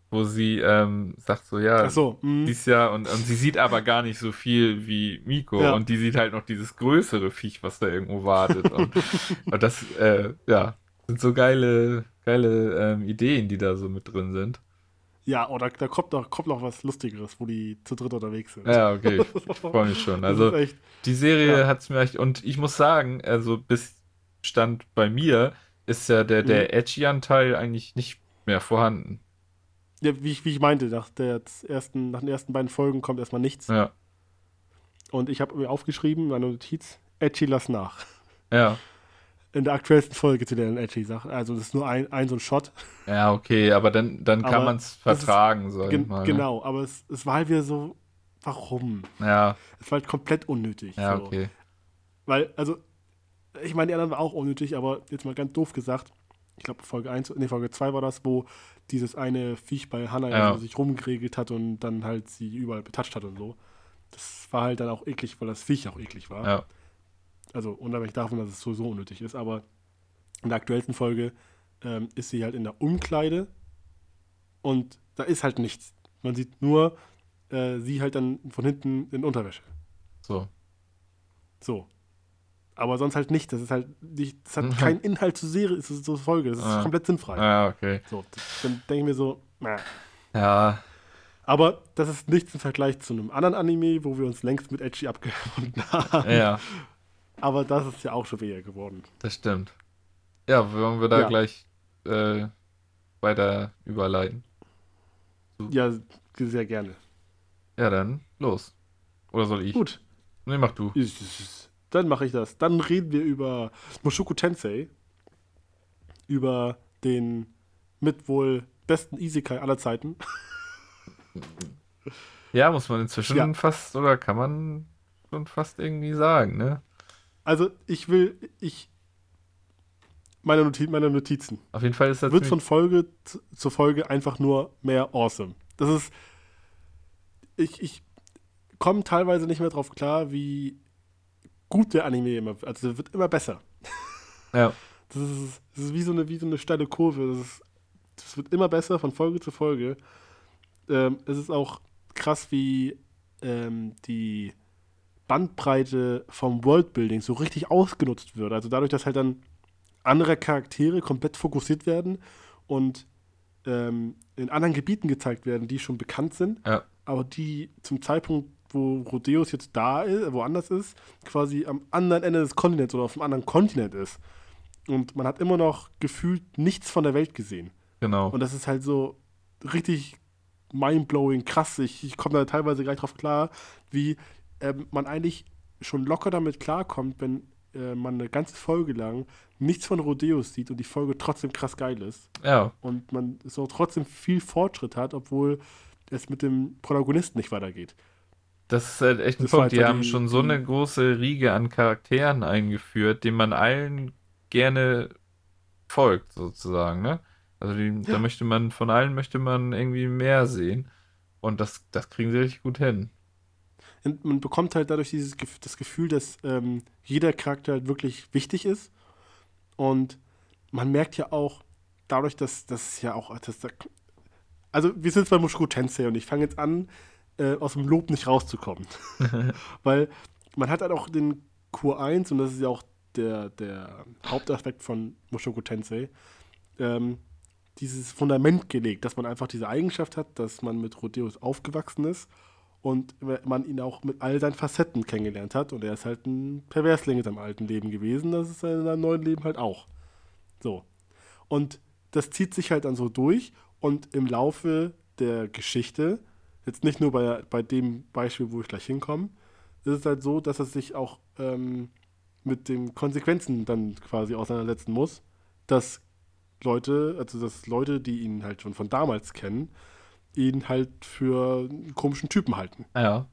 wo sie ähm, sagt so, ja, Ach so, sie mh. ist ja, und, und sie sieht aber gar nicht so viel wie Miko Ja. und die sieht halt noch dieses größere Viech, was da irgendwo wartet. Und, und das, äh, ja, sind so geile, geile ähm, Ideen, die da so mit drin sind. Ja, oder da kommt noch, kommt noch was Lustigeres, wo die zu dritt unterwegs sind. Ja, okay, ich, ich freue mich schon. Das ist Also echt, die ja. Serie hat es mir echt, und ich muss sagen, also bis Stand bei mir ist ja der, Mhm. der Edgy-Anteil eigentlich nicht mehr vorhanden. Ja, wie ich, wie ich meinte, nach, der ersten, nach den ersten beiden Folgen kommt erstmal nichts. Ja, Und ich habe mir aufgeschrieben, meine Notiz, Edgy lass nach. ja. In der aktuellsten Folge zu der Edgy Sache. Also das ist nur ein, ein so ein Shot. Ja, okay, aber dann, dann kann man Aber es es ist, vertragen, sag ich gen, mal, ne? genau, aber es, es war halt wieder so, warum? Ja, Es war halt komplett unnötig. ja, So. okay. Weil, also, ich meine, die anderen waren auch unnötig, aber jetzt mal ganz doof gesagt, ich glaube Folge eins, nee, Folge zwei war das, wo dieses eine Viech bei Hannah ja Ja, so sich rumgeregelt hat und dann halt sie überall betatscht hat und so. Das war halt dann auch eklig, weil das Viech auch eklig war. ja, Also unabhängig davon, dass es sowieso unnötig ist, aber in der aktuellsten Folge ähm, ist sie halt in der Umkleide und da ist halt nichts. Man sieht nur äh, sie halt dann von hinten in Unterwäsche. so. So. Aber sonst halt nicht. Das ist halt nicht, das hat keinen Inhalt zur Serie, es ist zur Folge. Das ist Ja, komplett sinnfrei. ja, okay. So, das, dann denke ich mir so, na. Ja, Aber das ist nichts im Vergleich zu einem anderen Anime, wo wir uns längst mit Edgy abgefunden haben. ja, Aber das ist ja auch schon weniger geworden. das stimmt. Ja, wollen wir da Ja, gleich äh, weiter überleiten? So. ja, sehr gerne. Ja, dann los. Oder soll ich? Gut, Nee, mach du. dann mache ich das. Dann reden wir über Mushoku Tensei, über den mit wohl besten Isekai aller Zeiten. Ja, muss man inzwischen Ja, fast, oder kann man schon fast irgendwie sagen, ne? also ich will, ich, meine, Notiz, meine Notizen. Auf jeden Fall ist das Wird von ziemlich. Folge zu zur Folge einfach nur mehr awesome. Das ist, ich, ich komme teilweise nicht mehr drauf klar, wie gut der Anime immer, also der wird immer besser. Ja, Das ist, das ist wie so eine, wie so eine steile Kurve. Das, ist, das wird immer besser von Folge zu Folge. Ähm, es ist auch krass, wie ähm, die Bandbreite vom Worldbuilding so richtig ausgenutzt wird. Also dadurch, dass halt dann andere Charaktere komplett fokussiert werden und ähm, in anderen Gebieten gezeigt werden, die schon bekannt sind, ja, aber die zum Zeitpunkt, wo Rodeos jetzt da ist, woanders ist, quasi am anderen Ende des Kontinents oder auf einem anderen Kontinent ist. Und man hat immer noch gefühlt nichts von der Welt gesehen. genau. Und das ist halt so richtig mindblowing, krass. Ich, ich komme da teilweise gleich drauf klar, wie ähm, man eigentlich schon locker damit klarkommt, wenn äh, man eine ganze Folge lang nichts von Rodeos sieht und die Folge trotzdem krass geil ist. Ja, Und man so trotzdem viel Fortschritt hat, obwohl es mit dem Protagonisten nicht weitergeht. das ist halt echt ein Das war Punkt. Die etwa haben die, schon so eine die große Riege an Charakteren eingeführt, denen man allen gerne folgt, sozusagen, ne? Also die, da ja, möchte man, von allen möchte man irgendwie mehr sehen. Und das, das kriegen sie richtig gut hin. und man bekommt halt dadurch dieses, Gef- das Gefühl, dass ähm, jeder Charakter halt wirklich wichtig ist. Und man merkt ja auch, dadurch, dass das ja auch, dass da, also wir sind jetzt bei Mushoku Tensei und ich fange jetzt an, äh, aus dem Lob nicht rauszukommen. Weil man hat halt auch den Q eins und das ist ja auch der, der Hauptaspekt von Mushoku Tensei, ähm, dieses Fundament gelegt, dass man einfach diese Eigenschaft hat, dass man mit Rodeos aufgewachsen ist und man ihn auch mit all seinen Facetten kennengelernt hat. Und er ist halt ein Perversling in seinem alten Leben gewesen, das ist er in seinem neuen Leben halt auch. So. Und das zieht sich halt dann so durch und im Laufe der Geschichte, jetzt nicht nur bei, bei dem Beispiel, wo ich gleich hinkomme, ist es halt so, dass es sich auch ähm, mit den Konsequenzen dann quasi auseinandersetzen muss, dass Leute, also dass Leute, die ihn halt schon von damals kennen, ihn halt für einen komischen Typen halten. Ja,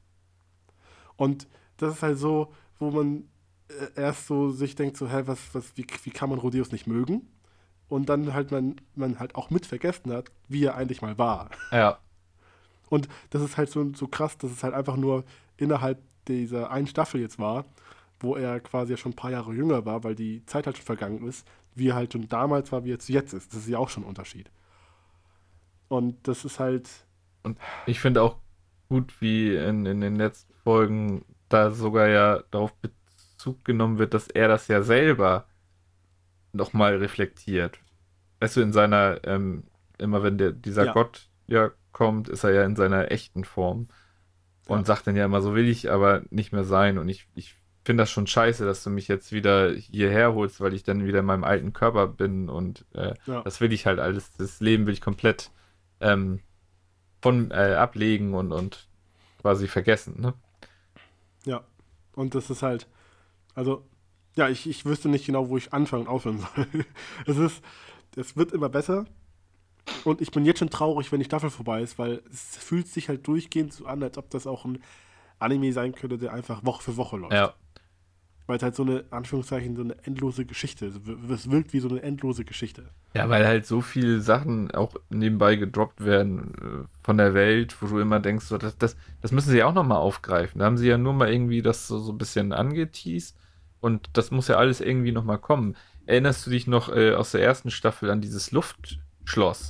Und das ist halt so, wo man äh, erst so sich denkt, so, hä, was, was, wie, wie kann man Rodeos nicht mögen? Und dann halt man, man halt auch mit vergessen hat, wie er eigentlich mal war. ja, Und das ist halt so, so krass, dass es halt einfach nur innerhalb dieser einen Staffel jetzt war, wo er quasi ja schon ein paar Jahre jünger war, weil die Zeit halt schon vergangen ist, wie er halt schon damals war, wie er zu jetzt ist. Das ist ja auch schon ein Unterschied. Und das ist halt, Und ich finde auch gut, wie in, in den letzten Folgen da sogar ja darauf Bezug genommen wird, dass er das ja selber nochmal reflektiert. Weißt du, in seiner, ähm, immer wenn der, dieser ja, Gott ja kommt, ist er ja in seiner echten Form ja, und sagt dann ja immer, so will ich aber nicht mehr sein. Und ich, ich finde das schon scheiße, dass du mich jetzt wieder hierher holst, weil ich dann wieder in meinem alten Körper bin und äh, ja, das will ich halt alles, das Leben will ich komplett ähm, von äh, ablegen und, und quasi vergessen, ne? ja. Und das ist halt, also, ja, ich, ich wüsste nicht genau, wo ich anfangen und aufhören soll. Es ist, es wird immer besser. Und ich bin jetzt schon traurig, wenn die Staffel vorbei ist, weil es fühlt sich halt durchgehend so an, als ob das auch ein Anime sein könnte, der einfach Woche für Woche läuft. Ja. Weil es halt so eine, Anführungszeichen, so eine endlose Geschichte ist. Es wirkt wie so eine endlose Geschichte. Ja, weil halt so viele Sachen auch nebenbei gedroppt werden äh, von der Welt, wo du immer denkst, so, das, das, das müssen sie ja auch nochmal aufgreifen. Da haben sie ja nur mal irgendwie das so, so ein bisschen angeteased und das muss ja alles irgendwie nochmal kommen. Erinnerst du dich noch äh, aus der ersten Staffel an dieses Luftschloss?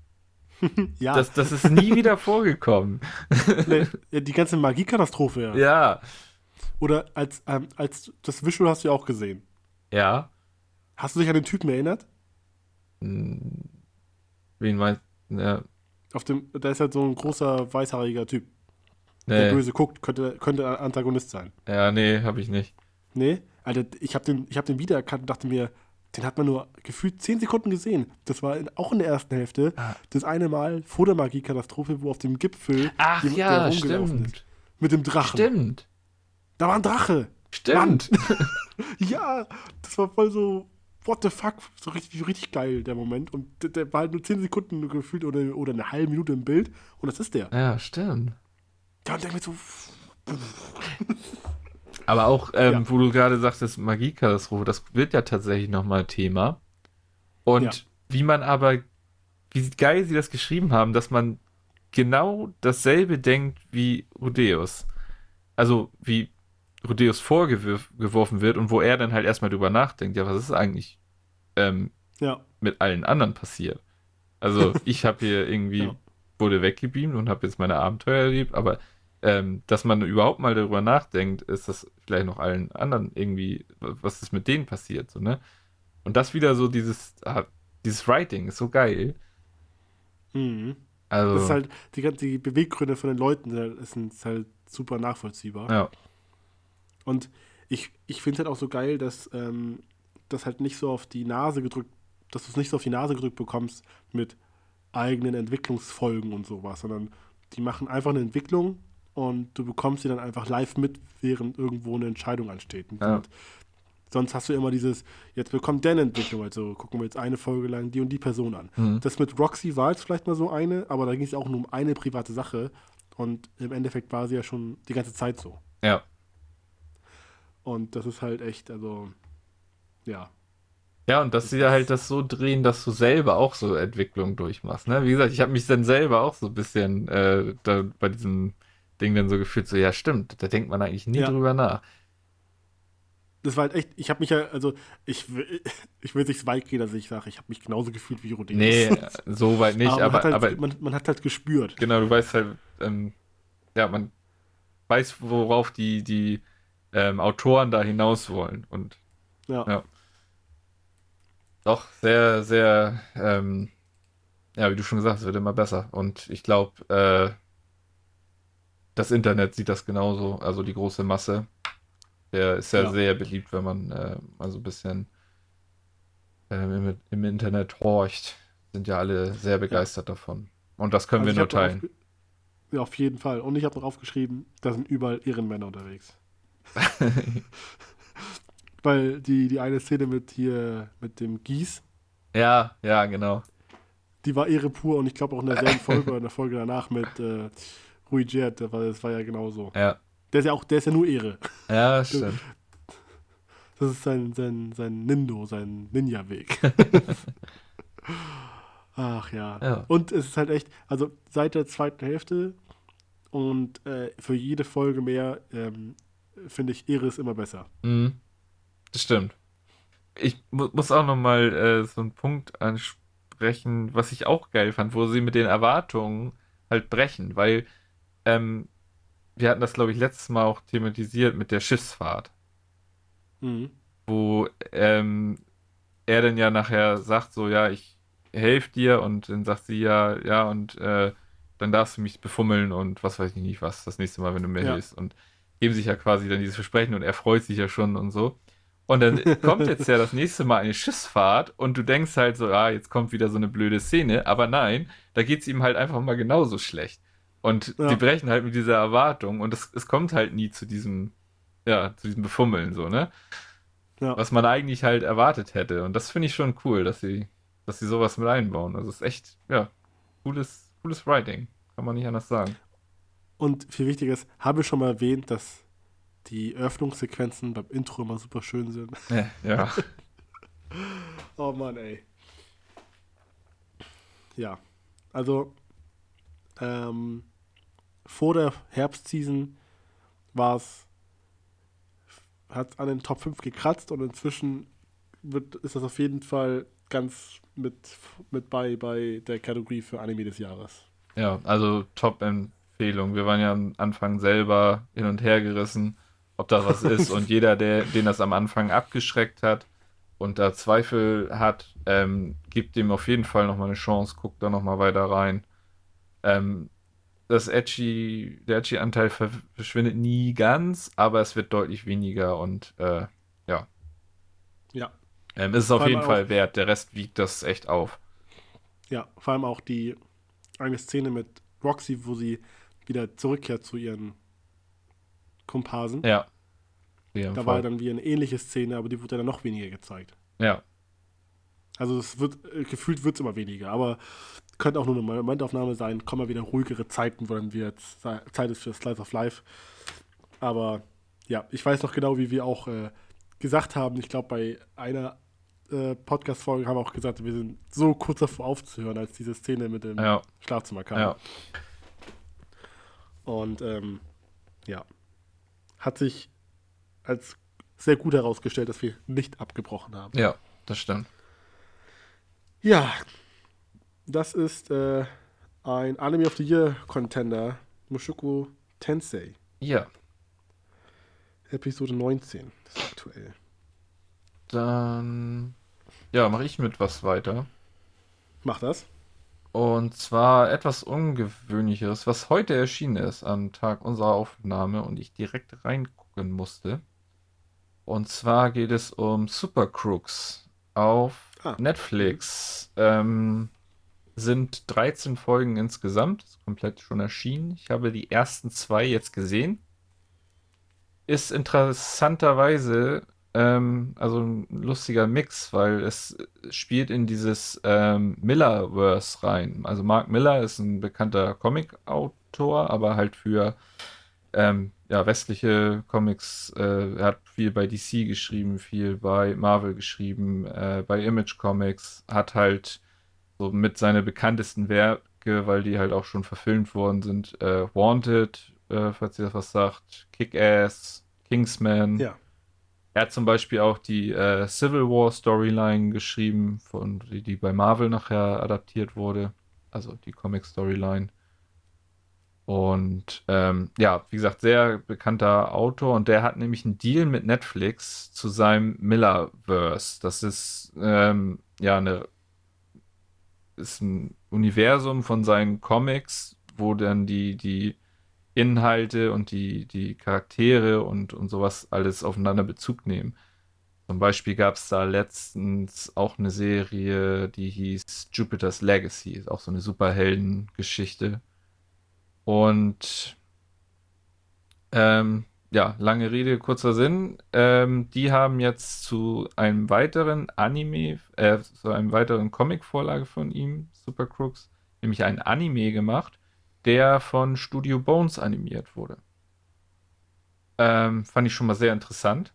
Ja, Das, das ist nie wieder vorgekommen. ne, die ganze Magiekatastrophe, ja. Ja, Oder als, ähm, als das Visual hast du ja auch gesehen. ja. Hast du dich an den Typen erinnert? Hm, wen meinst du? Ja, Auf dem, da ist halt so ein großer, weißhaariger Typ, der nee. böse guckt, könnte, könnte ein Antagonist sein. Ja, nee, hab ich nicht. Nee, Alter, ich habe den, ich hab den wiedererkannt und dachte mir, den hat man nur gefühlt zehn Sekunden gesehen. Das war in, auch in der ersten Hälfte. Ah. Das eine Mal vor der Magiekatastrophe, wo auf dem Gipfel Ach jemand, der ja, rumgelaufen ist. stimmt. Mit dem Drachen. Stimmt. Da war ein Drache. Stimmt. Ja, das war voll so, what the fuck, so richtig, richtig geil, der Moment. Und der, der war halt nur zehn Sekunden nur gefühlt oder, oder eine halbe Minute im Bild. Und das ist der. Ja, stimmt. Ja, und der mit so, Aber auch, ähm, ja, wo du gerade sagtest, Magiekatastrophe, das wird ja tatsächlich nochmal Thema. ja, Und wie man aber, wie geil sie das geschrieben haben, dass man genau dasselbe denkt wie Rudeus. Also wie Rudeus vorgeworfen wird und wo er dann halt erstmal drüber nachdenkt, ja, was ist eigentlich ähm, ja, mit allen anderen passiert? Also ich habe hier ja, irgendwie, wurde weggebeamt und habe jetzt meine Abenteuer erlebt, aber ähm, dass man überhaupt mal darüber nachdenkt, ist das vielleicht noch allen anderen irgendwie, was ist mit denen passiert, so, ne? Und das wieder so dieses, ah, dieses Writing ist so geil. mhm. Das ist Also, halt, die, gan- die Beweggründe von den Leuten sind halt, sind halt super nachvollziehbar. ja, Und ich, ich finde halt auch so geil, dass ähm, das halt nicht so auf die Nase gedrückt, dass du es nicht so auf die Nase gedrückt bekommst mit eigenen Entwicklungsfolgen und sowas, sondern die machen einfach eine Entwicklung und du bekommst sie dann einfach live mit, während irgendwo eine Entscheidung ansteht. Und, ja, und sonst hast du immer dieses, jetzt bekommt der eine Entwicklung, also gucken wir jetzt eine Folge lang die und die Person an. mhm. Das mit Roxy war jetzt vielleicht mal so eine, aber da ging es auch nur um eine private Sache und im Endeffekt war sie ja schon die ganze Zeit so. Ja, Und das ist halt echt, also, ja. ja, und dass sie ja halt das so drehen, dass du selber auch so Entwicklung durchmachst, ne? Wie gesagt, ich habe mich dann selber auch so ein bisschen äh, da bei diesem Ding dann so gefühlt, so, ja, stimmt, da denkt man eigentlich nie Ja, drüber nach. das war halt echt, ich habe mich ja, also, ich, will- ich will nicht so weit gehen, dass ich sage, ich habe mich genauso gefühlt wie Nee, Rodeus. so weit nicht, Aber man hat aber, aber halt, man, man hat halt gespürt. genau, du weißt halt, ähm, ja, man weiß, worauf die, die ähm, Autoren da hinaus wollen. Und Ja, ja, doch, sehr, sehr, ähm, ja, wie du schon gesagt hast, es wird immer besser. Und ich glaube, äh, das Internet sieht das genauso, also die große Masse. Der ist ja ja, sehr beliebt, wenn man äh, mal so ein bisschen ähm, im, im Internet horcht. Sind ja alle sehr ja. begeistert davon. Und das können Also wir ich nur habe noch teilen. aufge ja, auf jeden Fall. Und ich habe noch aufgeschrieben, da sind überall Ehrenmänner unterwegs. Weil die, die eine Szene mit hier, mit dem Gieß, Ja, ja, genau. die war Ehre pur und ich glaube auch in derselben Folge oder in der Folge danach mit äh, Rui Jert, das war, das war ja genauso. Ja, Der ist ja auch, der ist ja nur Ehre. ja, stimmt. Das ist sein, sein, sein Nindo, sein Ninja-Weg. Ach ja. Ja. Und es ist halt echt, also seit der zweiten Hälfte und äh, für jede Folge mehr, ähm, finde ich, Ehre ist immer besser. Mhm, das stimmt. Ich mu muss auch noch mal äh, so einen Punkt ansprechen, sprechen, was ich auch geil fand, wo sie mit den Erwartungen halt brechen, weil ähm, wir hatten das, glaube ich, letztes Mal auch thematisiert mit der Schiffsfahrt, Mhm. wo ähm, er dann ja nachher sagt, so, ja, ich helfe dir und dann sagt sie ja, ja, und äh, dann darfst du mich befummeln und was weiß ich nicht was, das nächste Mal, wenn du mir Ja. hilfst und geben sich ja quasi dann dieses Versprechen und er freut sich ja schon und so. Und dann kommt jetzt ja das nächste Mal eine Schiffsfahrt und du denkst halt so, ah, jetzt kommt wieder so eine blöde Szene, aber nein, da geht es ihm halt einfach mal genauso schlecht. Und sie Ja. brechen halt mit dieser Erwartung und es, es kommt halt nie zu diesem, ja, zu diesem Befummeln, so, ne? Ja. Was man eigentlich halt erwartet hätte. Und das finde ich schon cool, dass sie, dass sie sowas mit einbauen. Also es ist echt, ja, cooles, cooles Writing. Kann man nicht anders sagen. Und viel wichtiger ist, habe ich schon mal erwähnt, dass die Eröffnungssequenzen beim Intro immer super schön sind. Ja, ja. Oh Mann, ey. Ja. Also, ähm, vor der Herbstseason war es, hat an den Top fünf gekratzt und inzwischen wird, ist das auf jeden Fall ganz mit, mit bei bei der Kategorie für Anime des Jahres. Ja, also Top-Empfehlung. Wir waren ja am Anfang selber hin und her gerissen, ob das was ist. Und jeder, der, den das am Anfang abgeschreckt hat und da Zweifel hat, ähm, gibt dem auf jeden Fall nochmal eine Chance, guckt da nochmal weiter rein. Ähm, das Edgy, der Edgy-Anteil verschwindet nie ganz, aber es wird deutlich weniger und äh, ja, Ja. ähm, ist es Vor auf allem jeden auch, Fall wert. Der Rest wiegt das echt auf. ja, vor allem auch die eine Szene mit Roxy, wo sie wieder zurückkehrt zu ihren Komparsen. Ja, auf jeden Da war ja Fall. dann wie eine ähnliche Szene, aber die wurde dann noch weniger gezeigt. Ja, Also es wird, äh, gefühlt wird es immer weniger, aber könnte auch nur eine Momentaufnahme sein, kommen mal wieder ruhigere Zeiten, wo dann wieder jetzt Zeit ist für Slice of Life. Aber ja, ich weiß noch genau, wie wir auch äh, gesagt haben, ich glaube bei einer äh, Podcast-Folge haben wir auch gesagt, wir sind so kurz davor aufzuhören, als diese Szene mit dem ja, Schlafzimmer kam. ja. Und ähm, ja, hat sich als sehr gut herausgestellt, dass wir nicht abgebrochen haben. Ja, das stimmt. Ja, das ist äh, ein Anime of the Year Contender, Mushoku Tensei, Ja, Episode neunzehn, das ist aktuell. dann ja, mache ich mit was weiter. Mach das. Und zwar etwas Ungewöhnlicheres, was heute erschienen ist am Tag unserer Aufnahme und ich direkt reingucken musste. Und zwar geht es um Super Crooks auf Ah, Netflix. Ähm, sind dreizehn Folgen insgesamt, ist komplett schon erschienen. Ich habe die ersten zwei jetzt gesehen. Ist interessanterweise ähm, also ein lustiger Mix, weil es spielt in dieses ähm, Miller-Verse rein. Also Mark Miller ist ein bekannter Comic-Autor, aber halt für ähm, ja, westliche Comics. Äh, er hat viel bei D C geschrieben, viel bei Marvel geschrieben, äh, bei Image Comics, hat halt so mit seine bekanntesten Werke, weil die halt auch schon verfilmt worden sind, äh, Wanted, äh, falls ihr das was sagt, Kick-Ass, Kingsman. ja. Er hat zum Beispiel auch die äh, Civil War Storyline geschrieben, von, die, die bei Marvel nachher adaptiert wurde. Also die Comic Storyline. Und ähm, ja, wie gesagt, sehr bekannter Autor und der hat nämlich einen Deal mit Netflix zu seinem Millerverse. Das ist ähm, ja eine ist ein Universum von seinen Comics, wo dann die, die Inhalte und die, die Charaktere und, und sowas alles aufeinander Bezug nehmen. Zum Beispiel gab es da letztens auch eine Serie, die hieß Jupiter's Legacy, ist auch so eine Superheldengeschichte. Und ähm, ja, lange Rede, kurzer Sinn. Ähm, die haben jetzt zu einem weiteren Anime, äh, zu einem weiteren Comic-Vorlage von ihm, Super Crooks, nämlich ein Anime gemacht, der von Studio Bones animiert wurde. Ähm, fand ich schon mal sehr interessant.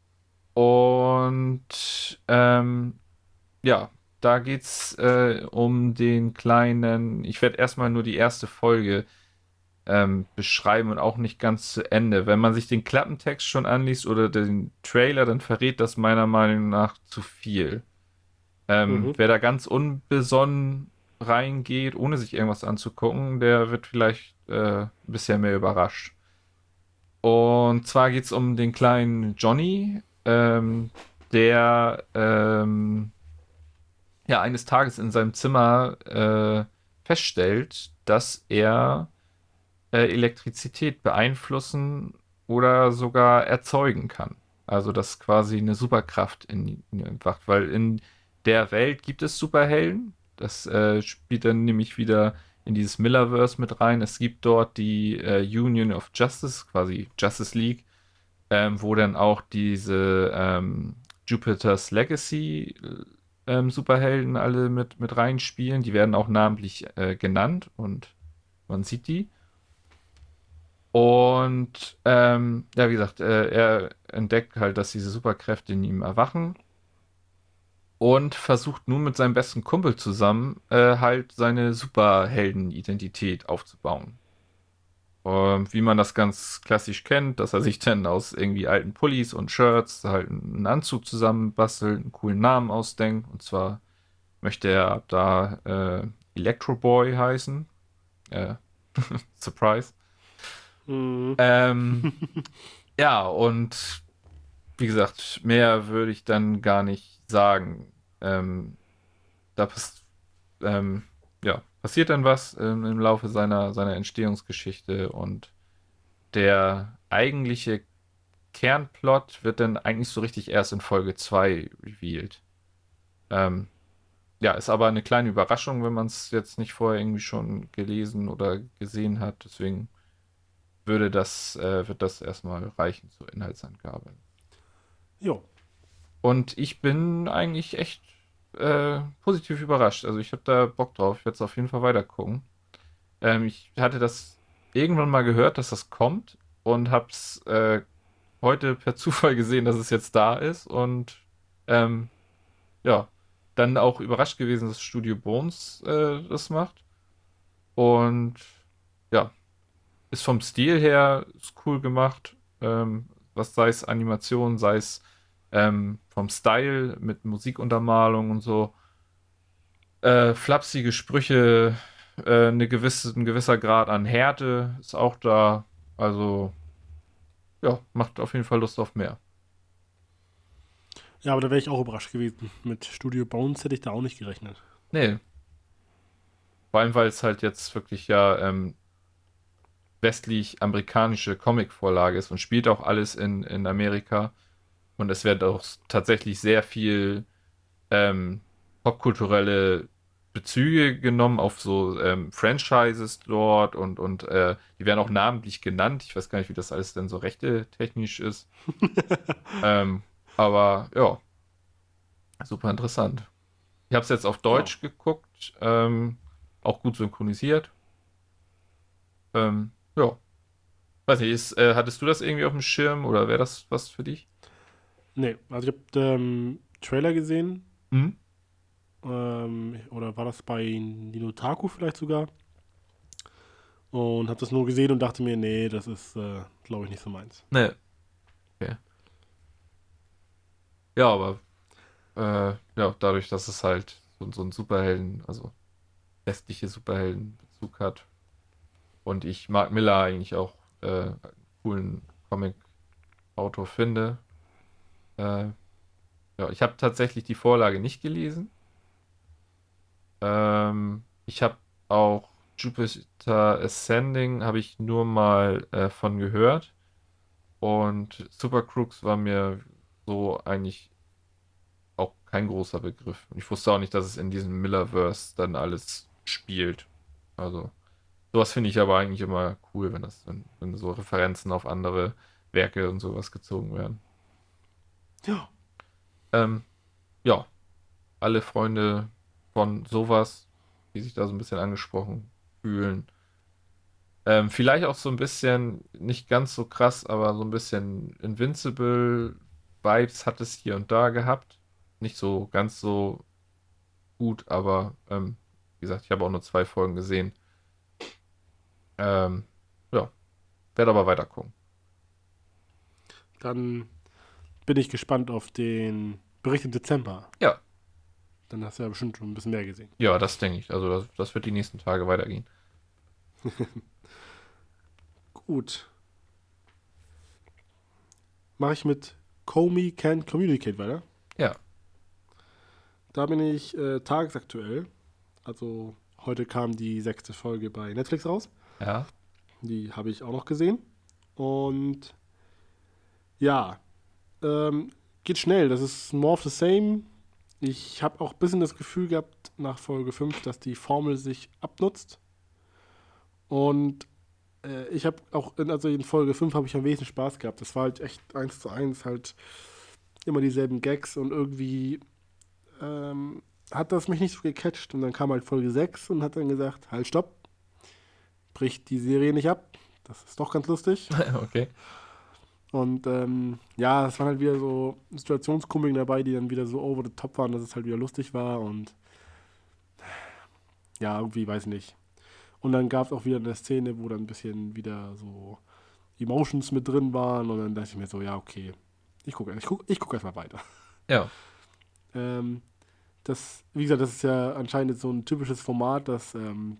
Und ähm, ja, da geht's äh, um den kleinen. Ich werde erstmal nur die erste Folge ähm, beschreiben und auch nicht ganz zu Ende. Wenn man sich den Klappentext schon anliest oder den Trailer, dann verrät das meiner Meinung nach zu viel. Ähm, Mhm. wer da ganz unbesonnen reingeht, ohne sich irgendwas anzugucken, der wird vielleicht äh, ein bisschen mehr überrascht. Und zwar geht es um den kleinen Johnny, ähm, der ähm, ja eines Tages in seinem Zimmer äh, feststellt, dass er äh, Elektrizität beeinflussen oder sogar erzeugen kann. Also dass quasi eine Superkraft in ihm entwacht, weil in der Welt gibt es Superhelden. Das äh, spielt dann nämlich wieder in dieses Millerverse mit rein. Es gibt dort die äh, Union of Justice, quasi Justice League, ähm, wo dann auch diese ähm, Jupiter's Legacy ähm, Superhelden alle mit, mit reinspielen. Die werden auch namentlich äh, genannt und man sieht die. Und ähm, ja, wie gesagt, äh, er entdeckt halt, dass diese Superkräfte in ihm erwachen und versucht nun mit seinem besten Kumpel zusammen äh, halt seine Superhelden-Identität aufzubauen. Ähm, wie man das ganz klassisch kennt, dass er sich dann aus irgendwie alten Pullis und Shirts halt einen Anzug zusammenbastelt, einen coolen Namen ausdenkt. Und zwar möchte er da äh, Electro Boy heißen. Äh, Surprise. Mhm. Ähm, ja, und wie gesagt, mehr würde ich dann gar nicht sagen. Ähm, da pass ähm, ja, passiert dann was ähm, im Laufe seiner, seiner Entstehungsgeschichte und der eigentliche Kernplot wird dann eigentlich so richtig erst in Folge zwei revealed. Ähm, ja, ist aber eine kleine Überraschung, wenn man es jetzt nicht vorher irgendwie schon gelesen oder gesehen hat. Deswegen würde das, äh, wird das erstmal reichen zur Inhaltsangabe. Jo. Und ich bin eigentlich echt äh, positiv überrascht. Also ich habe da Bock drauf. Ich werde es auf jeden Fall weiter gucken. Ähm, ich hatte das irgendwann mal gehört, dass das kommt und habe es äh, heute per Zufall gesehen, dass es jetzt da ist. Und ähm, ja, dann auch überrascht gewesen, dass Studio Bones äh, das macht. Und ja, ist vom Stil her ist cool gemacht. Ähm, was sei es Animation, sei es ähm, vom Style mit Musikuntermalung und so. Äh, flapsige Sprüche, äh, eine gewisse, ein gewisser Grad an Härte ist auch da. Also, ja, macht auf jeden Fall Lust auf mehr. Ja, aber da wäre ich auch überrascht gewesen. Mit Studio Bones hätte ich da auch nicht gerechnet. Nee, vor allem, weil es halt jetzt wirklich ja ähm, westlich-amerikanische Comic-Vorlage ist und spielt auch alles in, in Amerika. Und es wird auch tatsächlich sehr viel ähm, popkulturelle Bezüge genommen auf so ähm, Franchises dort und, und äh, die werden auch namentlich genannt. Ich weiß gar nicht, wie das alles denn so rechte technisch ist. Ähm, aber ja, super interessant. Ich habe es jetzt auf Ja. Deutsch geguckt, ähm, auch gut synchronisiert. Ähm, ja, weiß nicht, ist, äh, hattest du das irgendwie auf dem Schirm oder wäre das was für dich? Nee, also ich habe ähm, Trailer gesehen. Mhm. Ähm, oder war das bei Ninotaku vielleicht sogar? Und habe das nur gesehen und dachte mir, nee, das ist, äh, glaube ich, nicht so meins. Nee, okay. Ja, aber äh, ja, dadurch, dass es halt so, so einen Superhelden, also westliche Superheldenbezug hat. Und ich Mark Miller eigentlich auch äh, einen coolen Comic-Autor finde. Äh, ja, ich habe tatsächlich die Vorlage nicht gelesen. Ähm, ich habe auch Jupiter Ascending habe ich nur mal äh, von gehört. Und Super Crooks war mir so eigentlich auch kein großer Begriff. Und ich wusste auch nicht, dass es in diesem Millerverse dann alles spielt. Also, sowas finde ich aber eigentlich immer cool, wenn das, wenn, wenn so Referenzen auf andere Werke und sowas gezogen werden. Ja. Ähm, ja, alle Freunde von sowas, die sich da so ein bisschen angesprochen fühlen. Ähm, vielleicht auch so ein bisschen, nicht ganz so krass, aber so ein bisschen Invincible-Vibes hat es hier und da gehabt. Nicht so ganz so gut, aber ähm, wie gesagt, ich habe auch nur zwei Folgen gesehen. Ähm, ja, werde aber weiter gucken. Dann bin ich gespannt auf den Bericht im Dezember. Ja, dann hast du ja bestimmt schon ein bisschen mehr gesehen. Ja, das denke ich. Also das, das wird die nächsten Tage weitergehen. Gut. Mache ich mit Comey Can't Communicate weiter. Ja. Da bin ich äh, tagesaktuell. Also heute kam die sechste Folge bei Netflix raus. Ja. Die habe ich auch noch gesehen. Und ja, ähm, geht schnell. Das ist more of the same. Ich habe auch ein bisschen das Gefühl gehabt nach Folge fünf, dass die Formel sich abnutzt. Und äh, ich habe auch, in, also in Folge fünf habe ich am wenigsten Spaß gehabt. Das war halt echt eins zu eins, halt immer dieselben Gags und irgendwie ähm, hat das mich nicht so gecatcht. Und dann kam halt Folge sechs und hat dann gesagt, halt stopp, bricht die Serie nicht ab. Das ist doch ganz lustig. Okay. Und ähm, ja, es waren halt wieder so Situationskomik dabei, die dann wieder so over the top waren, dass es halt wieder lustig war und ja, irgendwie, weiß ich nicht. Und dann gab es auch wieder eine Szene, wo dann ein bisschen wieder so Emotions mit drin waren und dann dachte ich mir so, ja, okay, ich gucke ich guck, ich guck erstmal weiter. Ja. Ähm, das, wie gesagt, das ist ja anscheinend so ein typisches Format, dass ähm,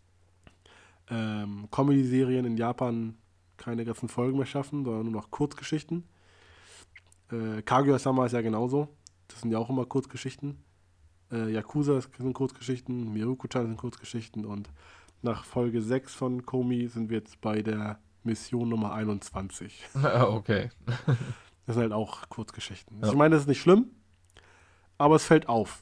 ähm, Comedy-Serien in Japan keine ganzen Folgen mehr schaffen, sondern nur noch Kurzgeschichten. Äh, Kaguya-sama ist ja genauso. Das sind ja auch immer Kurzgeschichten. Äh, Yakuza sind Kurzgeschichten, Miruko-chan sind Kurzgeschichten und nach Folge sechs von Komi sind wir jetzt bei der Mission Nummer einundzwanzig. Okay. Das sind halt auch Kurzgeschichten. Ja. Ich meine, das ist nicht schlimm, aber es fällt auf.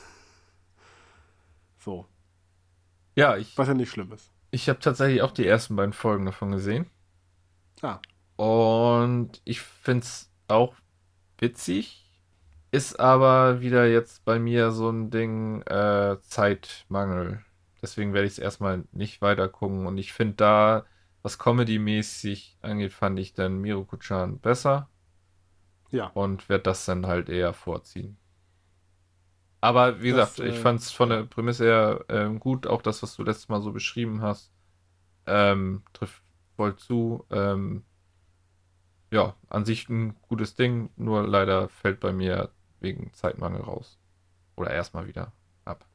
So, Ja, ich, was ja nicht schlimm ist. ich habe tatsächlich auch die ersten beiden Folgen davon gesehen. Ah, Und ich finde es auch witzig. Ist aber wieder jetzt bei mir so ein Ding, äh, Zeitmangel. Deswegen werde ich es erstmal nicht weiter gucken. Und ich finde da, was Comedy-mäßig angeht, fand ich dann Miruko-chan besser ja. und werde das dann halt eher vorziehen. Aber wie Das, gesagt, ich äh, fand es von ja. der Prämisse her ähm, gut, auch das, was du letztes Mal so beschrieben hast, ähm, trifft voll zu. Ähm, ja, an sich ein gutes Ding, nur leider fällt bei mir wegen Zeitmangel raus. Oder erstmal wieder ab.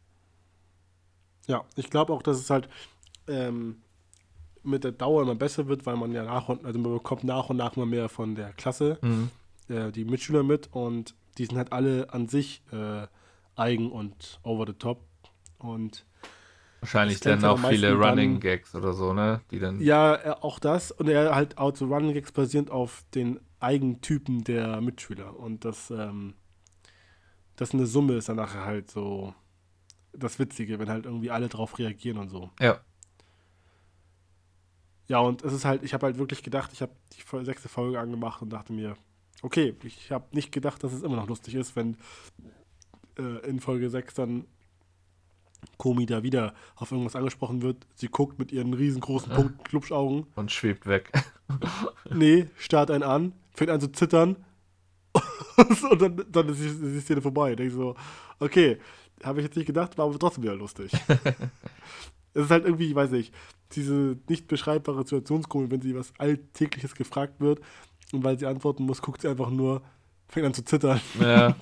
Ja, ich glaube auch, dass es halt ähm, mit der Dauer immer besser wird, weil man ja nach und also man bekommt nach und nach immer mehr von der Klasse, Mhm. äh, die Mitschüler mit und die sind halt alle an sich äh, eigen und over the top. Und es Wahrscheinlich glänzt dann halt auch am viele meisten Running dann, Gags oder so, ne? Die dann. ja, äh, auch das und er halt auch so Running Gags basierend auf den Eigentypen der Mitschüler. Und das, ähm, das eine Summe ist dann nachher halt so das Witzige, wenn halt irgendwie alle drauf reagieren und so. Ja. Ja, und es ist halt, ich habe halt wirklich gedacht, ich habe die Fol- sechste Folge angemacht und dachte mir, okay, ich habe nicht gedacht, dass es immer noch lustig ist, wenn äh, in Folge sechs dann Komi da wieder auf irgendwas angesprochen wird. Sie guckt mit ihren riesengroßen Punkt Klubschaugen. Und schwebt weg. Nee, starrt einen an, fängt an zu zittern und dann, dann ist, die, ist die Szene vorbei. Denke ich so, okay, habe ich jetzt nicht gedacht, war aber trotzdem wieder lustig. Es ist halt irgendwie, ich weiß nicht, diese nicht beschreibbare Situationskomik, wenn sie was Alltägliches gefragt wird und weil sie antworten muss, guckt sie einfach nur, fängt an zu zittern. Ja.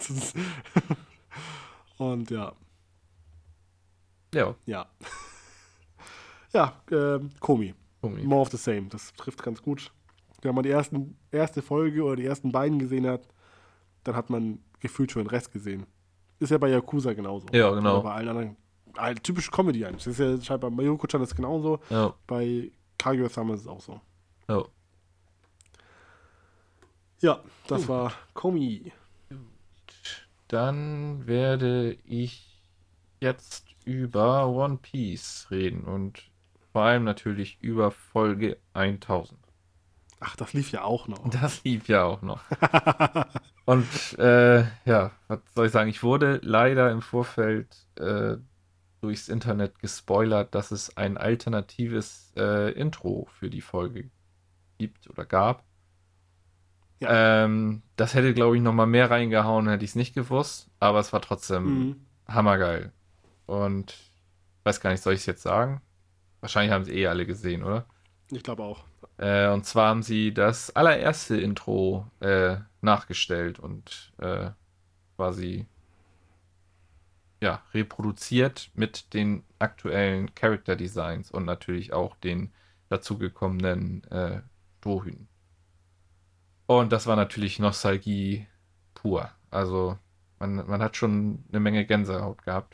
Und ja, Ja. ja. Ja, ähm, Komi. Gummi. More of the same. Das trifft ganz gut. Wenn man die ersten, erste Folge oder die ersten beiden gesehen hat, dann hat man gefühlt schon den Rest gesehen. Ist ja bei Yakuza genauso. Ja, genau. Oder bei allen anderen. Halt, typisch Comedy eigentlich. Das ist ja scheinbar bei Mayuko-chan ist es genauso. Ja. Bei Kaguya-sama ist es auch so. Ja. Ja, das war Komi. Dann werde ich jetzt über One Piece reden und vor allem natürlich über Folge tausend. Ach, das lief ja auch noch. Das lief ja auch noch. Und äh, ja, was soll ich sagen? Ich wurde leider im Vorfeld äh, durchs Internet gespoilert, dass es ein alternatives äh, Intro für die Folge gibt oder gab. Ja. Ähm, das hätte, glaube ich, noch mal mehr reingehauen, hätte ich es nicht gewusst. Aber es war trotzdem Mhm. hammergeil. Und weiß gar nicht, soll ich es jetzt sagen? Wahrscheinlich haben es eh alle gesehen, oder? Ich glaube auch. Äh, und zwar haben sie das allererste Intro äh, nachgestellt und äh, quasi ja, reproduziert mit den aktuellen Character Designs und natürlich auch den dazugekommenen äh, Strohhüten. Und das war natürlich Nostalgie pur. Also man, man hat schon eine Menge Gänsehaut gehabt.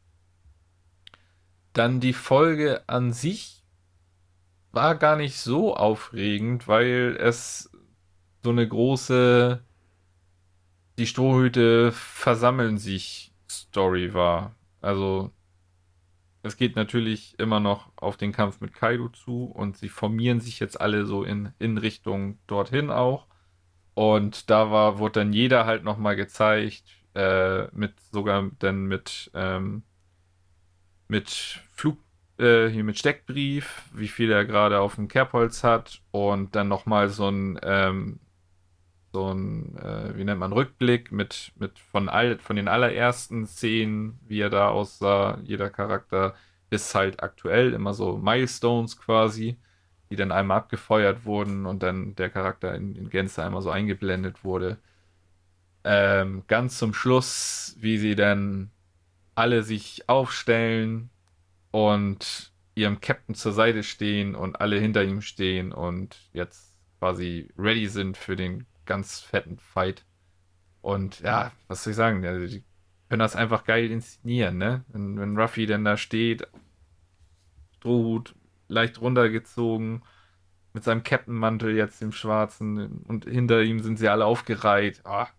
Dann die Folge an sich war gar nicht so aufregend, weil es so eine große die Strohhüte versammeln sich Story war. Also es geht natürlich immer noch auf den Kampf mit Kaido zu und sie formieren sich jetzt alle so in, in Richtung dorthin auch. Und da war, wurde dann jeder halt nochmal gezeigt, äh, mit sogar dann mit, ähm, mit Flug, äh, hier mit Steckbrief, wie viel er gerade auf dem Kerbholz hat und dann nochmal so ein, ähm, so ein, äh, wie nennt man, Rückblick mit, mit von all, von den allerersten Szenen, wie er da aussah, jeder Charakter, bis halt aktuell immer so Milestones quasi, die dann einmal abgefeuert wurden und dann der Charakter in, in Gänze einmal so eingeblendet wurde. Ähm, ganz zum Schluss, wie sie dann alle sich aufstellen und ihrem Captain zur Seite stehen und alle hinter ihm stehen und jetzt quasi ready sind für den ganz fetten Fight. Und ja, was soll ich sagen? Ja, die können das einfach geil inszenieren, ne? Wenn, wenn Ruffy denn da steht, Strohhut leicht runtergezogen, mit seinem Captain-Mantel jetzt dem schwarzen und hinter ihm sind sie alle aufgereiht. Ah,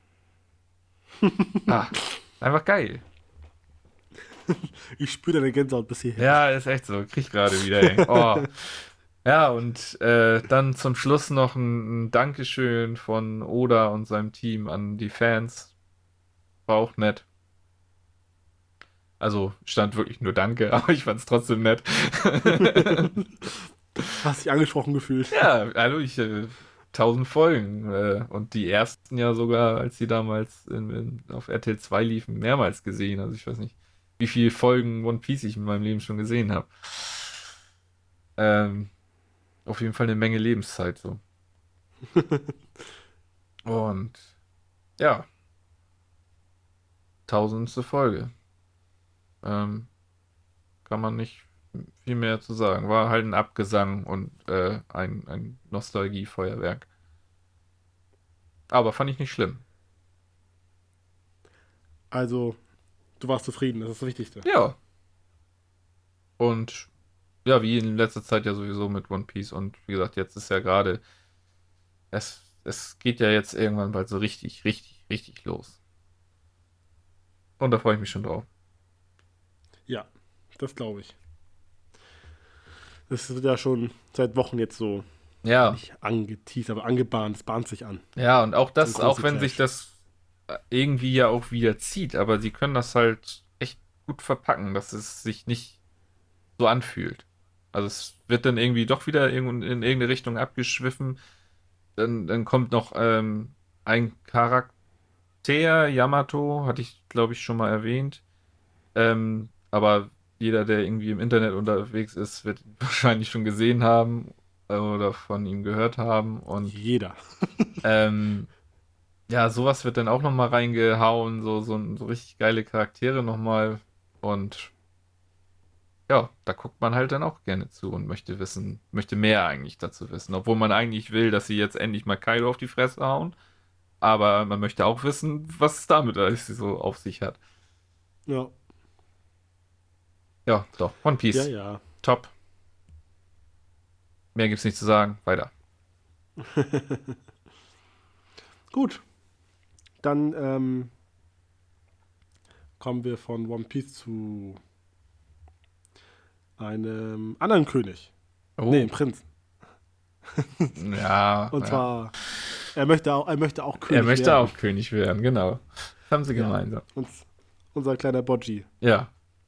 ah, einfach geil. Ich spüre deine Gänsehaut bis hierher. Ja, ist echt so. Krieg gerade wieder, ey. Oh. Ja, und äh, dann zum Schluss noch ein, ein Dankeschön von Oda und seinem Team an die Fans. War auch nett. Also stand wirklich nur Danke, aber ich fand's trotzdem nett. Hast dich angesprochen gefühlt. Ja, also ich äh, tausend Folgen äh, und die ersten ja sogar, als die damals in, in, auf R T L zwei liefen, mehrmals gesehen. Also ich weiß nicht, wie viele Folgen One Piece ich in meinem Leben schon gesehen habe. Ähm, auf jeden Fall eine Menge Lebenszeit so. Und ja, tausendste Folge. Ähm, kann man nicht viel mehr zu sagen. War halt ein Abgesang und äh, ein, ein Nostalgiefeuerwerk. Aber fand ich nicht schlimm. Also, du warst zufrieden, das ist das Wichtigste. Ja. Und ja, wie in letzter Zeit ja sowieso mit One Piece. Und wie gesagt, jetzt ist ja gerade, es, es geht ja jetzt irgendwann bald so richtig, richtig, richtig los. Und da freue ich mich schon drauf. Ja, das glaube ich. Das wird ja schon seit Wochen jetzt so Ja, nicht angeteasert, aber angebahnt. Es bahnt sich an. ja, und auch Der das, auch große wenn Clash. sich das äh, irgendwie ja auch wieder zieht, aber sie können das halt echt gut verpacken, dass es sich nicht so anfühlt. Also es wird dann irgendwie doch wieder in, in irgendeine Richtung abgeschwiffen. Dann, dann kommt noch ähm, ein Charakter, Yamato, hatte ich glaube ich schon mal erwähnt. Ähm, aber jeder, der irgendwie im Internet unterwegs ist, wird ihn wahrscheinlich schon gesehen haben äh, oder von ihm gehört haben. Und Jeder. ähm, ja, sowas wird dann auch nochmal reingehauen, so, so, so richtig geile Charaktere nochmal. Und ja, da guckt man halt dann auch gerne zu und möchte wissen, möchte mehr eigentlich dazu wissen. Obwohl man eigentlich will, dass sie jetzt endlich mal Kaido auf die Fresse hauen. Aber man möchte auch wissen, was es damit alles so auf sich hat. Ja, Ja, doch, One ja, Piece, ja. top. Mehr gibt's nicht zu sagen. Weiter. Gut. Dann ähm, kommen wir von One Piece zu einem anderen König. Oh, Nee, einem Prinzen. ja, Und ja. zwar, er möchte auch, er möchte auch König Er möchte werden. auch König werden, genau. Das haben sie Ja. gemeinsam. Und unser kleiner Bocci. Ja,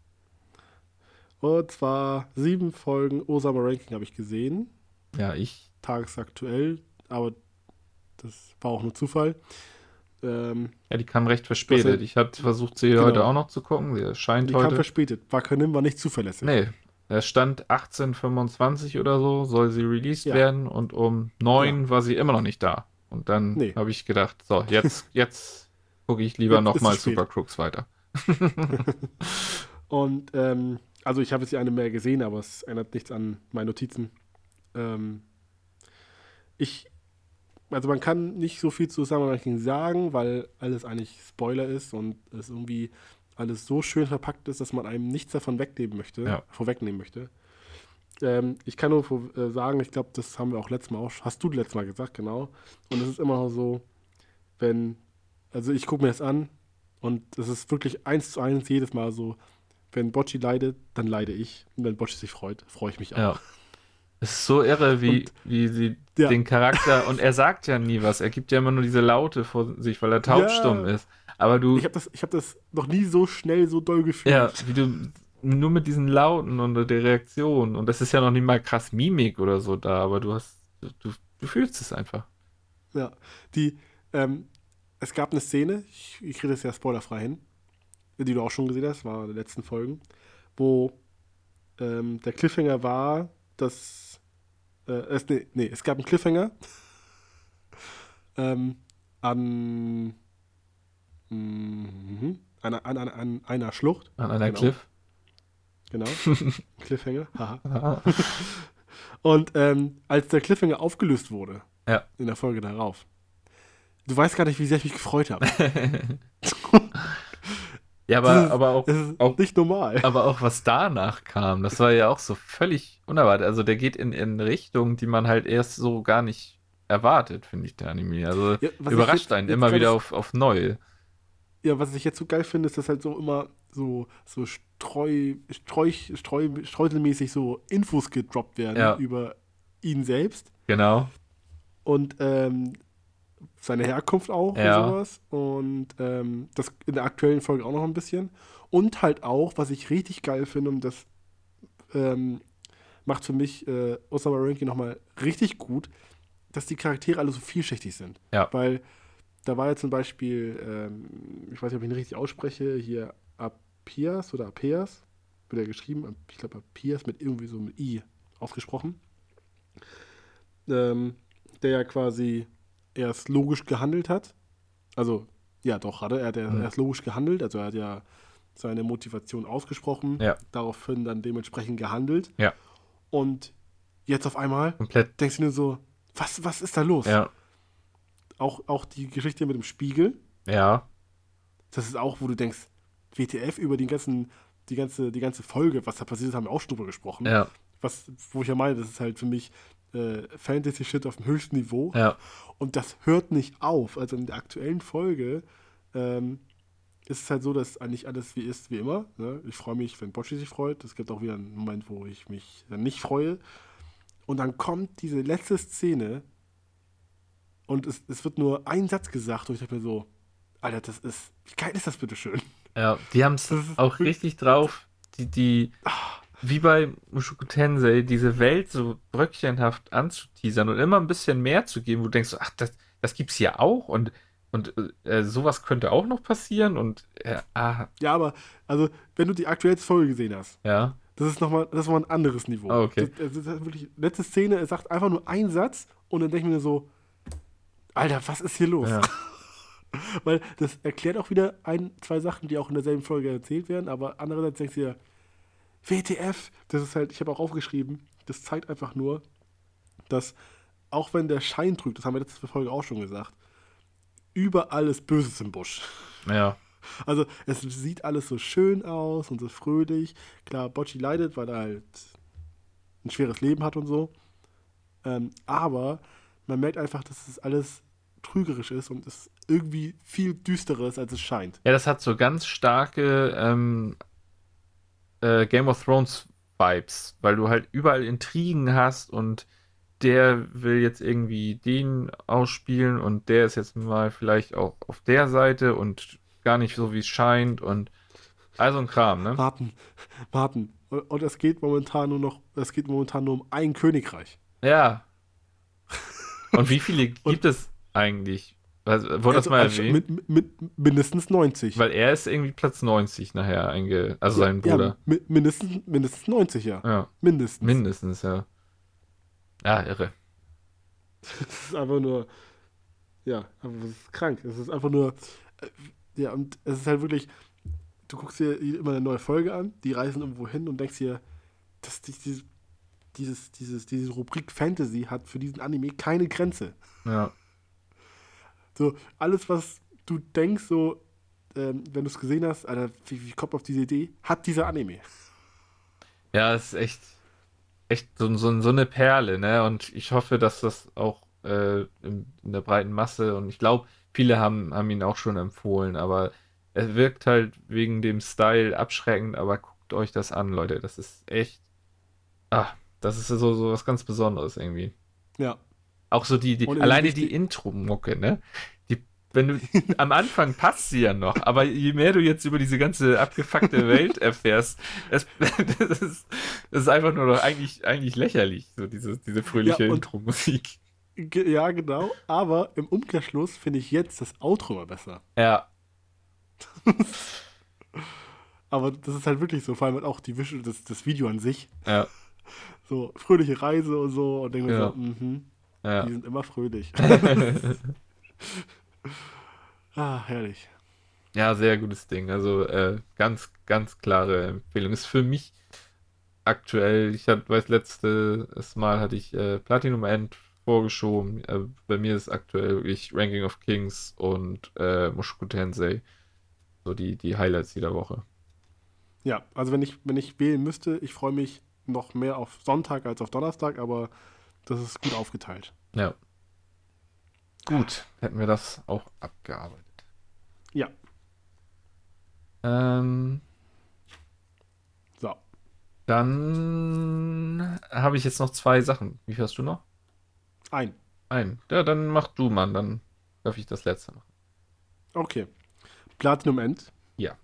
Und zwar sieben Folgen Osama Ranking habe ich gesehen. ja, ich. Tagesaktuell. Aber das war auch nur Zufall. Ähm, Ja, die kam recht verspätet. Was- Ich hatte versucht, sie Genau. heute auch noch zu gucken. Sie erscheint die kam heute. verspätet. Wakanim war nicht zuverlässig. Nee, es stand achtzehn Uhr fünfundzwanzig oder so, soll sie released Ja. werden und um neun war sie immer noch nicht da. Und dann Nee. habe ich gedacht, so, jetzt, jetzt gucke ich lieber Jetzt ist nochmal es spät. Super Crooks weiter. Und, ähm, also ich habe jetzt die eine mehr gesehen, aber es ändert nichts an meinen Notizen. Ähm, ich, also man kann nicht so viel zu Summer Ranking sagen, weil alles eigentlich Spoiler ist und es irgendwie alles so schön verpackt ist, dass man einem nichts davon wegnehmen möchte, Ja. vorwegnehmen möchte. Ähm, ich kann nur vor- äh, sagen, ich glaube, das haben wir auch letztes Mal auch, hast du letztes Mal gesagt, genau. Und es ist immer noch so, wenn, also ich gucke mir das an und es ist wirklich eins zu eins jedes Mal so, wenn Bocci leidet, dann leide ich. Und wenn Bocci sich freut, freue ich mich auch. Ja. Es ist so irre, wie, Und wie sie ja, den Charakter, und er sagt ja nie was, er gibt ja immer nur diese Laute vor sich, weil er taubstumm ja, ist. Aber ich du, habe das, ich hab das noch nie so schnell, so doll ja, gefühlt. wie du nur mit diesen Lauten und der Reaktion, und das ist ja noch nicht mal krass Mimik oder so da, aber du hast, du, du fühlst es einfach. Ja, die, ähm, es gab eine Szene, ich, ich rede jetzt ja spoilerfrei hin, die du auch schon gesehen hast, war in den letzten Folgen, wo ähm, der Cliffhanger war, dass, äh, es, nee, nee, es gab einen Cliffhanger ähm, an, mhm, einer, an, an, an einer Schlucht, An einer genau, Cliff. genau, Cliffhanger, haha. Ah. Und ähm, als der Cliffhanger aufgelöst wurde, Ja. in der Folge darauf, du weißt gar nicht, wie sehr ich mich gefreut habe. Ja, Das aber, ist, aber auch, das ist auch, nicht normal. aber auch was danach kam, das war ja auch so völlig unerwartet. Also der geht in, in Richtungen, die man halt erst so gar nicht erwartet, finde ich, der Anime. Also Ja, was ich überrascht jetzt, einen jetzt immer gerade, wieder auf, auf neu. ja, was ich jetzt so geil finde, ist, dass halt so immer so, so streu, streu, streu, streuselmäßig so Infos gedroppt werden Ja, über ihn selbst genau. und ähm, seine Herkunft auch und Ja, sowas. Und ähm, das in der aktuellen Folge auch noch ein bisschen. Und halt auch, was ich richtig geil finde, und das ähm, macht für mich äh, Osama Ranking nochmal richtig gut, dass die Charaktere alle so vielschichtig sind. ja. Weil da war ja zum Beispiel, ähm, ich weiß nicht, ob ich ihn richtig ausspreche, hier Apias oder Apeas, wird er geschrieben, ich glaube Apias mit irgendwie so mit I ausgesprochen, ähm, der ja quasi erst logisch gehandelt hat. Also, ja, doch, hat er. Er hat ja Hm. erst logisch gehandelt, also er hat ja seine Motivation ausgesprochen, Ja, daraufhin dann dementsprechend gehandelt. ja. Und jetzt auf einmal Komplett. denkst du dir so, was, was ist da los? Ja, Auch, auch die Geschichte mit dem Spiegel, ja, das ist auch, wo du denkst, W T F über den ganzen, die ganze, die ganze Folge, was da passiert ist, haben wir auch schon drüber gesprochen. ja, Was, wo ich ja meine, das ist halt für mich äh, Fantasy-Shit auf dem höchsten Niveau. ja, Und das hört nicht auf. Also in der aktuellen Folge ähm, ist es halt so, dass eigentlich alles wie ist, wie immer. Ne? Ich freue mich, wenn Bocci sich freut. Es gibt auch wieder einen Moment, wo ich mich dann nicht freue. Und dann kommt diese letzte Szene und es, es wird nur ein Satz gesagt und ich denke mir so, Alter, das ist, wie geil ist das bitte schön? ja. Die haben es Das ist auch wirklich, richtig drauf, die, die, wie bei Mushoku Tensei, diese Welt so bröckchenhaft anzuteasern und immer ein bisschen mehr zu geben, wo du denkst, ach, das, das gibt's hier auch, und, und äh, sowas könnte auch noch passieren, und äh, ah, ja, aber, also, wenn du die aktuelle Folge gesehen hast, ja, das ist nochmal, das ist mal ein anderes Niveau. oh, okay. Das, das ist halt wirklich, letzte Szene, es sagt einfach nur einen Satz und dann denke ich mir so, Alter, was ist hier los? Ja, Weil das erklärt auch wieder ein, zwei Sachen, die auch in derselben Folge erzählt werden, aber andererseits denkst du dir, W T F, das ist halt, ich habe auch aufgeschrieben, das zeigt einfach nur, dass auch wenn der Schein trügt, das haben wir letzte Folge auch schon gesagt, überall ist Böses im Busch. ja, Also es sieht alles so schön aus und so fröhlich. Klar, Bocci leidet, weil er halt ein schweres Leben hat und so. Ähm, aber man merkt einfach, dass es alles trügerisch ist und es irgendwie viel düsterer ist, als es scheint. ja, das hat so ganz starke ähm, äh, Game of Thrones Vibes, weil du halt überall Intrigen hast, und der will jetzt irgendwie den ausspielen und der ist jetzt mal vielleicht auch auf der Seite und gar nicht so, wie es scheint, und all so ein Kram, ne? Warten, warten. Und und es geht momentan nur noch, es geht momentan nur um ein Königreich. Ja. Und wie viele Und gibt es eigentlich? Also, wurde das also mal ansch- erwähnt? mit, mit mindestens neunzig. Weil er ist irgendwie Platz neunzig nachher einge... Also Ja, sein ja, Bruder. mi- mindestens, mindestens neunzig, ja. Ja. Mindestens. Mindestens, ja. Ja, irre. Es ist einfach nur, ja, aber es ist krank. Es ist einfach nur, äh, ja, und es ist halt wirklich, du guckst dir immer eine neue Folge an, die reisen irgendwo hin und denkst dir, dass die, dieses, dieses, dieses, diese Rubrik Fantasy hat für diesen Anime keine Grenze. Ja. So, alles, was du denkst, so, ähm, wenn du es gesehen hast, Alter, wie, wie kommt man auf diese Idee, hat dieser Anime. Ja, es ist echt, echt so, so, so eine Perle, ne? Und ich hoffe, dass das auch äh, in, in der breiten Masse, und ich glaube, viele haben, haben ihn auch schon empfohlen, aber er wirkt halt wegen dem Style abschreckend, aber guckt euch das an, Leute. Das ist echt, ah, das ist so, so was ganz Besonderes irgendwie. Ja. Auch so die, die Und es ist alleine die wichtig- Intro-Mucke, ne? Die, wenn du, am Anfang passt sie ja noch, aber je mehr du jetzt über diese ganze abgefuckte Welt erfährst, es, das, ist, das ist einfach nur noch eigentlich, eigentlich lächerlich, so diese, diese fröhliche Ja, und- Intro-Musik. Ge- Ja, genau. Aber im Umkehrschluss finde ich jetzt das Outro immer besser. Ja, Aber das ist halt wirklich so, vor allem halt auch die Visual, das, das Video an sich. ja, So, fröhliche Reise und so. Und denke mir Ja. so, mhm, ja. die sind immer fröhlich. Ah, herrlich. Ja, sehr gutes Ding. Also äh, ganz, ganz klare Empfehlung. Ist für mich aktuell, ich hatte, weiß, letztes Mal hatte ich äh, Platinum End vorgeschoben. Äh, bei mir ist aktuell wirklich Ranking of Kings und äh, Mushoku Tensei so die, die Highlights jeder Woche. Ja, also wenn ich, wenn ich wählen müsste, ich freue mich noch mehr auf Sonntag als auf Donnerstag, aber das ist gut aufgeteilt. Ja. Gut, hätten wir das auch abgearbeitet. Ja, Ähm, so. dann habe ich jetzt noch zwei Sachen. Wie viel hast du noch? Ein. Ein. Ja, dann mach du, Mann. Dann darf ich das letzte machen. Okay. Platinum End. Ja.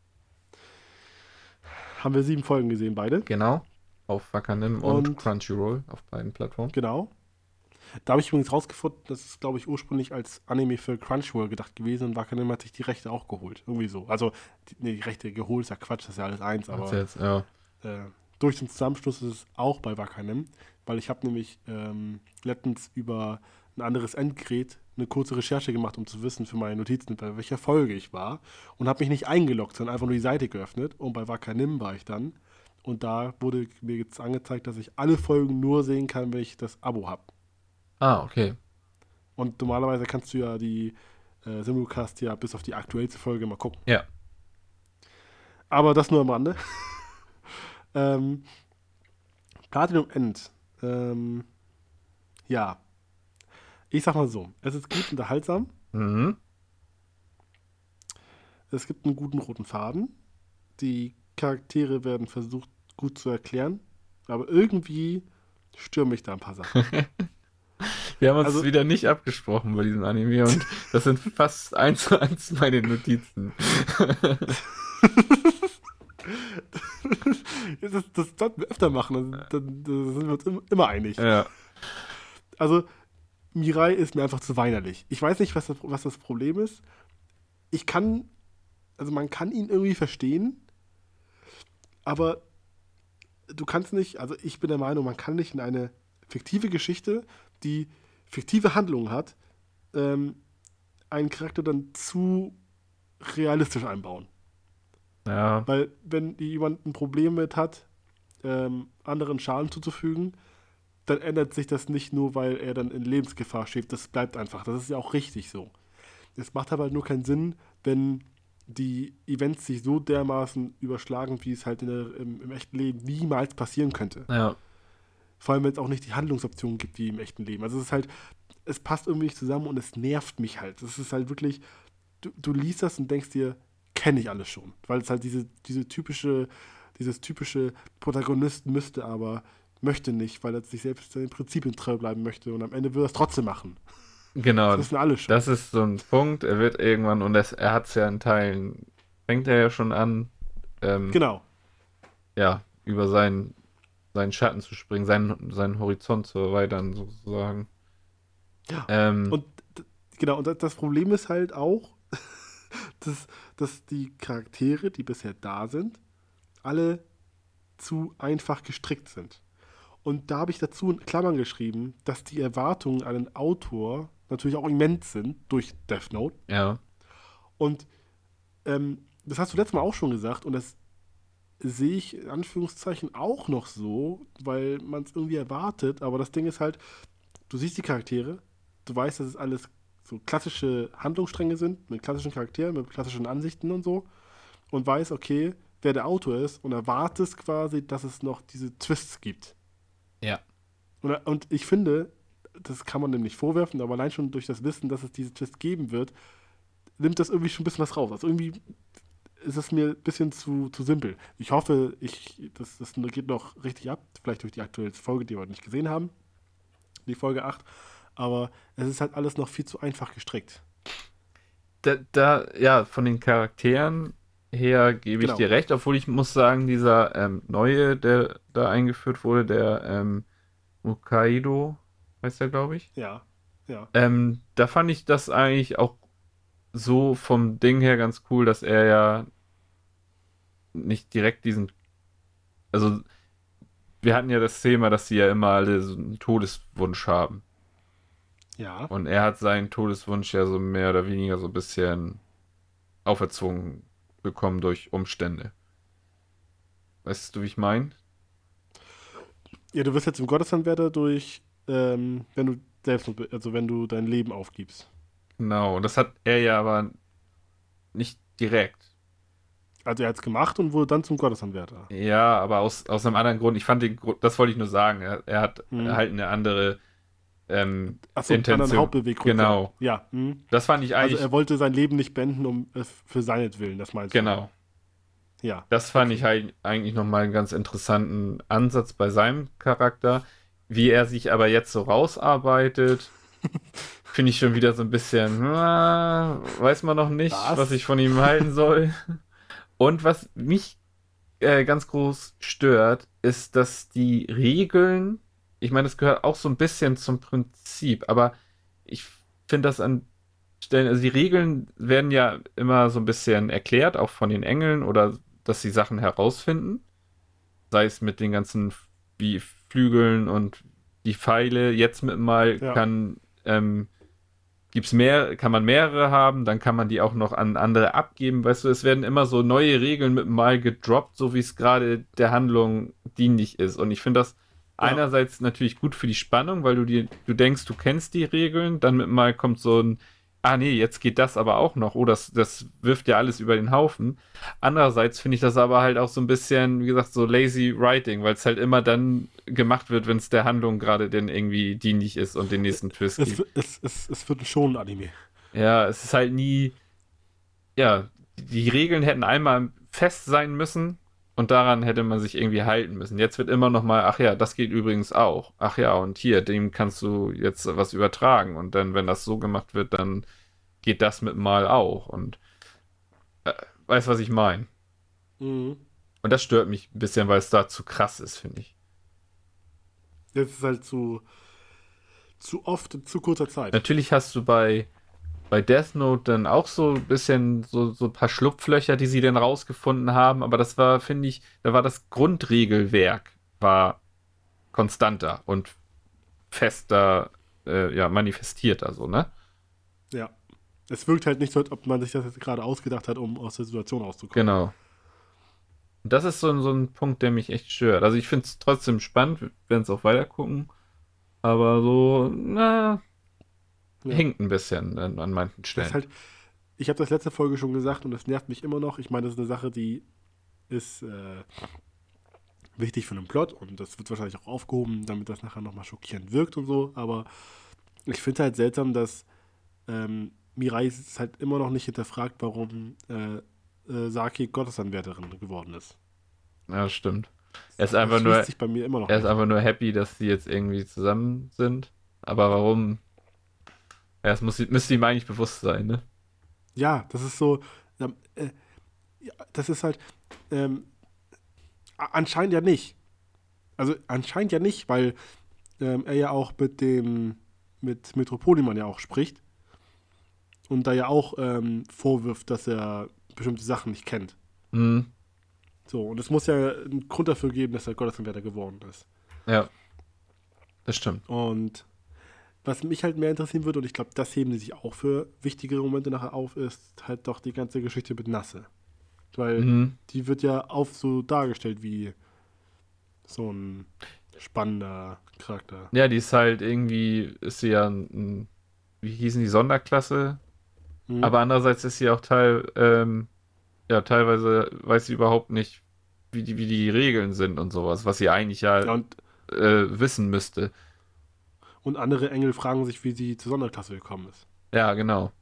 Haben wir sieben Folgen gesehen, beide. Genau. Auf Wakanim und, Und- Crunchyroll auf beiden Plattformen. Genau. Da habe ich übrigens rausgefunden, das ist, glaube ich, ursprünglich als Anime für Crunchyroll gedacht gewesen und Wakanim hat sich die Rechte auch geholt. Irgendwie so. Also, die, nee, die Rechte geholt ist ja Quatsch, das ist ja alles eins, aber Also jetzt, ja. äh, durch den Zusammenschluss ist es auch bei Wakanim, weil ich habe nämlich ähm, letztens über ein anderes Endgerät eine kurze Recherche gemacht, um zu wissen für meine Notizen, bei welcher Folge ich war und habe mich nicht eingeloggt, sondern einfach nur die Seite geöffnet und bei Wakanim war ich dann und da wurde mir jetzt angezeigt, dass ich alle Folgen nur sehen kann, wenn ich das Abo habe. Ah, okay. Und normalerweise kannst du ja die äh, Simulcast ja bis auf die aktuellste Folge mal gucken. Ja. Aber das nur am Rande. ähm, Platinum End. Ähm, ja. Ich sag mal so, es ist gut unterhaltsam. Mhm. Es gibt einen guten roten Faden. Die Charaktere werden versucht gut zu erklären. Aber irgendwie stören mich da ein paar Sachen. Wir haben uns Also- wieder nicht abgesprochen bei diesem Anime und das sind fast eins zu eins meine Notizen. das, das sollten wir öfter machen. Dann, dann, dann sind wir uns im- immer einig. Ja. Also, Mirai ist mir einfach zu weinerlich. Ich weiß nicht, was das, was das Problem ist. Ich kann, also man kann ihn irgendwie verstehen, aber du kannst nicht, also ich bin der Meinung, man kann nicht in eine fiktive Geschichte, die fiktive Handlungen hat, ähm, einen Charakter dann zu realistisch einbauen. Ja. Weil wenn jemand ein Problem mit hat, ähm, anderen Schaden zuzufügen, dann ändert sich das nicht nur, weil er dann in Lebensgefahr steht. Das bleibt einfach. Das ist ja auch richtig so. Es macht aber nur keinen Sinn, wenn die Events sich so dermaßen überschlagen, wie es halt in der, im, im echten Leben niemals passieren könnte. Ja. Vor allem, wenn es auch nicht die Handlungsoptionen gibt wie im echten Leben. Also es ist halt, es passt irgendwie nicht zusammen und es nervt mich halt. Es ist halt wirklich, du, du liest das und denkst dir, kenne ich alles schon. Weil es halt diese, diese typische, dieses typische Protagonist müsste aber, möchte nicht, weil er sich selbst seinen Prinzipien treu bleiben möchte und am Ende will er es trotzdem machen. Genau. Das wissen alle schon. Das ist so ein Punkt. Er wird irgendwann, und das, er hat es ja in Teilen, fängt er ja schon an, ähm, Genau. ja, über seinen, seinen Schatten zu springen, seinen, seinen Horizont zu erweitern, sozusagen. Ja. Ähm, Und d- genau, und das- das Problem ist halt auch, dass, dass die Charaktere, die bisher da sind, alle zu einfach gestrickt sind. Und da habe ich dazu in Klammern geschrieben, dass die Erwartungen an den Autor natürlich auch immens sind durch Death Note. ja. Und ähm, das hast du letztes Mal auch schon gesagt und das sehe ich in Anführungszeichen auch noch so, weil man es irgendwie erwartet, aber das Ding ist halt, du siehst die Charaktere, du weißt, dass es alles so klassische Handlungsstränge sind, mit klassischen Charakteren, mit klassischen Ansichten und so und weißt, okay, wer der Autor ist und erwartest quasi, dass es noch diese Twists gibt. Ja. Und, und ich finde, das kann man dem nicht vorwerfen, aber allein schon durch das Wissen, dass es diese Twists geben wird, nimmt das irgendwie schon ein bisschen was raus. Also irgendwie ist es mir ein bisschen zu, zu simpel. Ich hoffe, ich, das, das geht noch richtig ab, vielleicht durch die aktuelle Folge, die wir heute nicht gesehen haben, die Folge acht, aber es ist halt alles noch viel zu einfach gestrickt. Da, da ja, von den Charakteren her gebe ich Genau. dir recht, obwohl ich muss sagen, dieser ähm, neue, der da eingeführt wurde, der ähm, Hokkaido, heißt der, glaube ich. Ja, ja. Ähm, da fand ich das eigentlich auch so vom Ding her ganz cool, dass er ja nicht direkt diesen, also wir hatten ja das Thema, dass sie ja immer alle so einen Todeswunsch haben. Ja. Und er hat seinen Todeswunsch ja so mehr oder weniger so ein bisschen auferzogen bekommen durch Umstände. Weißt du, wie ich meine? Ja, du wirst jetzt im Gottesanwärter durch, ähm, wenn du selbst, also wenn du dein Leben aufgibst. Genau, und das hat er ja aber nicht direkt. Also er hat es gemacht und wurde dann zum Gottesanwärter. Ja, aber aus, aus einem anderen Grund. Ich fand den Grund, das wollte ich nur sagen. Er, er hat Hm. halt eine andere ähm, Achso, einen anderen Intention. Hauptbeweggrund. Genau. Ja. Hm. Das fand ich Also eigentlich, er wollte sein Leben nicht beenden, um es für seinetwillen, das meinst genau. du? Ja. Das fand ich halt eigentlich nochmal einen ganz interessanten Ansatz bei seinem Charakter. Wie er sich aber jetzt so rausarbeitet, finde ich schon wieder so ein bisschen, ah, weiß man noch nicht, Was? was ich von ihm halten soll. Und was mich äh, ganz groß stört, ist, dass die Regeln, ich meine, das gehört auch so ein bisschen zum Prinzip, aber ich finde das an Stellen, also die Regeln werden ja immer so ein bisschen erklärt, auch von den Engeln oder dass sie Sachen herausfinden. Sei es mit den ganzen wie Flügeln und die Pfeile. Jetzt mit mal Ja. kann ähm, gibt's mehr, kann man mehrere haben, dann kann man die auch noch an andere abgeben. Weißt du, es werden immer so neue Regeln mit mal gedroppt, so wie es gerade der Handlung dienlich ist. Und ich finde das Ja. einerseits natürlich gut für die Spannung, weil du dir, du denkst, du kennst die Regeln, dann mit mal kommt so ein, ah nee, jetzt geht das aber auch noch. Oh, das, das wirft ja alles über den Haufen. Andererseits finde ich das aber halt auch so ein bisschen, wie gesagt, so lazy writing, weil es halt immer dann gemacht wird, wenn es der Handlung gerade denn irgendwie dienlich ist und den nächsten Twist Es, gibt. es, es, es wird schon ein Anime. Ja, es ist halt nie, ja, die Regeln hätten einmal fest sein müssen und daran hätte man sich irgendwie halten müssen. Jetzt wird immer noch mal, ach ja, das geht übrigens auch. Ach ja, und hier, dem kannst du jetzt was übertragen. Und dann, wenn das so gemacht wird, dann geht das mit mal auch. Und äh, weißt, was ich meine? Mhm. Und das stört mich ein bisschen, weil es da zu krass ist, finde ich. Jetzt ist es halt zu, zu oft in zu kurzer Zeit. Natürlich hast du bei, bei Death Note dann auch so ein bisschen so, so ein paar Schlupflöcher, die sie dann rausgefunden haben, aber das war, finde ich, da war das Grundregelwerk war konstanter und fester, äh, ja, manifestierter, so, ne? Ja. Es wirkt halt nicht so, als ob man sich das jetzt gerade ausgedacht hat, um aus der Situation rauszukommen. Genau. Und das ist so, ein- so ein Punkt, der mich echt stört. Also ich finde es trotzdem spannend, wir werden es auch weiter gucken, aber so, na, Ja. hinkt ein bisschen an, an manchen Das Stellen. ist halt, ich habe das letzte Folge schon gesagt und das nervt mich immer noch. Ich meine, das ist eine Sache, die ist äh, wichtig für einen Plot und das wird wahrscheinlich auch aufgehoben, damit das nachher nochmal schockierend wirkt und so. Aber ich finde halt seltsam, dass ähm, Mirai es halt immer noch nicht hinterfragt, warum äh, äh, Saki Gottesanwärterin geworden ist. Ja, stimmt. Er ist Das einfach schließt nur, sich bei mir immer noch er ist nicht. einfach nur happy, dass sie jetzt irgendwie zusammen sind. Aber warum? Ja, das muss, müsste ihm eigentlich bewusst sein, ne? Ja, das ist so, ähm, äh, ja, das ist halt, ähm, a- anscheinend ja nicht. Also anscheinend ja nicht, weil ähm, er ja auch mit dem, mit Metropoliman ja auch spricht und da ja auch ähm, vorwirft, dass er bestimmte Sachen nicht kennt. Hm, So, und es muss ja einen Grund dafür geben, dass er Gottesanwärter geworden ist. ja, das stimmt. Und was mich halt mehr interessieren würde, und ich glaube, das heben sie sich auch für wichtigere Momente nachher auf, ist halt doch die ganze Geschichte mit Nasse. Weil Mhm. die wird ja auf so dargestellt wie so ein spannender Charakter. Ja, die ist halt irgendwie, ist sie ja ein, ein- wie hießen die, Sonderklasse? Mhm. Aber andererseits ist sie auch teil, ähm, ja, teilweise weiß sie überhaupt nicht, wie die, wie die Regeln sind und sowas, was sie eigentlich ja Ja, und, äh, wissen müsste. und andere Engel fragen sich, wie sie zur Sonderklasse gekommen ist. Ja, genau.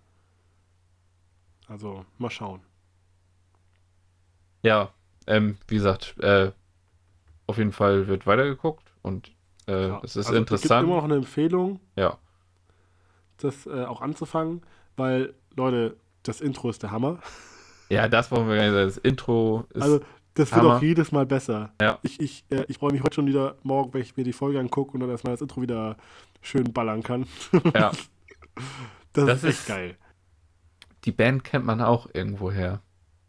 Also, mal schauen. Ja, ähm, wie gesagt, äh, auf jeden Fall wird weitergeguckt und äh, Ja, es ist also es gibt immer interessant. noch eine Empfehlung, Ja. das äh, auch anzufangen, weil, Leute, das Intro ist der Hammer. Ja, das wollen wir gar nicht sagen. Das Intro ist Also, das wird auch Hammer. jedes Mal besser. Ja. Ich, ich, äh, ich freue mich heute schon wieder morgen, wenn ich mir die Folge angucke und dann erstmal das Intro wieder schön ballern kann. Ja. Das, Das ist echt ist- geil. Die Band kennt man auch irgendwoher.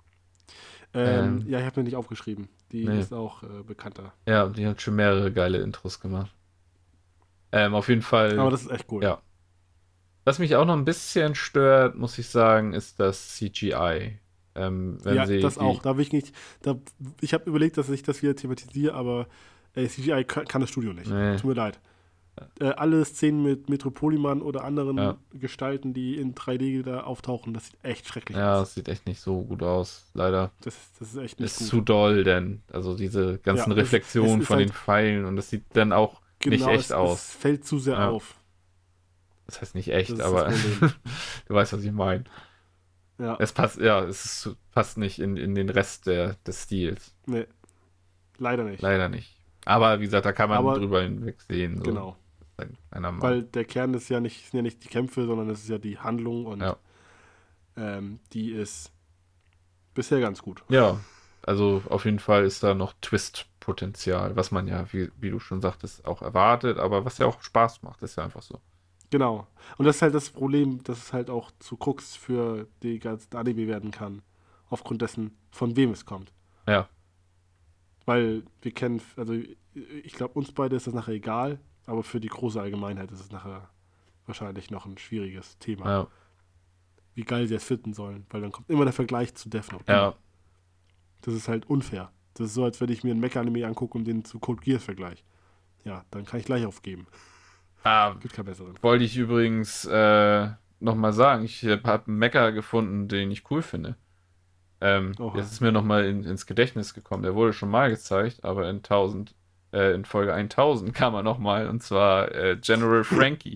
Ähm, Ähm, ja, ich habe mir nicht aufgeschrieben. Die nee. ist auch äh, bekannter. Ja, die hat schon mehrere geile Intros gemacht. Ähm, auf jeden Fall. Aber das ist echt cool. Ja. Was mich auch noch ein bisschen stört, muss ich sagen, ist das C G I. Ähm, wenn Ja, sie das die, auch. Da will ich nicht. Da, ich habe überlegt, dass ich das wieder thematisiere, aber ey, C G I kann, kann das Studio nicht. Nee. Tut mir leid. Äh, alle Szenen mit Metropoliman oder anderen Ja. Gestalten, die in drei D da auftauchen, das sieht echt schrecklich Ja, aus. es sieht echt nicht so gut aus, leider. Das, das ist echt nicht Ist gut. zu doll, denn also diese ganzen Ja, es- Reflexionen es ist von halt- den Pfeilen und das sieht dann auch nicht Genau, echt es, aus. es fällt zu sehr Ja. auf. Das heißt nicht echt, Das ist aber das Problem. du weißt, was ich meine. Ja, Es passt, ja, es ist, passt nicht in, in den Rest der, des Stils. nee, leider nicht. Leider nicht. Aber wie gesagt, da kann man Aber- drüber hinwegsehen. So. Genau. Ein kleiner Mann. Weil der Kern ist ja nicht, sind ja nicht die Kämpfe, sondern es ist ja die Handlung und Ja. ähm, die ist bisher ganz gut. Ja, also auf jeden Fall ist da noch Twist-Potenzial, was man ja, wie, wie du schon sagtest, auch erwartet, aber was ja auch Spaß macht, ist ja einfach so. Genau. Und das ist halt das Problem, dass es halt auch zu Krux für die ganzen Anime werden kann. Aufgrund dessen, von wem es kommt. Ja. Weil wir kennen, also ich glaube, uns beide ist das nachher egal, aber für die große Allgemeinheit ist es nachher wahrscheinlich noch ein schwieriges Thema. Ja, Wie geil sie es finden sollen. Weil dann kommt immer der Vergleich zu Death Note. ja, Das ist halt unfair. Das ist so, als wenn ich mir einen Mecha-Anime angucke und den zu Code Geass vergleiche. Ja, dann kann ich gleich aufgeben. ah, Gibt keinen besseren. wollte ich übrigens äh, nochmal sagen, ich habe einen Mecha gefunden, den ich cool finde. Ähm, Oha. jetzt ist mir nochmal in, ins Gedächtnis gekommen, der wurde schon mal gezeigt, aber in tausend, äh, in Folge tausend kam er nochmal, und zwar äh, General Frankie.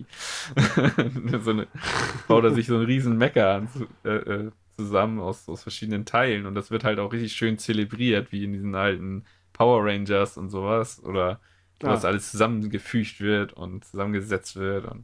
so eine, baut er sich so einen riesen Mecha an, zu- äh, äh, zusammen aus, aus verschiedenen Teilen, und das wird halt auch richtig schön zelebriert, wie in diesen alten Power Rangers und sowas, oder wo Ah. das alles zusammengefügt wird und zusammengesetzt wird, und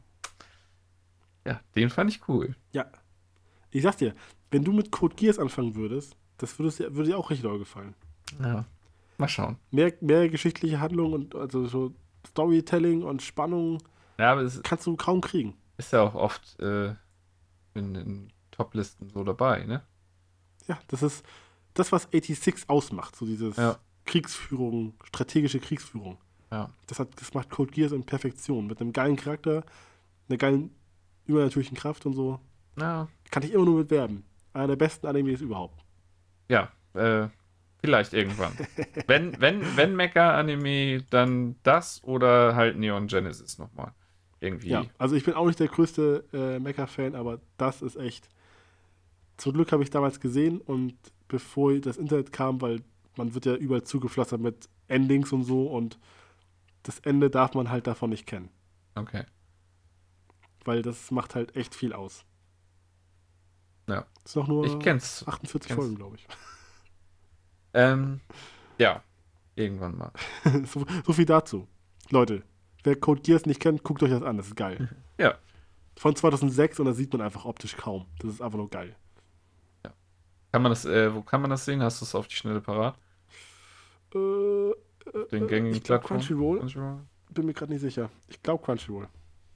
ja, den fand ich cool. Ja. Ich sag dir, wenn du mit Code Geass anfangen würdest, das würde dir, würde dir auch richtig doll gefallen. Ja, mal schauen. Mehr, mehr geschichtliche Handlung und also so Storytelling und Spannung Ja, aber es kannst du kaum kriegen. ist ja auch oft äh, in, in Top-Listen so dabei, ne? Ja, das ist das, was sechsundachtzig ausmacht. So dieses Ja. Kriegsführung, strategische Kriegsführung. Ja. Das, hat, das macht Code Geass in Perfektion. Mit einem geilen Charakter, einer geilen übernatürlichen Kraft und so. Ja, Kann ich immer nur mitwerben. Einer der besten Animes überhaupt. ja äh, vielleicht irgendwann. wenn, wenn, wenn Mecha-Anime, dann das oder halt Neon Genesis nochmal. Irgendwie. Ja, also ich bin auch nicht der größte äh, Mecha-Fan, aber das ist echt. Zum Glück habe ich damals gesehen und bevor das Internet kam, weil man wird ja überall zugeflattert mit Endings und so und das Ende darf man halt davon nicht kennen, Okay. weil das macht halt echt viel aus. Ja. Ist noch nur Ich kenn's. achtundvierzig kenn's. Folgen, glaube ich. Ähm, ja. Irgendwann mal. so, so viel dazu. Leute, wer Code Geass nicht kennt, guckt euch das an, das ist geil. Ja. Von zweitausendsechs und das sieht man einfach optisch kaum. Das ist einfach nur geil. Kann man das, äh, wo kann man das sehen? Hast du es auf die Schnelle parat? Äh, Den äh, gängigen ich glaub, Plattformen? Crunchyroll. Crunchyroll? Bin mir gerade nicht sicher. Ich glaube Crunchyroll.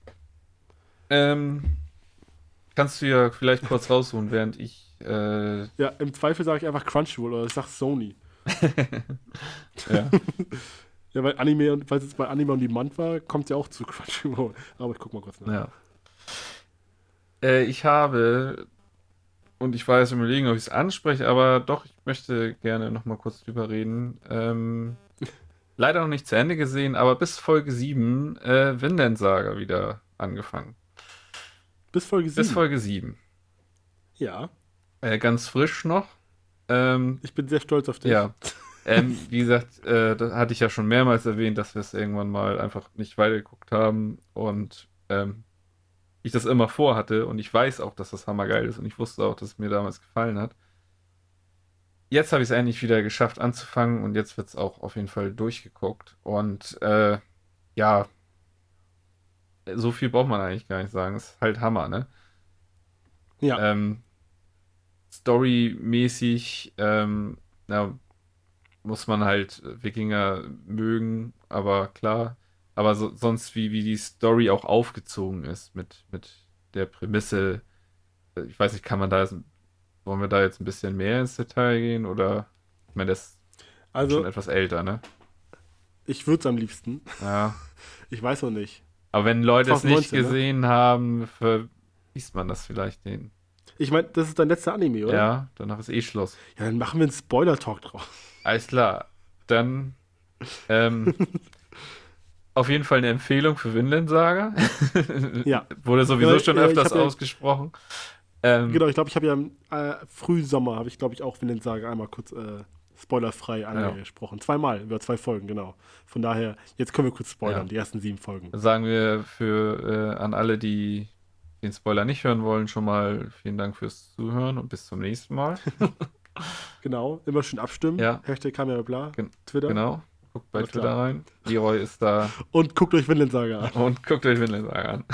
Ähm, kannst du ja vielleicht kurz rausholen, während ich, äh, Ja, im Zweifel sage ich einfach Crunchyroll oder ich sag Sony. ja. Ja, weil Anime und falls es bei Anime on Demand war, kommt ja auch zu Crunchyroll. Aber ich guck mal kurz nach. Ja. Äh, ich habe Und ich war jetzt überlegen, ob ich es anspreche, aber doch, ich möchte gerne noch mal kurz drüber reden. Ähm, leider noch nicht zu Ende gesehen, aber bis Folge sieben äh, Vinland Saga wieder angefangen. Bis Folge Bis sieben. Folge sieben. Ja, Äh, ganz frisch noch. Ähm, ich bin sehr stolz auf dich. ja. Ähm, wie gesagt, äh, das hatte ich ja schon mehrmals erwähnt, dass wir es irgendwann mal einfach nicht weitergeguckt haben und ähm, ich das immer vorhatte und ich weiß auch, dass das hammergeil ist und ich wusste auch, dass es mir damals gefallen hat. Jetzt habe ich es endlich wieder geschafft anzufangen und jetzt wird es auch auf jeden Fall durchgeguckt. Und äh, ja, so viel braucht man eigentlich gar nicht sagen. Es ist halt Hammer, ne? Ja, Ähm, Storymäßig, ähm, na, muss man halt Wikinger mögen, aber klar. Aber so, sonst, wie, wie die Story auch aufgezogen ist mit, mit der Prämisse, äh, ich weiß nicht, kann man da jetzt, wollen wir da jetzt ein bisschen mehr ins Detail gehen oder? Ich meine, das ist schon also etwas älter, ne? ich würde es am liebsten. Ja. Ich weiß noch nicht. Aber wenn Leute es nicht zwanzig neunzehn, ne? gesehen haben, verliest man das vielleicht denen. Ich meine, das ist dein letzter Anime, oder? Ja, danach ist eh Schluss. Ja, dann machen wir einen Spoiler-Talk drauf. Alles klar. Dann ähm, auf jeden Fall eine Empfehlung für Vinland Saga. Ja. Wurde sowieso Ja, schon äh, ich öfters hab ja, ausgesprochen. Ähm, genau, ich glaube, ich habe ja im äh, Frühsommer, habe ich glaube ich auch, wenn ich sage, einmal kurz äh, spoilerfrei ja, angesprochen. Zweimal, über zwei Folgen, genau. Von daher, jetzt können wir kurz spoilern, ja. die ersten sieben Folgen. Sagen wir für äh, an alle, die den Spoiler nicht hören wollen, schon mal vielen Dank fürs Zuhören und bis zum nächsten Mal. Genau, immer schön abstimmen. Ja, Hashtag Kamerabla, gen Twitter. genau. Guckt bei Alles Twitter klar. rein. Leroy ist da. Und guckt euch Vinland Saga an. Und guckt euch Vinland Saga an.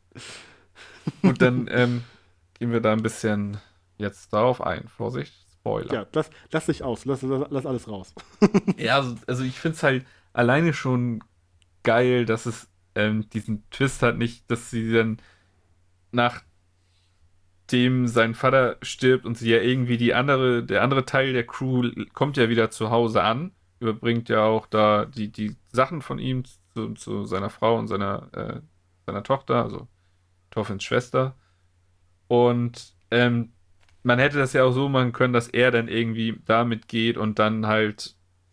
Gut, dann ähm, gehen wir da ein bisschen jetzt darauf ein. Vorsicht, Spoiler. Ja, lass, lass dich aus, lass, lass, lass alles raus. Ja, also, also ich finde es halt alleine schon geil, dass es ähm, diesen Twist hat, nicht, dass sie dann nachdem sein Vater stirbt und sie ja irgendwie die andere, der andere Teil der Crew kommt ja wieder zu Hause an, überbringt ja auch da die, die Sachen von ihm zu, zu seiner Frau und seiner, äh, seiner Tochter, also Torfinns Schwester. Und ähm, man hätte das ja auch so machen können, dass er dann irgendwie damit geht und dann halt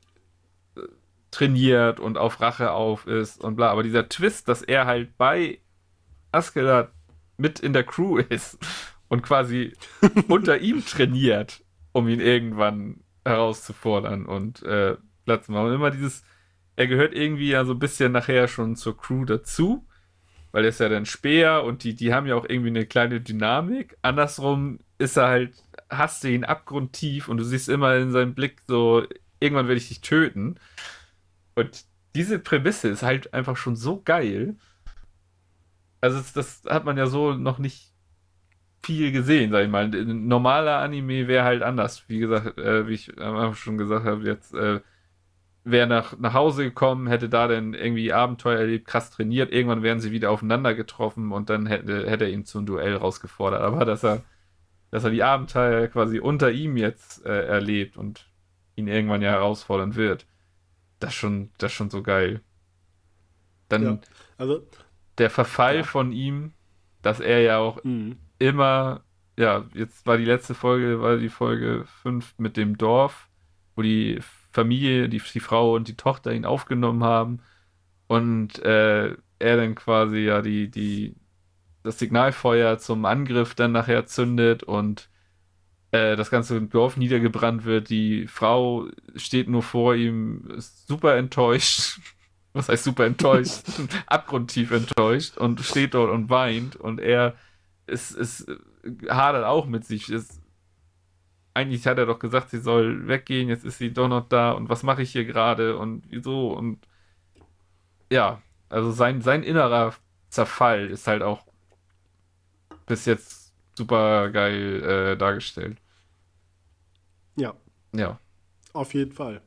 trainiert und auf Rache auf ist und bla. Aber dieser Twist, dass er halt bei Askeladd mit in der Crew ist und quasi unter ihm trainiert, um ihn irgendwann herauszufordern und äh, Platz zu machen. Und immer dieses, er gehört irgendwie ja so ein bisschen nachher schon zur Crew dazu, weil er ist ja dann Speer und die, die haben ja auch irgendwie eine kleine Dynamik. Andersrum ist er halt, hasst du ihn abgrundtief und du siehst immer in seinem Blick so, irgendwann werde ich dich töten. Und diese Prämisse ist halt einfach schon so geil. Also das, das hat man ja so noch nicht viel gesehen, sag ich mal. Ein normaler Anime wäre halt anders. Wie gesagt, äh, wie ich am Anfang schon gesagt habe, jetzt äh, wäre nach, nach Hause gekommen, hätte da dann irgendwie Abenteuer erlebt, krass trainiert. Irgendwann wären sie wieder aufeinander getroffen und dann hätte, hätte er ihn zum Duell rausgefordert. Aber dass er, dass er die Abenteuer quasi unter ihm jetzt äh, erlebt und ihn irgendwann ja herausfordern wird, das ist schon, das ist schon so geil. Ja, Dann also, der Verfall ja. von ihm, dass er ja auch Mhm. immer, ja, jetzt war die letzte Folge, war die Folge fünf mit dem Dorf, wo die Familie, die, die Frau und die Tochter ihn aufgenommen haben und äh, er dann quasi ja die, die, das Signalfeuer zum Angriff dann nachher zündet und äh, das ganze Dorf niedergebrannt wird. Die Frau steht nur vor ihm, ist super enttäuscht. Was heißt super enttäuscht? Abgrundtief enttäuscht und steht dort und weint und er ist, ist hadert auch mit sich. Ist, eigentlich hat er doch gesagt, sie soll weggehen, jetzt ist sie doch noch da und was mache ich hier gerade und wieso und ja, also sein, sein innerer Zerfall ist halt auch bis jetzt super geil äh, dargestellt. Ja, Ja. auf jeden Fall.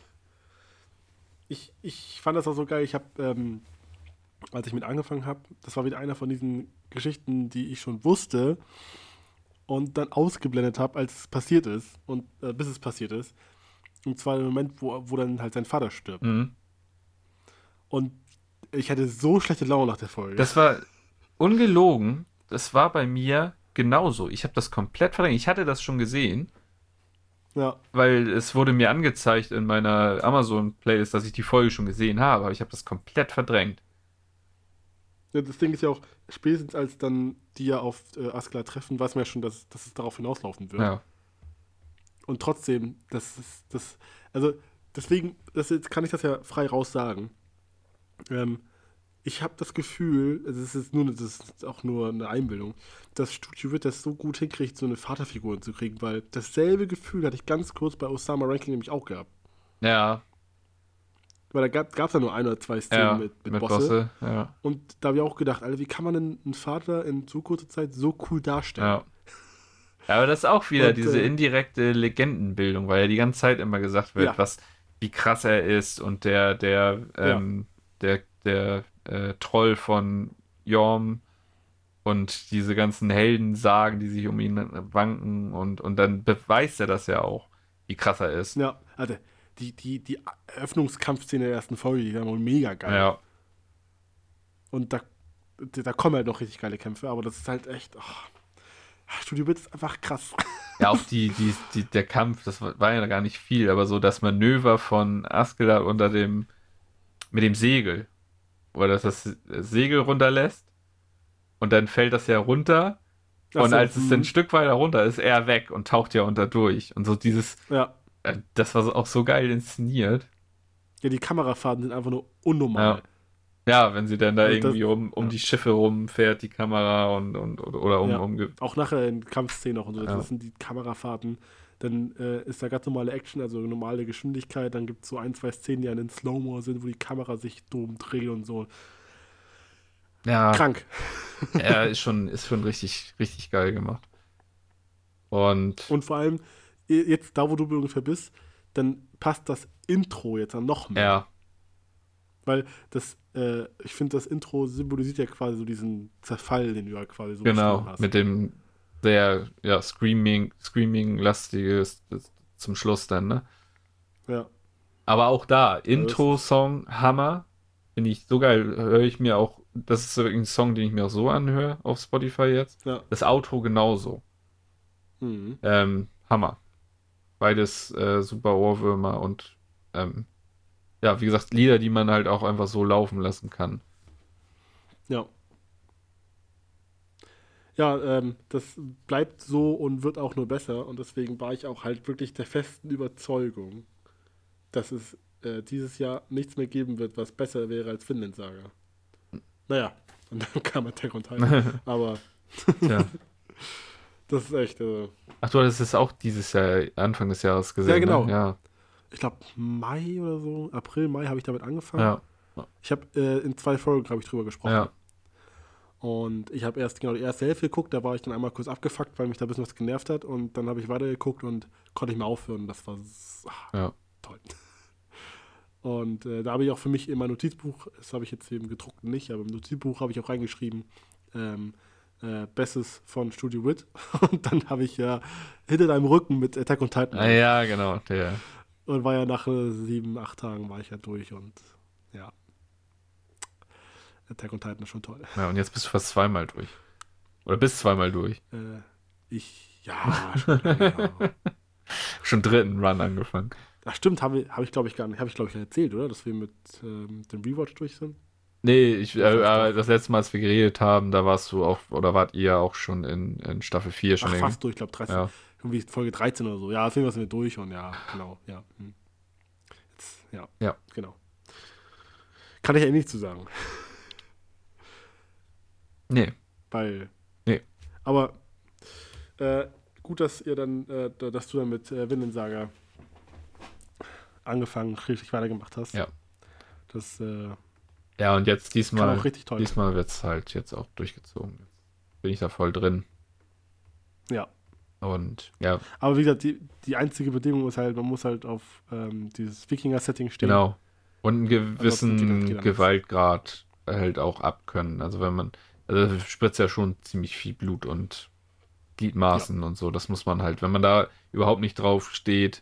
Ich, ich fand das auch so geil. Ich habe, ähm, als ich mit angefangen habe, das war wieder einer von diesen Geschichten, die ich schon wusste und dann ausgeblendet habe, als es passiert ist und äh, bis es passiert ist. Und zwar im Moment, wo, wo dann halt sein Vater stirbt. Mhm. Und ich hatte so schlechte Laune nach der Folge. Das war ungelogen, das war bei mir genauso. Ich habe das komplett verdrängt. Ich hatte das schon gesehen, Ja. weil es wurde mir angezeigt in meiner Amazon-Playlist, dass ich die Folge schon gesehen habe, aber ich habe das komplett verdrängt. Ja, das Ding ist ja auch, spätestens als dann die ja auf äh, Askeladd treffen, weiß man ja schon, dass, dass es darauf hinauslaufen wird. Ja. Und trotzdem, das ist, das, also deswegen, das jetzt kann ich das ja frei raus sagen. Ähm, ich habe das Gefühl, also es ist nur, das ist auch nur eine Einbildung, dass Studio Rit das so gut hinkriegt, so eine Vaterfigur hinzukriegen, weil dasselbe Gefühl hatte ich ganz kurz bei Osama Ranking nämlich auch gehabt. Ja, Weil da gab es ja nur ein oder zwei Szenen ja, mit, mit, mit Bosse. Bosse, ja. Und da habe ich auch gedacht, Alter, wie kann man denn einen Vater in so kurzer Zeit so cool darstellen? Ja. Ja, aber das ist auch wieder Und, diese äh, indirekte Legendenbildung, weil ja die ganze Zeit immer gesagt wird, Ja. was, wie krass er ist und der, der, ähm, der, der äh, Troll von Yorm und diese ganzen Heldensagen, die sich um ihn wanken und, und dann beweist er das ja auch, wie krass er ist. Ja, Alter, die, die, die Eröffnungskampfszene der ersten Folge, die war wohl mega geil. Ja, Und da, da kommen halt noch richtig geile Kämpfe, aber das ist halt echt. Oh, Studio Rit ist einfach krass. ja, auch die, die, die, der Kampf, das war, war ja gar nicht viel, aber so das Manöver von Askeladd unter dem, mit dem Segel, wo er das, das Segel runterlässt und dann fällt das ja runter Ach und so, als es mhm. dann ein Stück weiter runter ist, er weg und taucht ja unter durch und so dieses, Ja. äh, das war so- auch so geil inszeniert. Ja, die Kamerafahrten sind einfach nur unnormal. Ja, wenn sie dann da Und das- irgendwie um, um ja. die Schiffe rumfährt, die Kamera und, und oder um, Ja. um ge- Auch nachher in Kampfszenen auch und so. Ja. Das sind die Kamerafahrten. Dann äh, ist da ganz normale Action, also normale Geschwindigkeit. Dann gibt es so ein, zwei Szenen, die dann in Slow-Mo sind, wo die Kamera sich dumm dreht und so. ja, Krank. ja, ist schon, ist schon richtig, richtig geil gemacht. Und Und vor allem, eh, jetzt da, wo du ungefähr bist, dann passt das Intro jetzt dann noch mehr. ja, Weil das, äh, ich finde, das Intro symbolisiert ja quasi so diesen Zerfall, den du ja quasi so genau, beschrieben hast. mit dem sehr, ja, Screaming, Screaming-lastiges das- zum Schluss dann, ne? Ja. Aber auch da, Intro-Song, Hammer. Finde ich so geil, höre ich mir auch, das ist so ein Song, den ich mir auch so anhöre auf Spotify jetzt. Ja. Das Outro genauso. Mhm. Ähm, Hammer. Beides äh, super Ohrwürmer und ähm, ja, wie gesagt, Lieder, die man halt auch einfach so laufen lassen kann. Ja. Ja, ähm, das bleibt so und wird auch nur besser. Und deswegen war ich auch halt wirklich der festen Überzeugung, dass es äh, dieses Jahr nichts mehr geben wird, was besser wäre als Vinland Saga. Naja, und dann kam Attack on Titan. Aber Tja. das ist echt, äh, Ach du hattest es auch dieses Jahr, Anfang des Jahres gesehen, Ja, genau. ne? Ja, ich glaube, Mai oder so, April, Mai habe ich damit angefangen. ja, Ich habe äh, in zwei Folgen, glaube ich, drüber gesprochen. ja. Und ich habe erst genau die erste Hälfte geguckt, da war ich dann einmal kurz abgefuckt, weil mich da ein bisschen was genervt hat. Und dann habe ich weitergeguckt und konnte nicht mehr aufhören. Das war s- ah, Ja. toll. Und äh, da habe ich auch für mich in mein Notizbuch, das habe ich jetzt eben gedruckt nicht, aber im Notizbuch habe ich auch reingeschrieben, ähm, äh, Bestes von Studio Rit. Und dann habe ich ja hinter deinem Rücken mit Attack on Titan. Ah, ja, genau, der. Und war ja nach äh, sieben, acht Tagen war ich ja durch und ja. Attack on Titan ist schon toll. Ja, und jetzt bist du fast zweimal durch. Oder bist zweimal durch. Äh, ich, ja, schon lange, ja. Schon dritten Run angefangen. Ach stimmt, habe ich, hab ich glaube ich gar nicht, habe ich glaube ich erzählt, oder? Dass wir mit ähm, dem Rewatch durch sind. Nee, ich, äh, Das ist äh, doch- das letzte Mal, als wir geredet haben, da warst du auch, oder wart ihr auch schon in, in Staffel vier schon Ach, irgendwie. fast durch, ich glaube dreizehn. Ja. Irgendwie Folge dreizehn oder so. Ja, auf jeden Fall sind wir durch und ja, genau, ja. Hm. Jetzt, ja, Ja. genau. Kann ich ja eh nicht zu sagen, Nee. weil. Nee. Aber äh, gut, dass ihr dann, äh, da- dass du dann mit äh, Vinland Saga angefangen, richtig weitergemacht hast. Ja. Das äh, Ja, und jetzt kann diesmal, auch richtig toll. diesmal wird es halt jetzt auch durchgezogen. Jetzt bin ich da voll drin. Ja. Und ja, Aber wie gesagt, die, die einzige Bedingung ist halt, man muss halt auf ähm, dieses Wikinger-Setting stehen. genau. Und einen Ansonsten geht das- gewissen geht das Gewaltgrad halt auch abkönnen. Also wenn man, also da spritzt ja schon ziemlich viel Blut und Gliedmaßen und so. Das muss man halt, wenn man da überhaupt nicht drauf steht,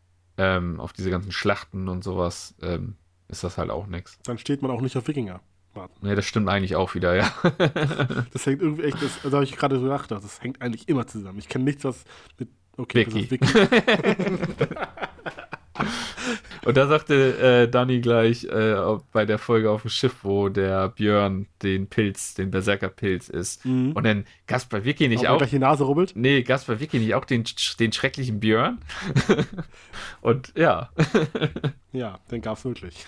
ähm, auf diese ganzen Schlachten und sowas, ähm, ist das halt auch nix. Dann steht man auch nicht auf Wikinger. Martin. Nee, das stimmt eigentlich auch wieder, ja. Das hängt irgendwie echt, das, also habe ich gerade so gedacht, das hängt eigentlich immer zusammen. Ich kenne nichts, was mit, okay, das ist Vicky. Vicky. Und da sagte äh, Dani gleich äh, ob- bei der Folge auf dem Schiff, wo der Björn den Pilz, den Berserker-Pilz ist. Mhm. Und dann gab's bei Vicky nicht Ob er auch. gleich die Nase rubbelt? Nee, gab's bei Vicky nicht auch den, den schrecklichen Björn? Und ja. Ja, den gab's wirklich.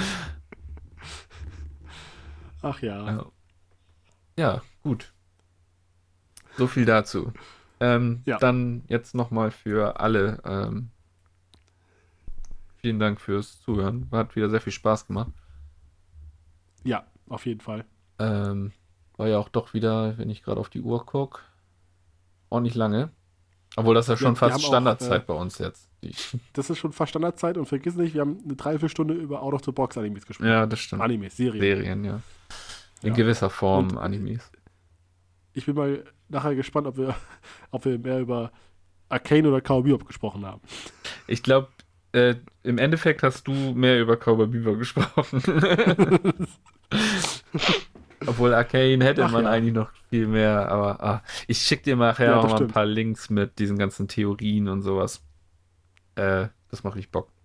Ach ja. Ja. Ja, gut. So viel dazu. Ähm, Ja. Dann jetzt nochmal für alle ähm, vielen Dank fürs Zuhören. Hat wieder sehr viel Spaß gemacht. Ja, auf jeden Fall. Ähm, war ja auch doch wieder, wenn ich gerade auf die Uhr gucke, ordentlich lange. Obwohl das ja schon Wir- wir fast haben auch, Standardzeit äh, bei uns jetzt. Die, Das ist schon fast Standardzeit und vergiss nicht, wir haben eine Dreiviertelstunde über Out-of-the-Box-Animes gesprochen. ja, das stimmt. Animes, Serien. Serien, ja. In Ja. gewisser Form Und- Animes. Ich bin mal nachher gespannt, ob wir, ob wir mehr über Arcane oder Cowboy Bebop gesprochen haben. Ich glaube, äh, im Endeffekt hast du mehr über Cowboy Bebop gesprochen. Obwohl Arcane hätte Ach man ja. eigentlich noch viel mehr, aber ah, ich schick dir nachher Ja, auch das mal ein stimmt. paar Links mit diesen ganzen Theorien und sowas. Äh, das macht richtig Bock.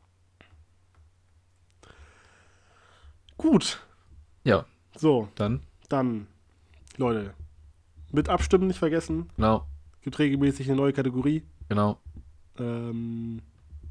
Gut, Ja, so, dann, dann, Leute, mit Abstimmen nicht vergessen. genau, Gibt regelmäßig eine neue Kategorie. genau. Ähm,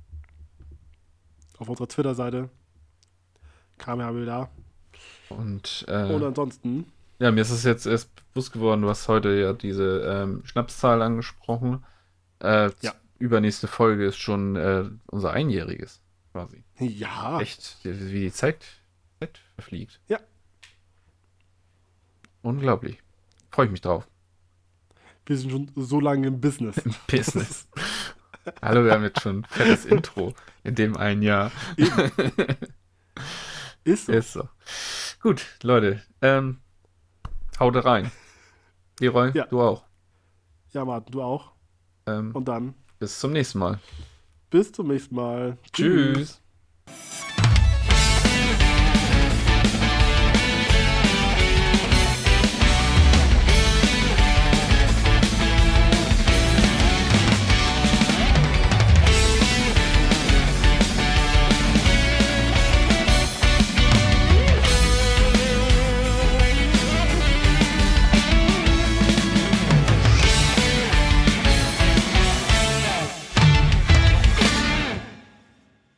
auf unserer Twitter-Seite. Kamehameha. Und, Und äh, ansonsten, ja, mir ist es jetzt erst bewusst geworden, du hast heute ja diese ähm, Schnapszahl angesprochen. Äh, Ja. Übernächste Folge ist schon äh, unser Einjähriges, quasi. ja, Echt, wie die Zeit, Zeit verfliegt. Ja. Unglaublich. Freue ich mich drauf. wir sind schon so lange im Business. Business. Hallo, wir haben jetzt schon ein fettes Intro in dem einen Jahr. Ist so. Ist so. Gut, Leute, ähm, haut rein. Leroy, Ja. du auch. Ja, Martin, du auch. Ähm, Und dann bis zum nächsten Mal. bis zum nächsten Mal. Tschüss.